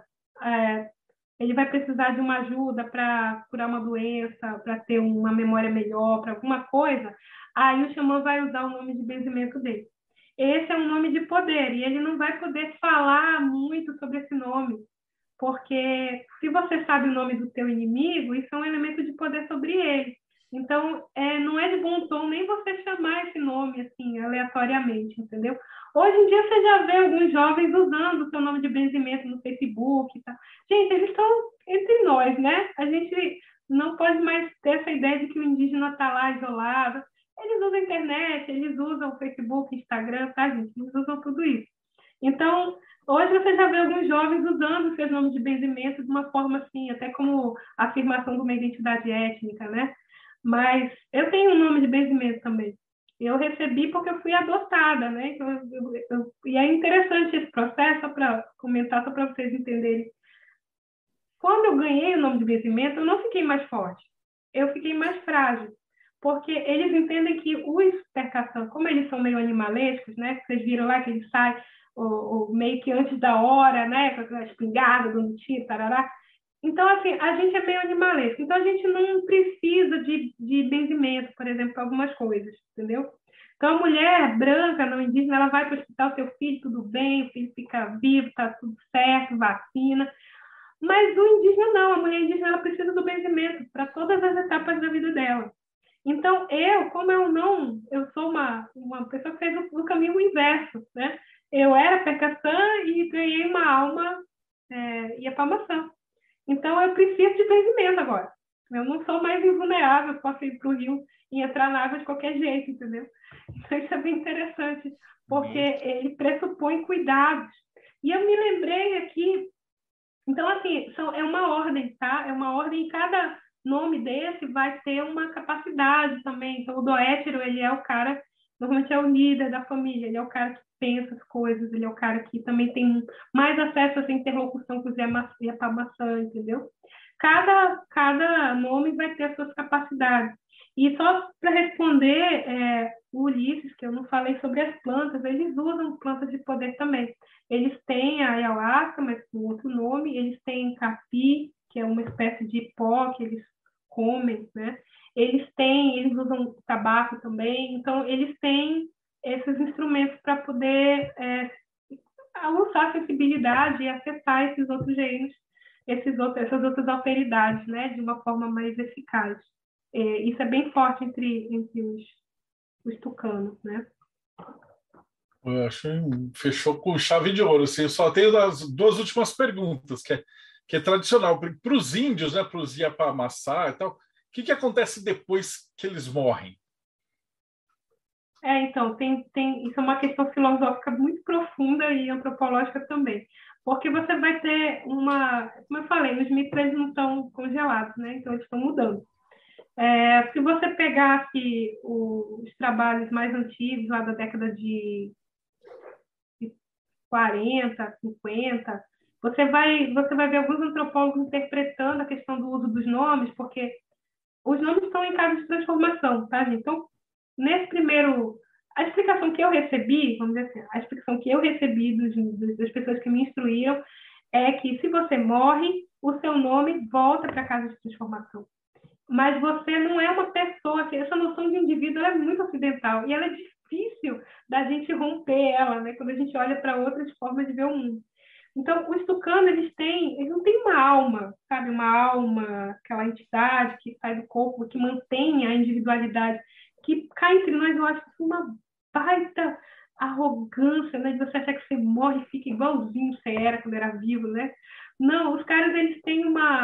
ele vai precisar de uma ajuda para curar uma doença, para ter uma memória melhor, para alguma coisa, aí o xamã vai usar o nome de benzimento dele. Esse é um nome de poder, e ele não vai poder falar muito sobre esse nome, porque se você sabe o nome do teu inimigo, isso é um elemento de poder sobre ele. Então, não é de bom tom nem você chamar esse nome assim, aleatoriamente, entendeu? Hoje em dia, você já vê alguns jovens usando o seu nome de benzimento no Facebook e tal. Gente, eles estão entre nós, né? A gente não pode mais ter essa ideia de que o indígena está lá isolado. Eles usam a internet, eles usam o Facebook, Instagram, tá, gente? Eles usam tudo isso. Então, hoje você já vê alguns jovens usando os seus nomes de benzimento de uma forma assim, até como afirmação de uma identidade étnica, né? Mas eu tenho um nome de benzimento também. Eu recebi porque eu fui adotada, né? Então, e é interessante esse processo, só para comentar, só para vocês entenderem. Quando eu ganhei o nome de benzimento, eu não fiquei mais forte. Eu fiquei mais frágil. Porque eles entendem que os percaçãs, como eles são meio animalescos, né? Vocês viram lá que eles saem meio que antes da hora, né? Com aquela espingarda, dando tiro, tarará. Então, assim, a gente é meio animalesco. Então, a gente não precisa de benzimento, por exemplo, para algumas coisas, entendeu? Então, a mulher branca, não indígena, ela vai para o hospital, seu filho, tudo bem, o filho fica vivo, está tudo certo, vacina. Mas o indígena não, a mulher indígena, ela precisa do benzimento para todas as etapas da vida dela. Então, eu sou uma pessoa que fez o caminho inverso, né? Eu era percaçã e ganhei uma alma Iapamaçã. Então, eu preciso de benzimento agora. Eu não sou mais invulnerável, eu posso ir para o rio e entrar na água de qualquer jeito, entendeu? Então, isso é bem interessante, porque ele pressupõe cuidados. E eu me lembrei aqui, então, assim, é uma ordem, tá? É uma ordem, e cada nome desse vai ter uma capacidade também. Então, o doétero, ele é o cara, normalmente é o líder da família, ele é o cara que pensa as coisas, ele é o cara que também tem mais acesso a essa interlocução com os Iapamaçã, entendeu? Cada nome vai ter as suas capacidades. E só para responder o Ulisses, que eu não falei sobre as plantas, eles usam plantas de poder também. Eles têm a ayahuasca, mas com outro nome, eles têm capi, que é uma espécie de pó que eles comem, né? Eles usam tabaco também, então eles têm esses instrumentos para poder alcançar a sensibilidade e acessar esses outros gênios, essas outras alteridades, né, de uma forma mais eficaz. Isso é bem forte entre os tucanos, né? Eu acho que fechou com chave de ouro. Assim, eu só tenho as duas últimas perguntas, que é tradicional. Para os índios, né, para os Iapamaçá e tal, o que acontece depois que eles morrem? Então, isso é uma questão filosófica muito profunda e antropológica também. Porque você vai ter como eu falei, os mitos eles não estão congelados, né? Então, eles estão mudando. Se você pegar aqui os trabalhos mais antigos, lá da década de 40, 50, você vai ver alguns antropólogos interpretando a questão do uso dos nomes, porque os nomes estão em caso de transformação, tá, gente? Então, nesse primeiro... A explicação que eu recebi, vamos dizer assim, a explicação que eu recebi das pessoas que me instruíram é que se você morre, o seu nome volta para a casa de transformação. Mas você não é uma pessoa, assim, essa noção de indivíduo é muito ocidental e ela é difícil da gente romper ela, né? Quando a gente olha para outras formas de ver o mundo. Então, os tucanos, eles não têm uma alma, sabe? Uma alma, aquela entidade que sai do corpo, que mantém a individualidade, que cá entre nós, eu acho que uma baita arrogância, né? De você achar que você morre e fica igualzinho você era quando era vivo, né? Não, os caras, eles têm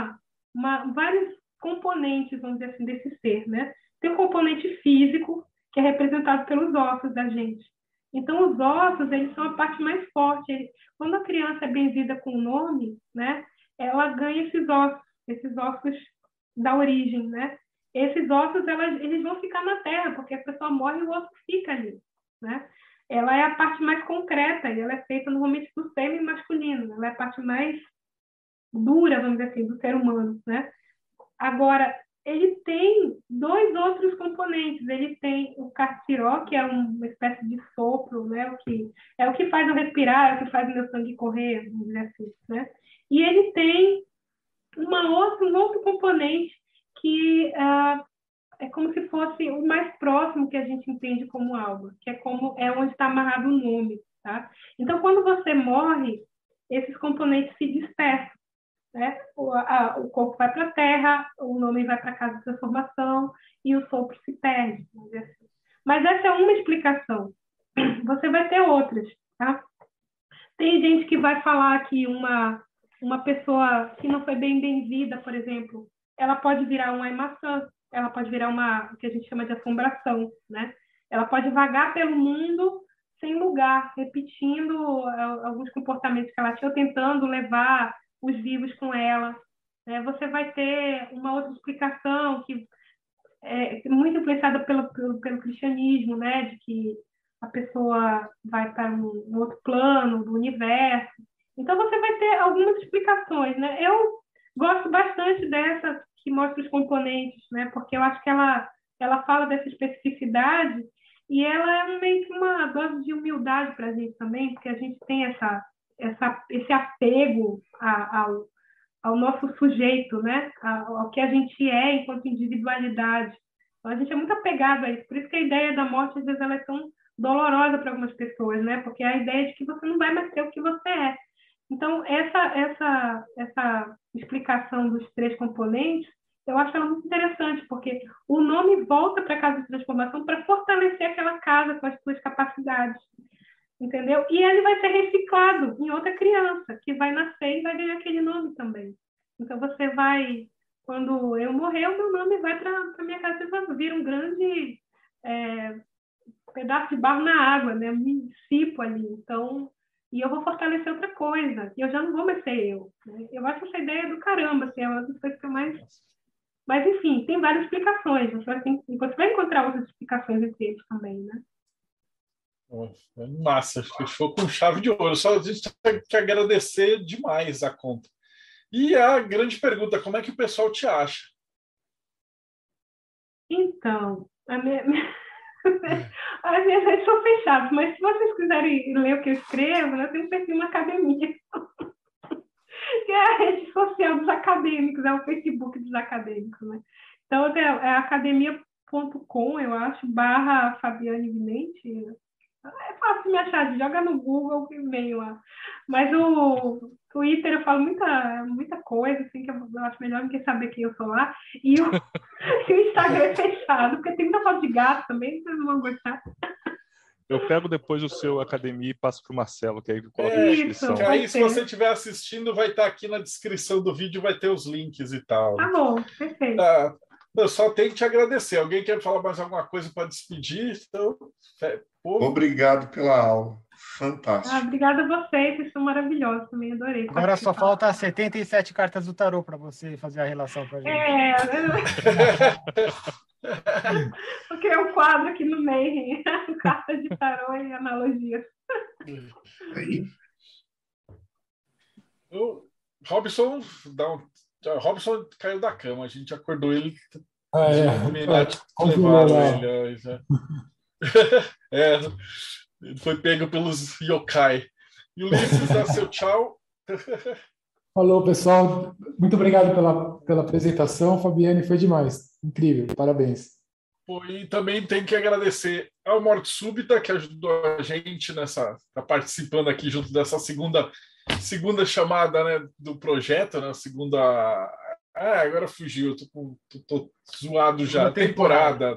vários componentes, vamos dizer assim, desse ser, né? Tem um componente físico, que é representado pelos ossos da gente. Então, os ossos, eles são a parte mais forte. Quando a criança é benzida com o nome, né, ela ganha esses ossos da origem, né? Esses ossos, eles vão ficar na terra, porque a pessoa morre e o osso fica ali, né? Ela é a parte mais concreta, e ela é feita normalmente do sêmen masculino. Ela é a parte mais dura, vamos dizer assim, do ser humano, né? Agora, ele tem dois outros componentes. Ele tem o carciró, que é uma espécie de sopro, né? O que faz eu respirar, é o que faz o meu sangue correr, vamos dizer assim, né? E ele tem um outro componente que é como se fosse o mais próximo que a gente entende como alma, que é onde está amarrado o nome, tá? Então, quando você morre, esses componentes se dispersam, né? O corpo vai para a terra, o nome vai para a casa de transformação e o sopro se perde. Mas essa é uma explicação. Você vai ter outras, tá? Tem gente que vai falar que uma pessoa que não foi bem benzida, por exemplo, ela pode virar uma maçã, ela pode virar o que a gente chama de assombração, né? Ela pode vagar pelo mundo sem lugar, repetindo alguns comportamentos que ela tinha, ou tentando levar os vivos com ela. Você vai ter uma outra explicação que é muito influenciada pelo cristianismo, né? De que a pessoa vai para um outro plano do universo. Então, você vai ter algumas explicações, né? Eu gosto bastante dessa que mostra os componentes, né? Porque eu acho que ela fala dessa especificidade e ela é meio que uma dose de humildade para a gente também, porque a gente tem esse apego ao nosso sujeito, né? Ao que a gente é enquanto individualidade. Então, a gente é muito apegado a isso. Por isso que a ideia da morte, às vezes, ela é tão dolorosa para algumas pessoas, né? Porque é a ideia de que você não vai mais ser o que você é. Então, essa explicação dos três componentes, eu acho ela muito interessante, porque o nome volta para a casa de transformação para fortalecer aquela casa com as suas capacidades. Entendeu? E ele vai ser reciclado em outra criança, que vai nascer e vai ganhar aquele nome também. Então, você vai... Quando eu morrer, o meu nome vai para a minha casa, você vira um grande pedaço de barro na água, né? Me dissipo ali. Então, e eu vou fortalecer outra coisa. E eu já não vou mais ser eu. Né? Eu acho essa ideia do caramba, assim, é uma das coisas que eu mais... Mas, enfim, tem várias explicações. Você vai encontrar outras explicações entre eles também, né? Massa, fechou com chave de ouro. Só a gente tem que agradecer demais a conta. E a grande pergunta, como é que o pessoal te acha? Então, as minhas redes são fechadas, mas se vocês quiserem ler o que eu escrevo, eu tenho um perfil na academia, que é a rede social dos acadêmicos, é o Facebook dos acadêmicos, né? Então, é academia.com, eu acho, / Fabiane Vimente. É fácil me achar, joga no Google que vem lá. Mas o Twitter eu falo muita coisa, assim, que eu acho melhor ninguém saber quem eu sou lá. E o Instagram é fechado, porque tem muita foto de gato também, vocês não vão gostar. Eu pego depois o seu academia e passo para o Marcelo, que aí coloca na descrição. Que aí, se você estiver assistindo, vai estar aqui na descrição do vídeo, vai ter os links e tal. Tá bom, perfeito. Tá. Eu só tenho que te agradecer. Alguém quer falar mais alguma coisa para despedir? Então, obrigado pela aula. Fantástico. Obrigada a vocês, vocês são maravilhosos também, adorei. Agora só falta 77 cartas do tarô para você fazer a relação para a gente. Vou criar um quadro aqui no meio, cartas de tarô e analogias. O Robson caiu da cama, a gente acordou ele. Ele foi pego pelos yokai. E o Ulisses dá seu tchau. Falou, pessoal. Muito obrigado pela apresentação, Fabiane. Foi demais. Incrível. Parabéns. Pô, e também tem que agradecer ao Morte Súbita, que ajudou a gente tá participando aqui junto dessa segunda chamada, né, do projeto, né? Segunda. Agora fugiu, tô zoado já. Temporada.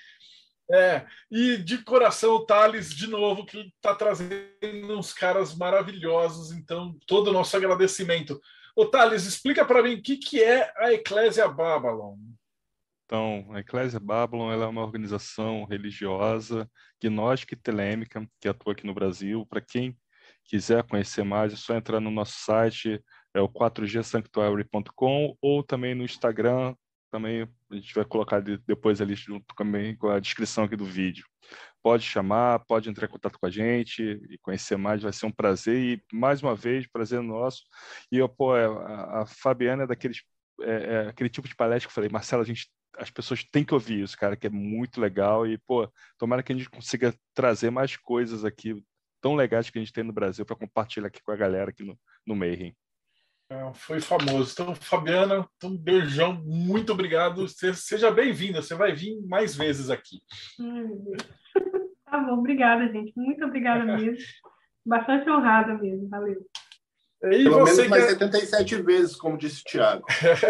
E de coração o Thales, de novo, que está trazendo uns caras maravilhosos, então todo o nosso agradecimento. Ô Thales, explica para mim o que é a Eclésia Babylon. Então, a Eclésia Babylon ela é uma organização religiosa, gnóstica e telêmica, que atua aqui no Brasil. Para quem quiser conhecer mais, é só entrar no nosso site, é o 4gsanctuary.com, ou também no Instagram, também a gente vai colocar depois ali junto também com a descrição aqui do vídeo. Pode chamar, pode entrar em contato com a gente e conhecer mais, vai ser um prazer. E, mais uma vez, prazer nosso. E a Fabiana é aquele tipo de palestra que eu falei, Marcelo, as pessoas têm que ouvir isso, cara, que é muito legal. E, tomara que a gente consiga trazer mais coisas aqui tão legais que a gente tem no Brasil para compartilhar aqui com a galera aqui no Mayhem. Foi famoso. Então, Fabiana, um beijão, muito obrigado. Seja bem-vinda, você vai vir mais vezes aqui. Tá bom, obrigada, gente. Muito obrigada mesmo. Bastante honrada mesmo, valeu. E pelo menos mais 77 vezes, como disse o Thiago.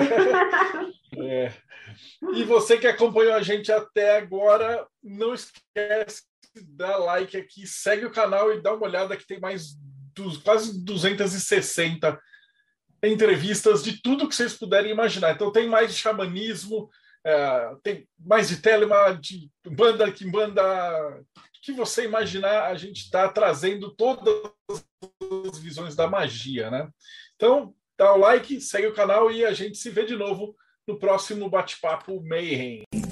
E você que acompanhou a gente até agora, não esquece de dar like aqui, segue o canal e dá uma olhada que tem mais quase 260 entrevistas de tudo que vocês puderem imaginar. Então tem mais de xamanismo, tem mais de telema, de banda que você imaginar, a gente está trazendo todas as visões da magia, né? Então dá o like, segue o canal e a gente se vê de novo no próximo Bate-Papo Mayhem.